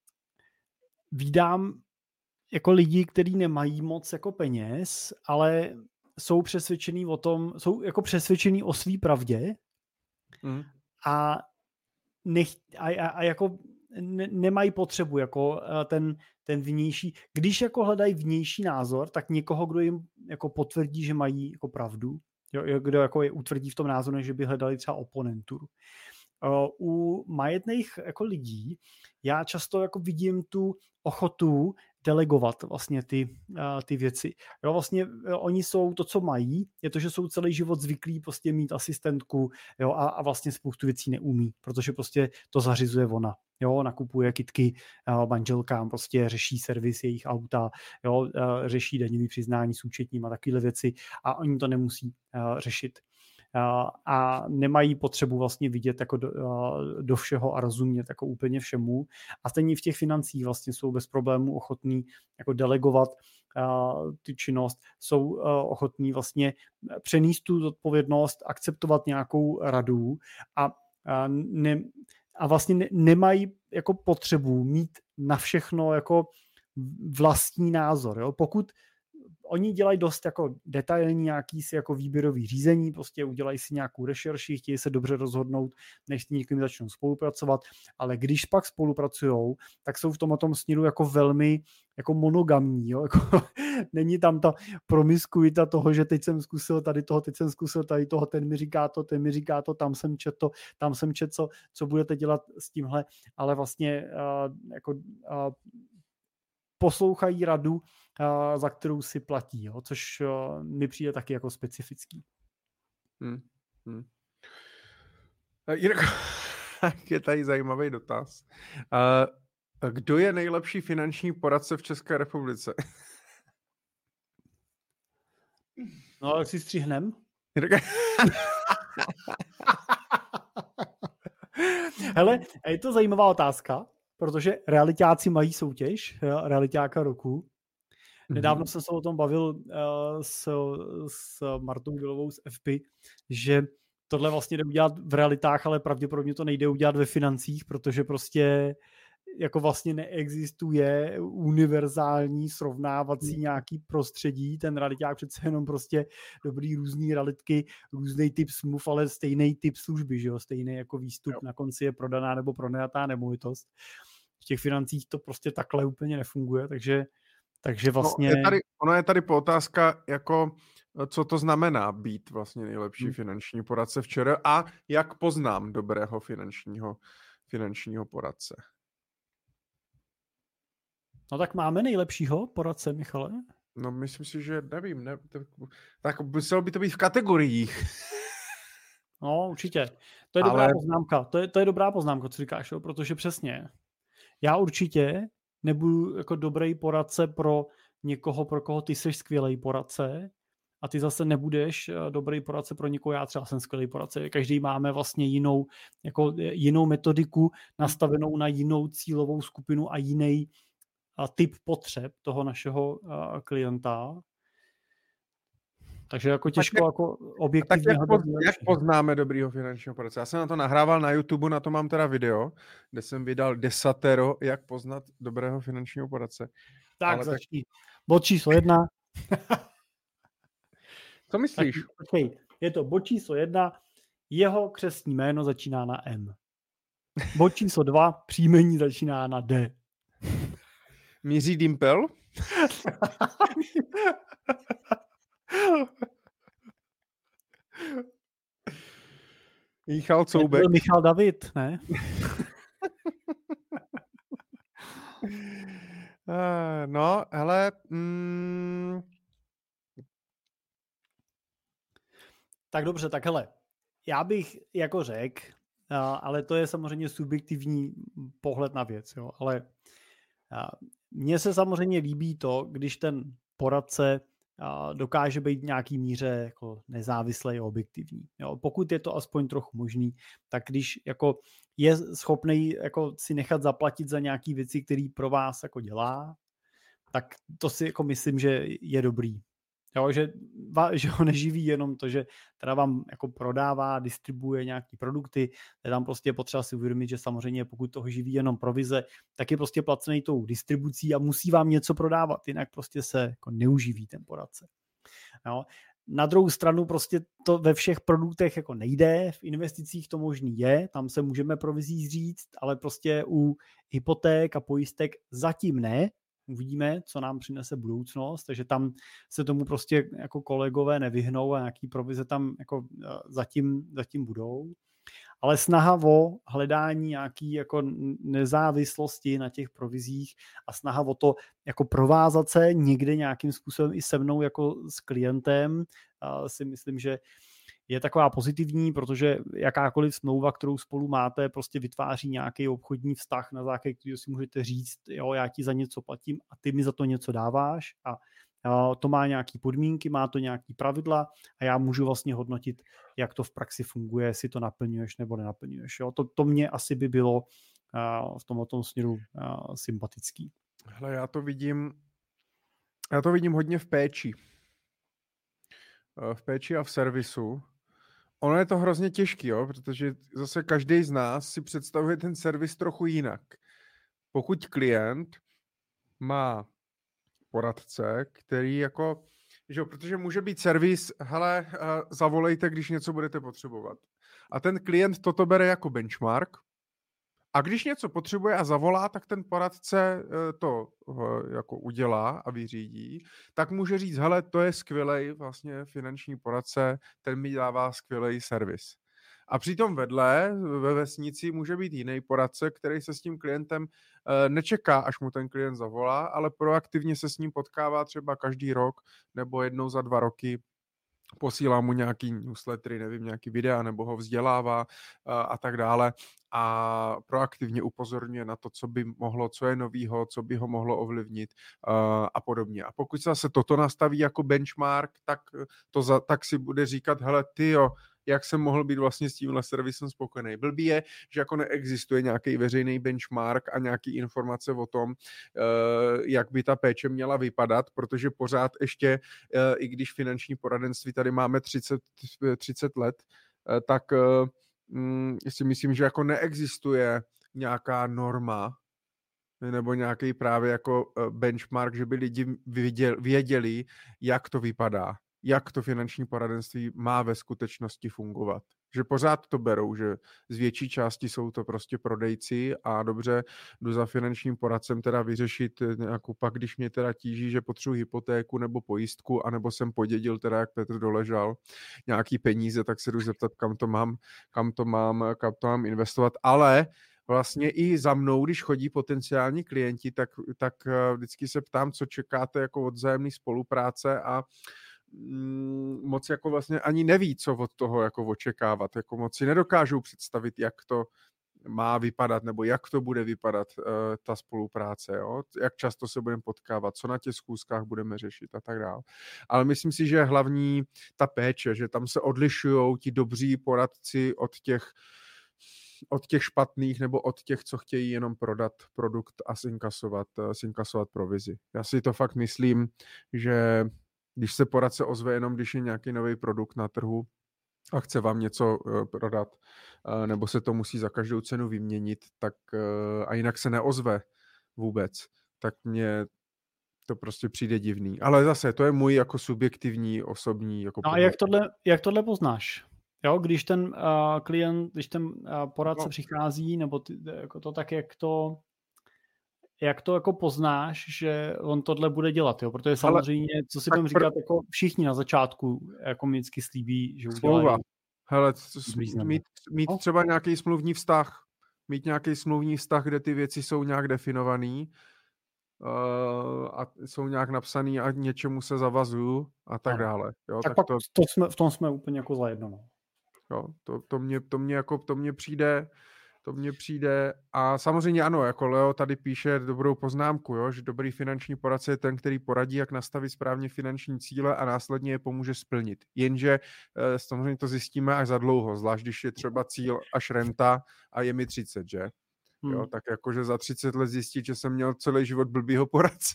vídám jako lidi, kteří nemají moc jako peněz, ale jsou přesvědčený o tom, jsou jako přesvědčený o svý pravdě, Mm. A, nech, a, a, a jako ne, nemají potřebu jako ten, ten vnější, když jako hledají vnější názor, tak někoho, kdo jim jako potvrdí, že mají jako pravdu, jo, kdo jako je utvrdí v tom názoru, že by hledali třeba oponenturu. U majetných jako lidí já často jako vidím tu ochotu delegovat vlastně ty, ty věci. Jo, vlastně oni jsou to, co mají, je to, že jsou celý život zvyklí prostě mít asistentku, jo, a, a vlastně spoustu věcí neumí, protože prostě to zařizuje ona. Jo, nakupuje kytky manželkám, prostě řeší servis jejich auta, jo, řeší daňový přiznání s účetním a takovéhle věci a oni to nemusí řešit. A nemají potřebu vlastně vidět jako do, do všeho a rozumět jako úplně všemu. A stejně v těch financích vlastně jsou bez problémů ochotní jako delegovat ty činnost, jsou ochotní vlastně přenést tu odpovědnost, akceptovat nějakou radu a, ne, a vlastně ne, nemají jako potřebu mít na všechno jako vlastní názor. Jo? Pokud oni dělají dost jako detailní nějaký si jako výběrový řízení, prostě udělají si nějakou rešerši, chtějí se dobře rozhodnout, než s někým začnou spolupracovat, ale když pak spolupracujou, tak jsou v tomhle tom směru jako velmi jako monogamní, jo? Jako, není tam ta promiskuita toho, že teď jsem zkusil tady toho, teď jsem zkusil tady toho, ten mi říká to, ten mi říká to, tam jsem čet to, tam jsem čet co, co budete dělat s tímhle, ale vlastně uh, jako uh, poslouchají radu, uh, za kterou si platí, jo? Což uh, mi přijde taky jako specifický. Hmm. Hmm. Jirko, je tady zajímavý dotaz. Uh, kdo je nejlepší finanční poradce v České republice? No, ale si střihnem. Hele, je to zajímavá otázka, protože realitáci mají soutěž, realitáka roku. Nedávno mm-hmm. jsem se o tom bavil uh, s, s Martou Gilovou z F P, že tohle vlastně jde udělat v realitách, ale pravděpodobně to nejde udělat ve financích, protože prostě jako vlastně neexistuje univerzální srovnávací hmm. nějaký prostředí, ten realiták přece jenom prostě dobrý různý realitky, různý typ smluv, ale stejný typ služby, že jo, stejný jako výstup, jo. Na konci je prodaná nebo pronajatá nemovitost. V těch financích to prostě takhle úplně nefunguje, takže, takže vlastně... No, je tady, ono je tady po otázka, jako co to znamená být vlastně nejlepší hmm. finanční poradce v ČR a jak poznám dobrého finančního, finančního poradce. No tak máme nejlepšího poradce, Michale? No myslím si, že nevím, ne, tak muselo by to být v kategoriích. No určitě, to je Ale... dobrá poznámka, to je, to je dobrá poznámka, co říkáš, jo? Protože přesně, já určitě nebudu jako dobrý poradce pro někoho, pro koho ty jsi skvělý poradce a ty zase nebudeš dobrý poradce pro někoho, já třeba jsem skvělý poradce, každý máme vlastně jinou, jako jinou metodiku nastavenou na jinou cílovou skupinu a jiný typ potřeb toho našeho uh, klienta. Takže jako těžko tak jako objektivně... Tak jak, poz, jak poznáme dobrýho finančního poradce? Já jsem na to nahrával na YouTube, na to mám teda video, kde jsem vydal desatero, jak poznat dobrého finančního poradce. Tak Ale začni. Tak... Bod číslo jedna. Co myslíš? Tak, okay. Je to bod číslo jedna. Jeho křestní jméno začíná na M. Bod číslo dva. Příjmení začíná na D. Míří Dimpel? Michal Coubek? To Michal David, ne? uh, no, hele... Mm... Tak dobře, tak hele. Já bych jako řekl, uh, ale to je samozřejmě subjektivní pohled na věc, jo, ale uh, mně se samozřejmě líbí to, když ten poradce dokáže být v nějaký míře jako nezávislý a objektivní. Jo, pokud je to aspoň trochu možný, tak když jako je schopný jako si nechat zaplatit za nějaký věci, který pro vás jako dělá, tak to si jako myslím, že je dobrý. Jo, že, že ho neživí jenom to, že teda vám jako prodává, distribuuje nějaký produkty, je tam prostě potřeba si uvědomit, že samozřejmě pokud toho živí jenom provize, tak je prostě placený tou distribucí a musí vám něco prodávat, jinak prostě se jako neuživí ten poradce. Jo. Na druhou stranu prostě to ve všech produktech jako nejde, v investicích to možný je, tam se můžeme provizí říct, ale prostě u hypoték a pojistek zatím ne. Uvidíme, co nám přinese budoucnost, takže tam se tomu prostě jako kolegové nevyhnou a nějaký provize tam jako zatím, zatím budou. Ale snaha o hledání nějaký jako nezávislosti na těch provizích a snaha o to jako provázat se někde nějakým způsobem i se mnou jako s klientem si myslím, že je taková pozitivní, protože jakákoliv smlouva, kterou spolu máte, prostě vytváří nějaký obchodní vztah, na základě kterého si můžete říct, jo, já ti za něco platím a ty mi za to něco dáváš a to má nějaké podmínky, má to nějaké pravidla a já můžu vlastně hodnotit, jak to v praxi funguje, jestli to naplňuješ nebo nenaplňuješ. Jo. To, to mě asi by bylo v tomto směru sympatický. Hele, já to vidím, já to vidím hodně v péči. V péči a v servisu. Ono je to hrozně těžký, jo, protože zase každý z nás si představuje ten servis trochu jinak. Pokud klient má poradce, který jako, že jo, protože může být servis, hele, zavolejte, když něco budete potřebovat. A ten klient toto bere jako benchmark a když něco potřebuje a zavolá, tak ten poradce to jako udělá a vyřídí, tak může říct, hele, to je skvělej vlastně finanční poradce, ten mi dává skvělej servis. A přitom vedle ve vesnici může být jiný poradce, který se s tím klientem nečeká, až mu ten klient zavolá, ale proaktivně se s ním potkává třeba každý rok nebo jednou za dva roky, posílá mu nějaký newslettery, nevím, nějaký videa, nebo ho vzdělává a, a tak dále a proaktivně upozorňuje na to, co by mohlo, co je novýho, co by ho mohlo ovlivnit a, a podobně. A pokud se zase toto nastaví jako benchmark, tak, to za, tak si bude říkat, hele, tyjo, jak jsem mohl být vlastně s tímhle servisem spokojený. Blbý je, že jako neexistuje nějaký veřejný benchmark a nějaký informace o tom, jak by ta péče měla vypadat, protože pořád ještě, i když finanční poradenství tady máme třicet, třicet let, tak si myslím, že jako neexistuje nějaká norma nebo nějaký právě jako benchmark, že by lidi věděli, jak to vypadá, jak to finanční poradenství má ve skutečnosti fungovat. Že pořád to berou, že z větší části jsou to prostě prodejci a dobře, jdu za finančním poradcem teda vyřešit nějakou pak, když mě teda tíží, že potřebuji hypotéku nebo pojistku, anebo jsem podědil teda, jak Petr doležal, nějaký peníze, tak se jdu zeptat, kam to mám, kam to mám, kam to mám investovat, ale vlastně i za mnou, když chodí potenciální klienti, tak, tak vždycky se ptám, co čekáte jako od vzájemné spolupráce a moc jako vlastně ani neví, co od toho jako očekávat, jako moc si nedokážou představit, jak to má vypadat, nebo jak to bude vypadat uh, ta spolupráce, jo? Jak často se budeme potkávat, co na těch schůzkách budeme řešit a tak dále. Ale myslím si, že hlavní ta péče, že tam se odlišují ti dobří poradci od těch od těch špatných nebo od těch, co chtějí jenom prodat produkt a zinkasovat, zinkasovat provizi. Já si to fakt myslím, že když se poradce ozve jenom, když je nějaký nový produkt na trhu a chce vám něco prodat, nebo se to musí za každou cenu vyměnit, tak a jinak se neozve vůbec, tak mně to prostě přijde divný. Ale zase, to je můj jako subjektivní, osobní jako no a jak tohle, jak tohle poznáš? Jo, když ten uh, klient, když ten uh, poradce no. přichází, nebo ty, jako to tak, jak to jak to jako poznáš, že on tohle bude dělat, jo? Protože samozřejmě, ale, co si budeme říkat, pr- jako všichni na začátku jako mi vždycky slíbí, že udělají. Smlouva. Hele, mít, mít no? třeba nějaký smluvní vztah, mít nějaký smluvní vztah, kde ty věci jsou nějak definovaný uh, a jsou nějak napsaný a něčemu se zavazuju a tak ano. dále. Jo? Tak, tak pak to, to jsme, v tom jsme úplně jako zajedno. No. Jo, to, to, mě, to, mě jako, to mě přijde To mně přijde a samozřejmě ano, jako Leo tady píše dobrou poznámku, jo, že dobrý finanční poradce je ten, který poradí, jak nastavit správně finanční cíle a následně je pomůže splnit. Jenže e, samozřejmě to zjistíme až za dlouho, zvlášť když je třeba cíl až renta a je mi třicet, že? Hmm. Jo, tak jakože za třicet let zjistit, že jsem měl celý život blbýho poradce,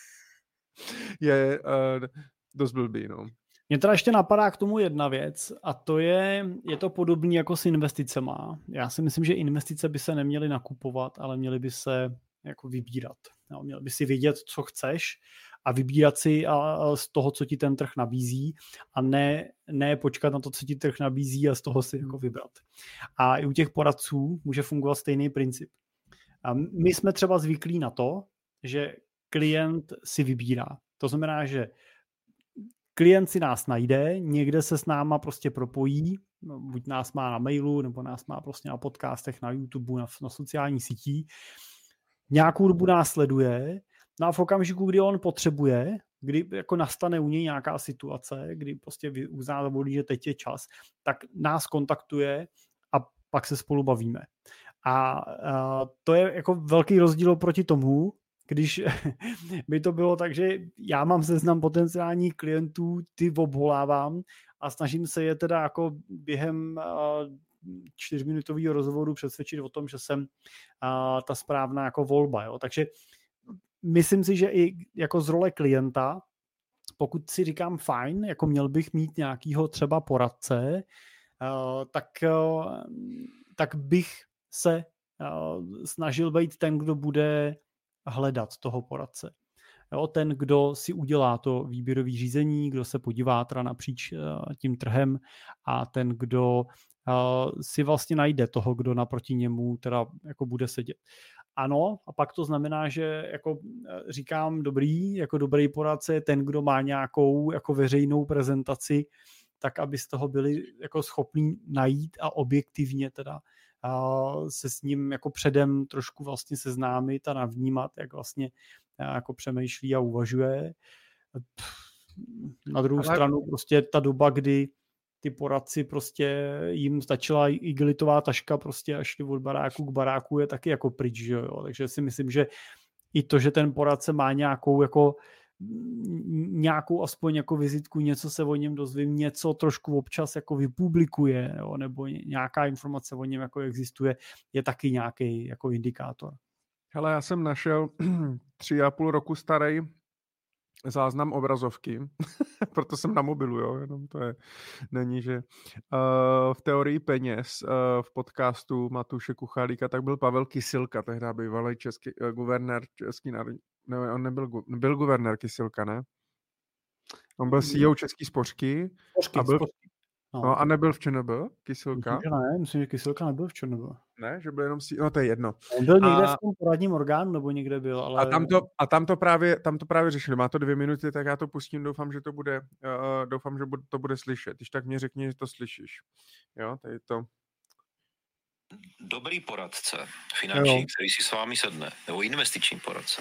je e, dost blbý, no. Mě teda ještě napadá k tomu jedna věc a to je, je to podobný jako s investicema. Já si myslím, že investice by se neměly nakupovat, ale měly by se jako vybírat. Jo, měl by si vědět, co chceš a vybírat si a, a z toho, co ti ten trh nabízí a ne, ne počkat na to, co ti trh nabízí a z toho si jako vybrat. A i u těch poradců může fungovat stejný princip. A my jsme třeba zvyklí na to, že klient si vybírá. To znamená, že klient si nás najde, někde se s náma prostě propojí, buď nás má na mailu, nebo nás má prostě na podcastech, na YouTube, na, na sociálních sítích. Nějakou dobu nás sleduje, no a v okamžiku, kdy on potřebuje, kdy jako nastane u něj nějaká situace, kdy prostě uzná zavolí, že teď je čas, tak nás kontaktuje a pak se spolu bavíme. A, a to je jako velký rozdíl proti tomu, když by to bylo tak, že já mám seznam potenciálních klientů, ty obvolávám a snažím se je teda jako během čtyřminutového rozhovoru přesvědčit o tom, že jsem ta správná jako volba. Jo. Takže myslím si, že i jako z role klienta, pokud si říkám fajn, jako měl bych mít nějakýho třeba poradce, tak, tak bych se snažil být ten, kdo bude hledat toho poradce. Jo, ten, kdo si udělá to výběrové řízení, kdo se podívá teda napříč uh, tím trhem a ten, kdo uh, si vlastně najde toho, kdo naproti němu teda jako bude sedět. Ano, a pak to znamená, že jako říkám dobrý, jako dobrý poradce je ten, kdo má nějakou jako veřejnou prezentaci, tak aby z toho byli jako schopní najít a objektivně teda uh, se s ním jako předem trošku vlastně seznámit a navnímat, jak vlastně uh, jako přemýšlí a uvažuje. Na druhou Ale... stranu prostě ta doba, kdy ty poradci prostě jim stačila igelitová taška prostě a šli od baráku k baráku, je taky jako pryč, že jo. Takže si myslím, že i to, že ten poradce má nějakou jako nějakou aspoň jako vizitku, něco se o něm dozvím, něco trošku občas jako vypublikuje, jo, nebo nějaká informace o něm jako existuje, je taky nějaký jako indikátor. Hele, já jsem našel tři a půl roku starý záznam obrazovky, proto jsem na mobilu, jo, jenom to je, není, že uh, v teorii peněz uh, v podcastu Matuše Kuchalíka, tak byl Pavel Kysilka, tehdy bývalý český uh, guvernér český národní, ne, on nebyl, byl guvernér Kysilka, ne? On byl C E O Český spořky Spořky, a byl, spořky. No. no a nebyl v ČNB, Kysilka? Myslím, že ne, myslím, že Kysilka nebyl v ČNB. Ne, že byl jenom si, no to je jedno. On byl někde a, v tom poradním orgánu, nebo někde byl, ale... A tam to, a tam to, právě, tam to právě řešili. Má to dvě minuty, tak já to pustím, doufám, že to bude, uh, doufám, že to bude slyšet. Když tak mě řekni, že to slyšíš. Jo, tady to. Dobrý poradce finanční, jo. který si s vámi sedne, nebo investiční poradce,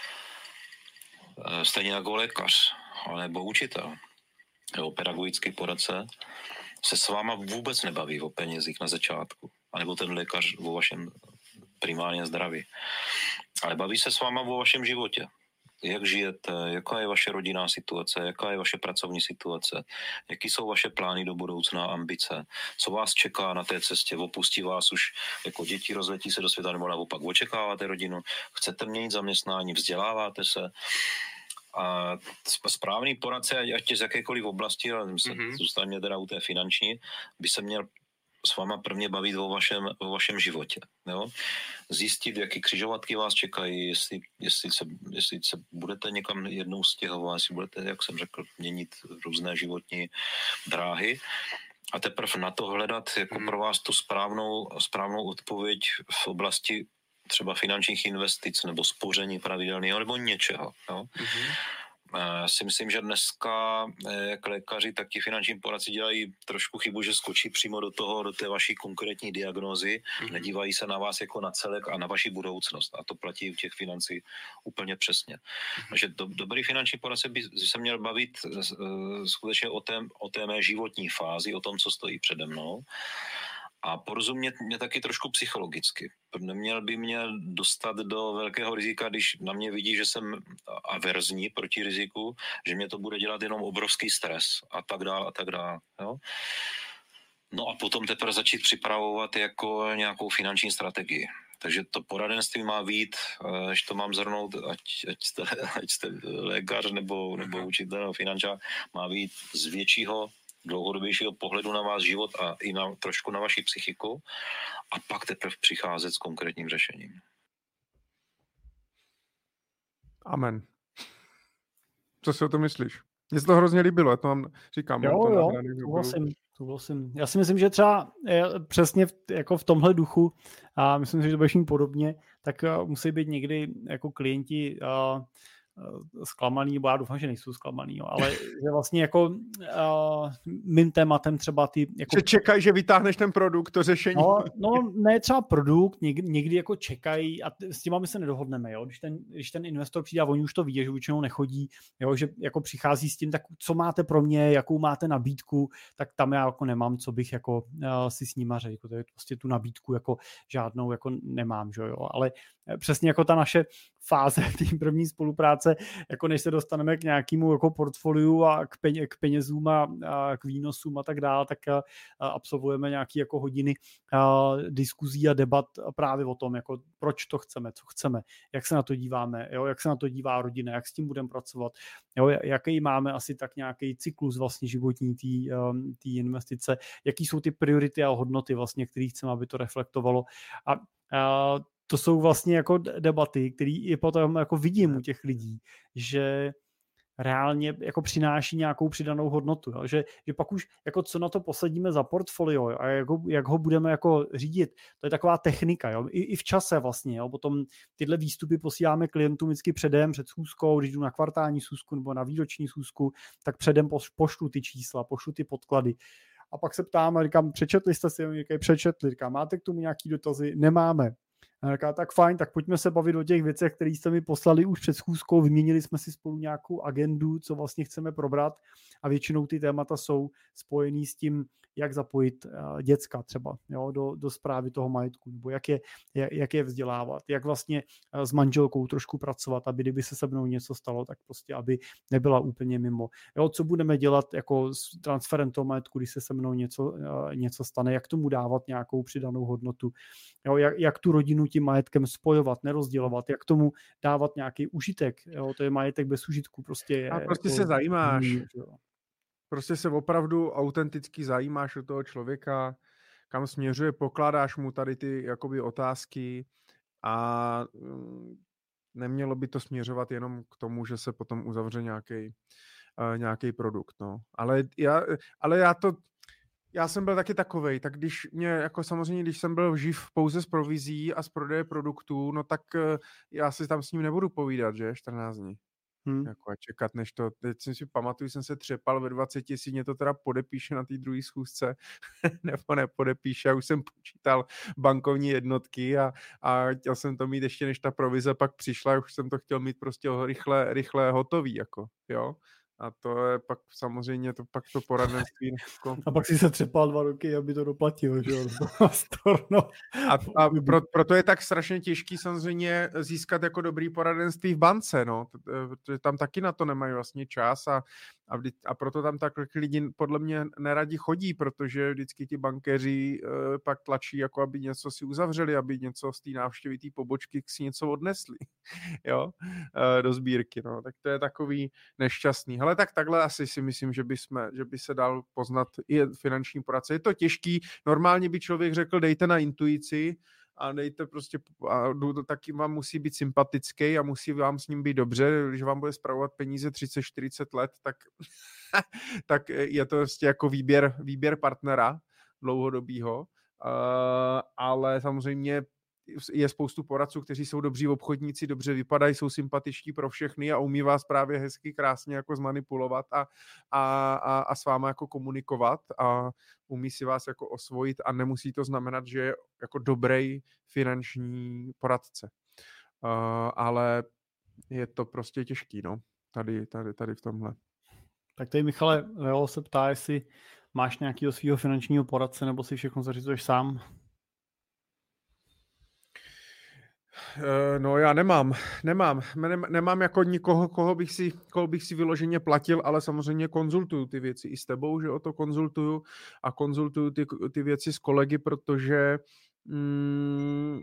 stejně jako lékař, nebo učitel, nebo pedagogický poradce, se s váma vůbec nebaví o penězích na začátku, anebo ten lékař o vašem primárně zdraví. Ale baví se s váma o vašem životě. Jak žijete, jaká je vaše rodinná situace, jaká je vaše pracovní situace, jaký jsou vaše plány do budoucna, ambice, co vás čeká na té cestě, opustí vás už jako děti, rozletí se do světa, nebo naopak očekáváte rodinu, chcete měnit zaměstnání, vzděláváte se. A správný poradce, ať je z jakékoliv oblasti, ale mm-hmm. zůstane teda u té finanční, by se měl s váma prvně bavit o vašem, o vašem životě. Jo? Zjistit, jaký křižovatky vás čekají, jestli, jestli, se, jestli se budete někam jednou stěhovat, jestli budete, jak jsem řekl, měnit různé životní dráhy. A teprve na to hledat jako mm. pro vás tu správnou, správnou odpověď v oblasti třeba finančních investic nebo spoření pravidelného nebo něčeho. Jo? Mm-hmm. Já si myslím, že dneska jak lékaři, tak ti finanční poradci dělají trošku chybu, že skočí přímo do toho, do té vaší konkrétní diagnózy, mm-hmm. nedívají se na vás jako na celek a na vaši budoucnost. A to platí u těch financí úplně přesně. Mm-hmm. Takže do, dobrý finanční poradce by se měl bavit uh, skutečně o té, o té mé životní fázi, o tom, co stojí přede mnou. A porozumět mě taky trošku psychologicky. Neměl by mě dostat do velkého rizika, když na mě vidí, že jsem averzní proti riziku, že mě to bude dělat jenom obrovský stres a tak dál a tak dál. Jo? No a potom teprve začít připravovat jako nějakou finanční strategii. Takže to poradenství má být, až to mám zhrnout, ať, ať, jste, ať jste lékař nebo, nebo učitel nebo finančák, má být z většího dlouhodobějšího pohledu na váš život a i na, trošku na vaši psychiku a pak teprve přicházet s konkrétním řešením. Amen. Co si o to myslíš? Mně se to hrozně líbilo, já to mám, říkám. Jo, to jo, souhlasím, souhlasím. Já si myslím, že třeba přesně v, jako v tomhle duchu, a myslím si, že to bude podobně, tak musí být někdy jako klienti uh, zklamaný, nebo já doufám, že nejsou zklamaný, jo, ale že vlastně jako uh, mým tématem třeba ty... Jako... Že čekají, že vytáhneš ten produkt, to řešení. No, no ne třeba produkt, někdy, někdy jako čekají a t- s těma my se nedohodneme, jo, když ten, když ten investor přijde a oni už to ví, že většinou nechodí, jo, že jako přichází s tím, tak co máte pro mě, jakou máte nabídku, tak tam já jako nemám, co bych jako uh, si s nima řekl, to je prostě tu nabídku jako žádnou jako nemám, že jo, ale přesně jako ta naše fáze té první spolupráce, jako než se dostaneme k nějakému jako portfoliu a k, peně, k penězům a, a k výnosům a tak dále, tak a, a absolvujeme nějaké jako hodiny a, diskuzí a debat právě o tom, jako proč to chceme, co chceme, jak se na to díváme, jo, jak se na to dívá rodina, jak s tím budeme pracovat, jo, jaký máme asi tak nějaký cyklus vlastně životní té investice, jaký jsou ty priority a hodnoty vlastně, které chceme, aby to reflektovalo a, a to jsou vlastně jako debaty, které i potom jako vidím u těch lidí, že reálně jako přináší nějakou přidanou hodnotu. Jo? Že, že pak už jako co na to posadíme za portfolio, jo? A jak ho, jak ho budeme jako řídit, to je taková technika. Jo? I, I v čase vlastně. Jo? Potom tyhle výstupy posíláme klientům vždycky předem, před schůzkou, když jdu na kvartální schůzku nebo na výroční schůzku, tak předem pošlu ty čísla, pošlu ty podklady. A pak se ptám a říkám, přečetli jste si, říkají, přečetli, říkám, máte k tomu nějaký dotazy? Nemáme. A říká, tak fajn, tak pojďme se bavit o těch věcech, které jste mi poslali už před schůzkou, vyměnili jsme si spolu nějakou agendu, co vlastně chceme probrat a většinou ty témata jsou spojený s tím, jak zapojit uh, děcka třeba jo, do, do správy toho majetku, nebo jak je, jak je vzdělávat, jak vlastně uh, s manželkou trošku pracovat, aby kdyby se se mnou něco stalo, tak prostě, aby nebyla úplně mimo. Jo, co budeme dělat jako s transferem toho majetku, když se se mnou něco, uh, něco stane, jak tomu dávat nějakou přidanou hodnotu, jo, jak, jak tu rodinu tím majetkem spojovat, nerozdělovat, jak tomu dávat nějaký užitek, jo, to je majetek bez užitku, prostě je. A prostě jako, se zajímáš. Jo. Prostě se opravdu autenticky zajímáš o toho člověka, kam směřuje, pokládáš mu tady ty jakoby otázky a nemělo by to směřovat jenom k tomu, že se potom uzavře nějaký uh, nějaký produkt, no. Ale já, ale já to Já jsem byl taky takovej, tak když mě, jako samozřejmě, když jsem byl živ pouze z provizí a z prodeje produktů, no tak uh, já si tam s ním nebudu povídat, že, čtrnáct dní. Hmm. Jako a čekat, než to, teď jsem si pamatuju, jsem se třepal ve dvaceti, si mě to teda podepíše na té druhé schůzce, nebo nepodepíše, já už jsem počítal bankovní jednotky a, a chtěl jsem to mít ještě, než ta provize pak přišla, už jsem to chtěl mít prostě rychle, rychle hotový, jako, jo. A to je pak samozřejmě to pak to poradenství. Jako... A pak si se třepal dva roky, aby to doplatil, že jo? a a pro, proto je tak strašně těžký samozřejmě získat jako dobrý poradenství v bance, no. Protože tam taky na to nemají vlastně čas a, a, vždy, a proto tam tak lidi podle mě neradi chodí, protože vždycky ti bankéři eh, pak tlačí, jako aby něco si uzavřeli, aby něco z té návštěvy, té pobočky si něco odnesli, jo, eh, do sbírky, no. Tak to je takový nešťastný. Ale tak takhle asi si myslím, že by, jsme, že by se dal poznat i finanční poradce. Je to těžký, normálně by člověk řekl, dejte na intuici a dejte prostě, a taky vám musí být sympatický a musí vám s ním být dobře, když vám bude spravovat peníze třicet čtyřicet let, tak, tak je to prostě jako výběr, výběr partnera dlouhodobýho, uh, ale samozřejmě je spoustu poradců, kteří jsou dobří obchodníci, dobře vypadají, jsou sympatičtí pro všechny a umí vás právě hezky, krásně jako zmanipulovat a, a, a, a s váma jako komunikovat a umí si vás jako osvojit a nemusí to znamenat, že je jako dobrý finanční poradce. Uh, ale je to prostě těžký, no, tady, tady, tady v tomhle. Tak tady Michale, Leo se ptá, jestli máš nějakého svého finančního poradce nebo si všechno zařizuješ sám? No já nemám, nemám, nemám jako nikoho, koho bych si, koho bych si vyloženě platil, ale samozřejmě konzultuju ty věci i s tebou, že o to konzultuju a konzultuju ty, ty věci s kolegy, protože mm,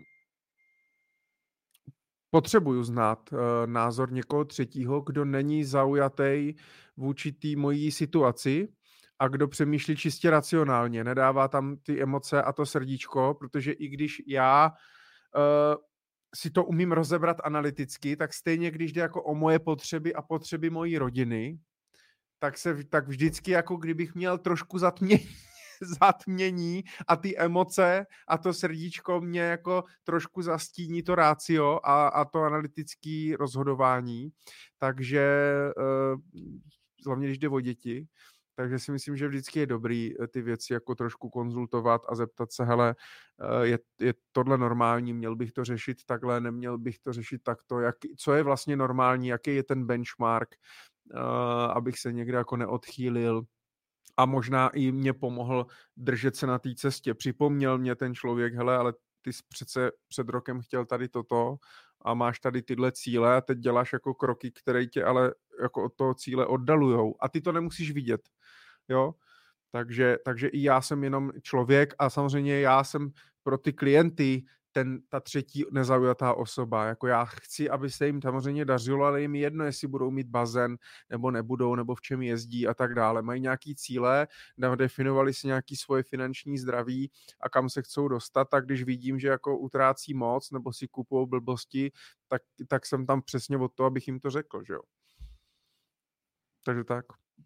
potřebuju znát uh, názor někoho třetího, kdo není zaujatý vůči té mojí situaci a kdo přemýšlí čistě racionálně, nedává tam ty emoce a to srdíčko, protože i když já uh, si to umím rozebrat analyticky, tak stejně, když jde jako o moje potřeby a potřeby mojí rodiny, tak se tak vždycky jako kdybych měl trošku zatmění, zatmění a ty emoce a to srdíčko mě jako trošku zastíní to rácio a, a to analytické rozhodování. Takže hlavně, když jde o děti, takže si myslím, že vždycky je dobrý ty věci jako trošku konzultovat a zeptat se, hele, je, je tohle normální, měl bych to řešit takhle, neměl bych to řešit takto, jak, co je vlastně normální, jaký je ten benchmark, uh, abych se někde jako neodchýlil a možná i mě pomohl držet se na té cestě. Připomněl mě ten člověk, hele, ale ty jsi přece před rokem chtěl tady toto a máš tady tyhle cíle a teď děláš jako kroky, které tě ale jako od toho cíle oddalujou a ty to nemusíš vidět, jo, takže, takže i já jsem jenom člověk a samozřejmě já jsem pro ty klienty ten, ta třetí nezaujatá osoba, jako já chci, aby se jim samozřejmě dařilo, ale jim jedno, jestli budou mít bazén, nebo nebudou, nebo v čem jezdí a tak dále. Mají nějaký cíle, definovali si nějaký svoje finanční zdraví a kam se chcou dostat, tak když vidím, že jako utrácí moc, nebo si kupují blbosti, tak, tak jsem tam přesně od toho, abych jim to řekl, že jo. Takže tak.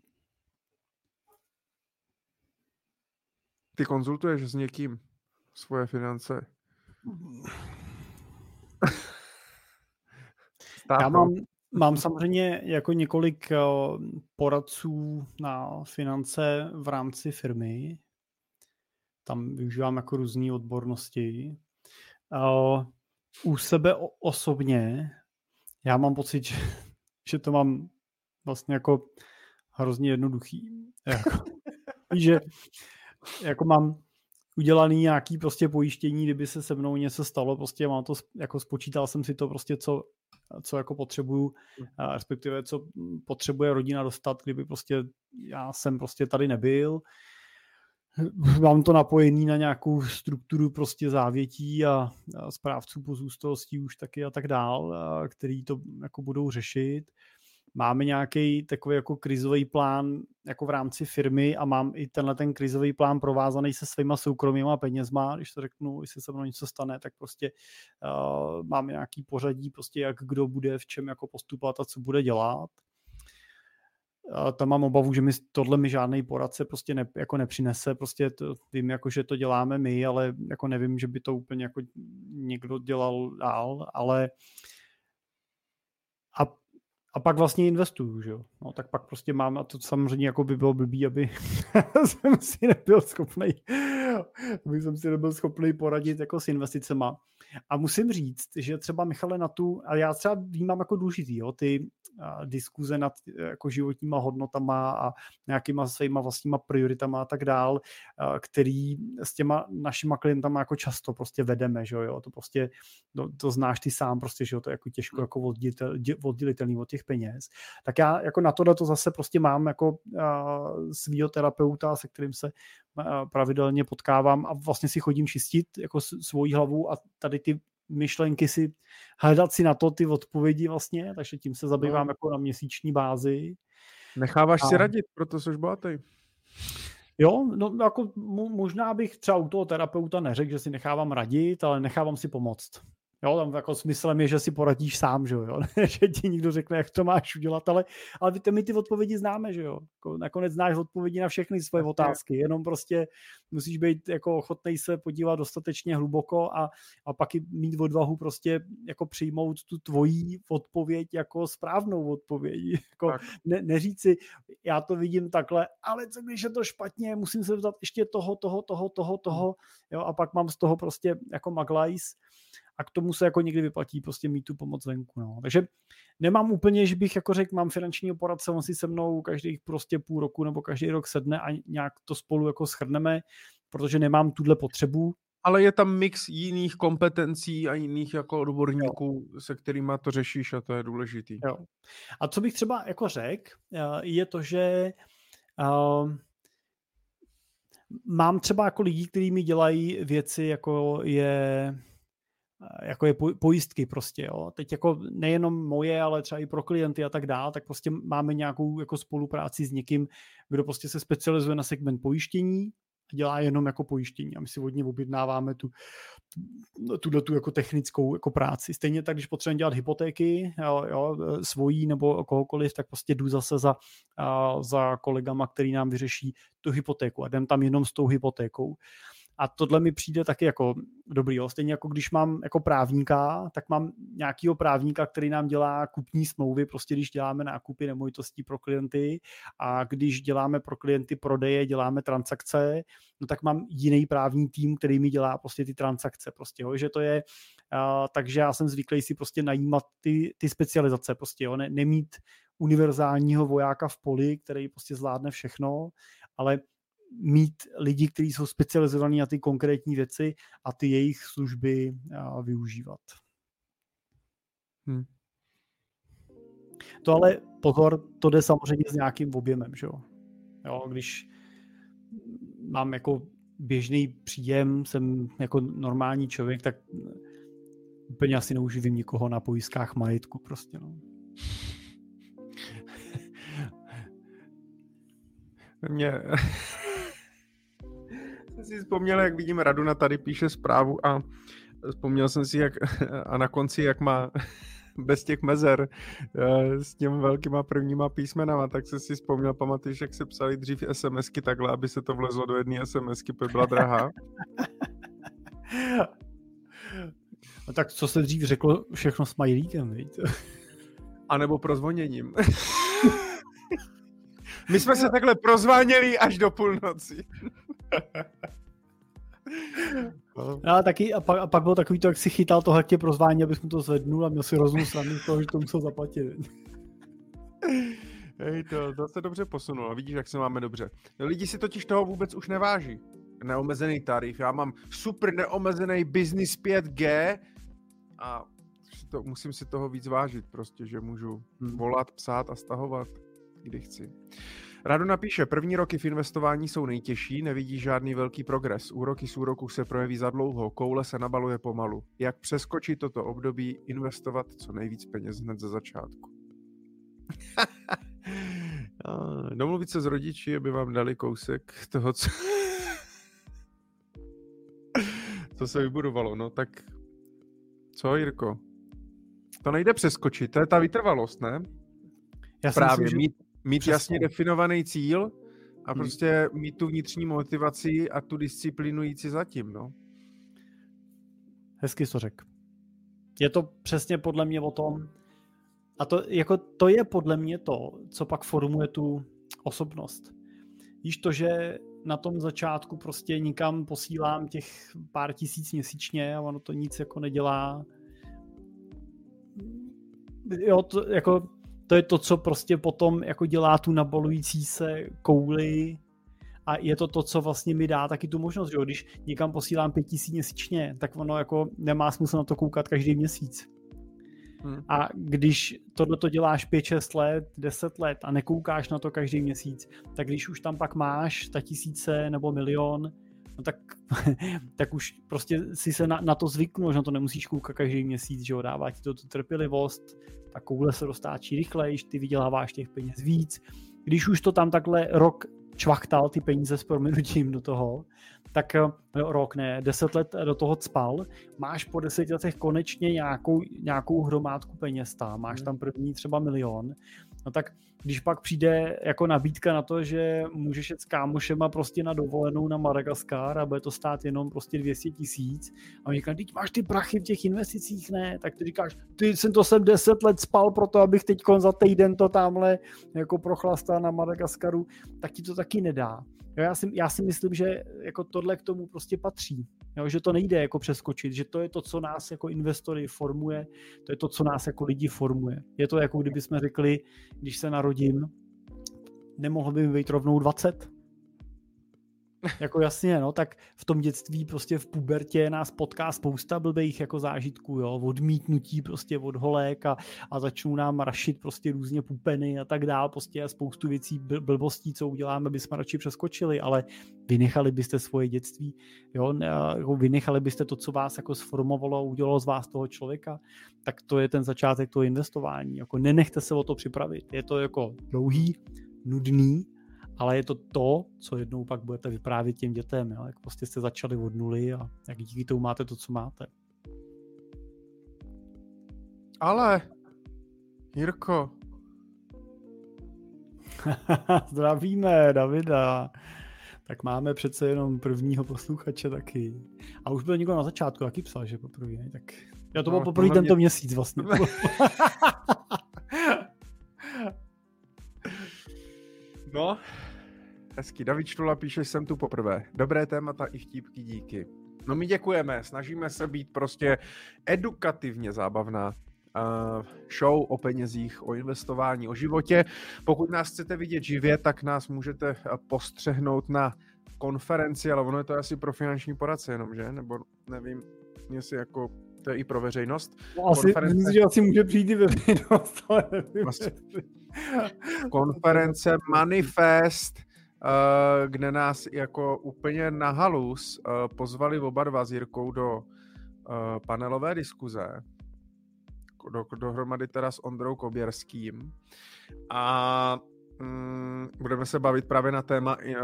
Ty konzultuješ s někým svoje finance? Já mám, mám samozřejmě jako několik poradců na finance v rámci firmy. Tam využívám jako různé odbornosti. U sebe osobně já mám pocit, že, že to mám vlastně jako hrozně jednoduchý. Jako, že jako mám udělaný nějaký prostě pojištění, kdyby se se mnou něco stalo, prostě mám to, jako spočítal jsem si to prostě, co, co jako potřebuju, respektive co potřebuje rodina dostat, kdyby prostě já jsem prostě tady nebyl. Mám to napojený na nějakou strukturu prostě závětí a, a správců pozůstalostí už taky a tak dál, a který to jako budou řešit. Máme nějaký takový jako krizový plán jako v rámci firmy a mám i tenhle ten krizový plán provázaný se svýma soukromýma penězma, když to řeknu, jestli se mnou něco stane, tak prostě uh, máme nějaký pořadí, prostě jak kdo bude v čem jako postupovat a co bude dělat. Uh, tam mám obavu, že mi tohle mi žádnej poradce prostě ne, jako nepřinese, prostě to, vím, jako, že to děláme my, ale jako nevím, že by to úplně jako někdo dělal dál, ale a A pak vlastně investuju, že jo. No tak pak prostě mám, a to samozřejmě jako by bylo blbý, aby jsem si nebyl schopnej, aby jsem si nebyl schopnej poradit jako s investicema. A musím říct, že třeba Michale na tu, a já třeba vnímám jako důležitý, jo, ty a, diskuze nad jako životníma hodnotama a nějakýma svýma vlastníma prioritama a tak dál, a, který s těma našima klientama jako často prostě vedeme, že jo, to prostě, no, to znáš ty sám prostě, že jo, to je jako těžko jako oddělitel, oddělitelný od těch peněz. Tak já jako na tohle to zase prostě mám jako svýho terapeuta, se kterým se a, pravidelně potkávám a vlastně si chodím čistit jako svoji hlavu a tady ty myšlenky si hledat si na to ty odpovědi vlastně, takže tím se zabývám no. jako na měsíční bázi. Necháváš a... si radit, proto jsi bohatý. Jo, no jako možná bych třeba u toho terapeuta neřekl, že si nechávám radit, ale nechávám si pomoct. Jo, tam jako smyslem je, že si poradíš sám, že jo, že ti někdo řekne, jak to máš udělat, ale, ale my ty odpovědi známe, že jo, nakonec znáš odpovědi na všechny svoje otázky, jenom prostě musíš být jako ochotnej se podívat dostatečně hluboko a, a pak i mít odvahu prostě jako přijmout tu tvojí odpověď jako správnou odpověď, jako ne, neříct si, já to vidím takhle, ale co když je to špatně, musím se vzat ještě toho, toho, toho, toho, toho, jo, a pak mám z toho prostě jako maglajs. A k tomu se jako někdy vyplatí prostě mít tu pomoc venku. No. Takže nemám úplně, že bych jako řekl, mám finančního poradce, on si se mnou každých prostě půl roku nebo každý rok sedne a nějak to spolu jako shrneme, protože nemám tuhle potřebu. Ale je tam mix jiných kompetencí a jiných jako odborníků, jo. se kterýma to řešíš a to je důležitý. Jo. A co bych třeba jako řekl, je to, že uh, mám třeba jako lidi, kteří mi dělají věci, jako je... jako je pojistky prostě, jo. Teď jako nejenom moje, ale třeba i pro klienty a tak dál, tak prostě máme nějakou jako spolupráci s někým, kdo prostě se specializuje na segment pojištění a dělá jenom jako pojištění a my si od něj objednáváme tu, tuhle tu jako technickou jako práci. Stejně tak, když potřebujeme dělat hypotéky, jo, jo, svojí nebo kohokoliv, tak prostě jdu zase za, za kolegama, který nám vyřeší tu hypotéku a jdem tam jenom s tou hypotékou. A tohle mi přijde taky jako dobrý. Jo. Stejně jako když mám jako právníka, tak mám nějakýho právníka, který nám dělá kupní smlouvy, prostě když děláme nákupy nemovitostí pro klienty a když děláme pro klienty prodeje, děláme transakce, no tak mám jiný právní tým, který mi dělá prostě ty transakce. Prostě, jo. Že to je, uh, takže já jsem zvyklý si prostě najímat ty, ty specializace, prostě, jo. Ne, nemít univerzálního vojáka v poli, který prostě zvládne všechno, ale mít lidi, kteří jsou specializovaní na ty konkrétní věci a ty jejich služby využívat. Hmm. To ale pozor, to jde samozřejmě s nějakým objemem, že jo? Jo, když mám jako běžný příjem, jsem jako normální člověk, tak úplně asi neuživím nikoho na pojistkách majetku prostě, no. Mě... jsem si vzpomněl, jak vidím Raduna tady píše zprávu a vzpomněl jsem si, jak a na konci, jak má bez těch mezer, s těmi velkýma prvníma písmenama, tak se si vzpomněl, pamatuješ, jak se psali dřív SMSky takhle, aby se to vlezlo do jedné SMSky, protože byla drahá. No tak co se dřív řeklo, všechno smajlíkem, víte? A nebo prozvoněním. My jsme se takhle prozváněli až do půlnoci. No, taky, a, pak, a pak bylo takový to, jak si chytal to hrtě prozvání, abys mu to zvednul a měl si rozum srandu z toho, že to musel zaplatit. Hej, to, to se dobře posunulo. Vidíš, jak se máme dobře. Lidi si totiž toho vůbec už neváží. Neomezený tarif. Já mám super neomezený business pět G a to, musím si toho víc vážit prostě, že můžu volat, psát a stahovat, kdy chci. Rado napíše, první roky v investování jsou nejtěžší, nevidí žádný velký progres. Úroky z úroků se projeví za dlouho, koule se nabaluje pomalu. Jak přeskočit toto období, investovat co nejvíc peněz hned ze začátku. Domluvit se s rodiči, aby vám dali kousek toho, co, co se vybudovalo. No tak co, Jirko? To nejde přeskočit, to je ta vytrvalost, ne? Já Právě, myslím, mít, mít přesně. jasně definovaný cíl a hmm. prostě mít tu vnitřní motivaci a tu disciplinující zatím, no. Hezky to řekl. Je to přesně podle mě o tom, a to, jako, to je podle mě to, co pak formuje tu osobnost. Víš to, že na tom začátku prostě nikam posílám těch pár tisíc měsíčně a ono to nic jako nedělá. Jo, to, jako, to je to, co prostě potom jako dělá tu nabalující se kouli a je to to, co vlastně mi dá taky tu možnost, že jo? Když někam posílám pět tisíc měsíčně, tak ono jako nemá smysl na to koukat každý měsíc. Hmm. A když tohleto děláš pět šest let, deset let a nekoukáš na to každý měsíc, tak když už tam pak máš sta tisíce nebo milion, no tak, tak už prostě si se na, na to zvyknul, že na to nemusíš koukat každý měsíc, že jo, dává ti to tu trpělivost, ta koule se roztáčí rychlejš, ty vyděláváš těch peněz víc. Když už to tam takhle rok čvachtal ty peníze s prominutím do toho, tak no, rok ne, deset let do toho cpal, máš po deseti letech konečně nějakou, nějakou hromádku peněz tam, máš tam první třeba milion, no tak když pak přijde jako nabídka na to, že můžeš jet s kámošema prostě na dovolenou na Madagaskar a bude to stát jenom prostě dvě stě tisíc a oni říkají, teď máš ty prachy v těch investicích, ne? Tak ty říkáš, ty jsem to jsem deset let spal proto, abych teď za týden to tamhle jako prochlastal na Madagaskaru, tak ti to taky nedá. Jo, já, si, já si myslím, že jako tohle k tomu prostě patří. Jo, že to nejde jako přeskočit, že to je to, co nás jako investory formuje, to je to, co nás jako lidi formuje. Je to jako kdyby jsme řekli, když se narodím, nemohl by mi být rovnou dvacet. Jako jasně, no, tak v tom dětství prostě v pubertě nás potká spousta blbých jako zážitků, jo, odmítnutí prostě od holek a, a začnou nám rašit prostě různě pupeny a tak dál, prostě a spoustu věcí blbostí, co uděláme, bychom radši přeskočili, ale vynechali byste svoje dětství, jo, jako vynechali byste to, co vás jako sformovalo a udělalo z vás toho člověka, tak to je ten začátek toho investování, jako nenechte se o to připravit, je to jako dlouhý, nudný, ale je to to, co jednou pak budete vyprávět těm dětem, jo? Jak prostě jste začali od nuly a jak díky tomu máte to, co máte. Ale, Jirko. Zdravíme, Davida. Tak máme přece jenom prvního posluchače taky. A už byl někdo na začátku, jaký psal, že poprvé. Tak já to no, byl poprvé tento mě... měsíc vlastně. No, hezky. David Štula píše, jsem tu poprvé. Dobré témata i vtípky, díky. No my děkujeme, snažíme se být prostě edukativně zábavná uh, show o penězích, o investování, o životě. Pokud nás chcete vidět živě, tak nás můžete postřehnout na konferenci, ale ono je to asi pro finanční poradce jenom, že? Nebo nevím, jestli jako to je i pro veřejnost. No, asi, Konference... že asi může přijít i veřejnost, ale nevím. Konference Manifest, uh, kde nás jako úplně na halus uh, pozvali oba dva s Jirkou do uh, panelové diskuze, do, dohromady teda s Ondrou Koběrským a um, budeme se bavit právě na téma uh,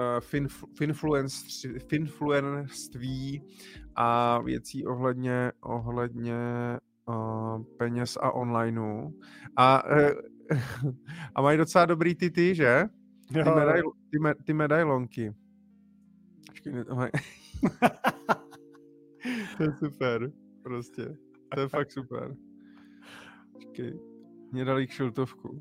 finfluenství a věcí ohledně, ohledně uh, peněz a onlineu. A, uh, a mají docela dobrý ty ty, že? Ty, medail, ty, me, ty medailonky. Počkej, to mají... To je super, prostě. To je fakt super. Počkej, mě dali kšiltovku.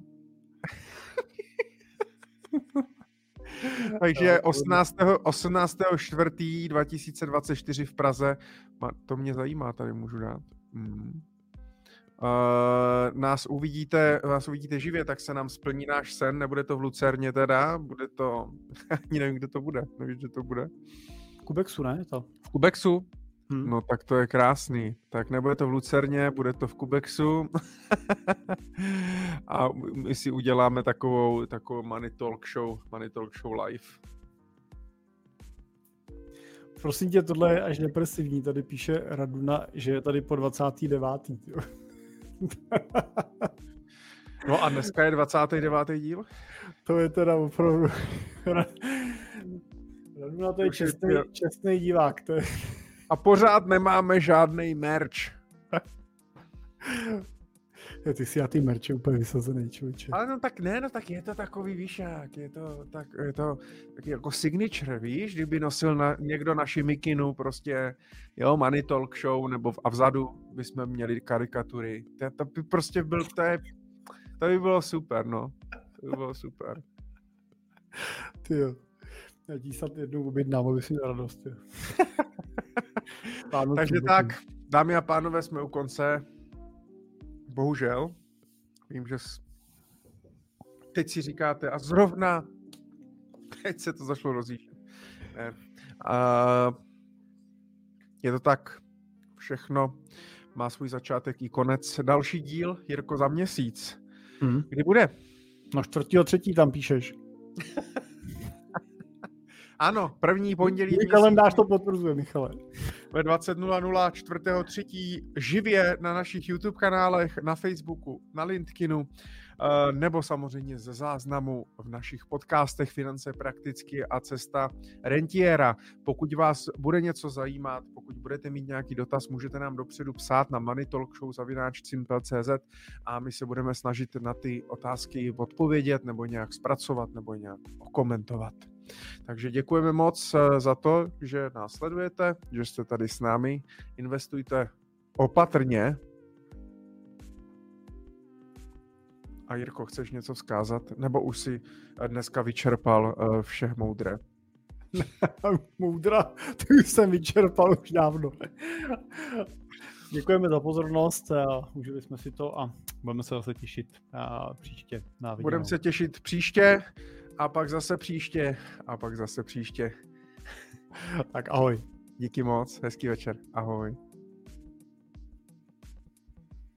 Takže osmnáctého čtvrtého dva tisíce dvacet čtyři v Praze. To mě zajímá, tady můžu dát. Mm. Uh, nás uvidíte, nás uvidíte živě, tak se nám splní náš sen, nebude to v Lucerně teda, bude to, ani nevím, kde to bude, nevíš, kde to bude. V Kubexu, ne? To. V Kubexu? Hmm. No tak to je krásný. Tak nebude to v Lucerně, bude to v Kubexu. A my si uděláme takovou, takovou Money Talk Show, Money Talk Show live. Prosím tě, tohle je až depresivní. Tady píše Raduna, že je tady po dvacátém devátém No a dneska je dvacátý devátý díl? To je teda opravdu... Raduna, to je čestný, čestný divák. To je... A pořád nemáme žádnej merch. Ty si já ty merče úplně vysazený, člověče. Ale no tak ne, no tak je to takový výšák, je to, tak, je to taky jako signature, víš, kdyby nosil na, někdo naši mikinu, prostě, jo, Money Talk Show, nebo v, a vzadu bychom měli karikatury. To, to by prostě byl, to je, to by bylo super, no. To by bylo super. Ty jo. Já ti snad jednou objednám, aby si měl radost, jo. Takže tak, dámy a pánové, jsme u konce. Bohužel. Vím, že s... teď si říkáte, a zrovna teď se to zašlo rozjíždět. Ne. A... Je to tak, všechno má svůj začátek i konec. Další díl, Jirko, za měsíc. Hmm. Kdy bude? No čtvrtýho třetí tam píšeš. Ano, první pondělí. Můj kalendář to potvrzuje, Michale. Ve dvacet nula nula čtvrtého třetího živě na našich YouTube kanálech, na Facebooku, na LinkedInu, nebo samozřejmě ze záznamu v našich podcastech Finance prakticky a Cesta rentiera. Pokud vás bude něco zajímat, pokud budete mít nějaký dotaz, můžete nám dopředu psát na moneytalkshow zavináč cimpel tečka cz a my se budeme snažit na ty otázky odpovědět nebo nějak zpracovat nebo nějak okomentovat. Takže děkujeme moc za to, že nás sledujete, že jste tady s námi. Investujte opatrně. A Jirko, chceš něco vzkázat? Nebo už si dneska vyčerpal vše moudré? Moudra? To už jsem vyčerpal už dávno. Děkujeme za pozornost, užili jsme si to a budeme se zase těšit příště. Na budeme se těšit příště a pak zase příště a pak zase příště. Tak ahoj. Díky moc, hezký večer. Ahoj.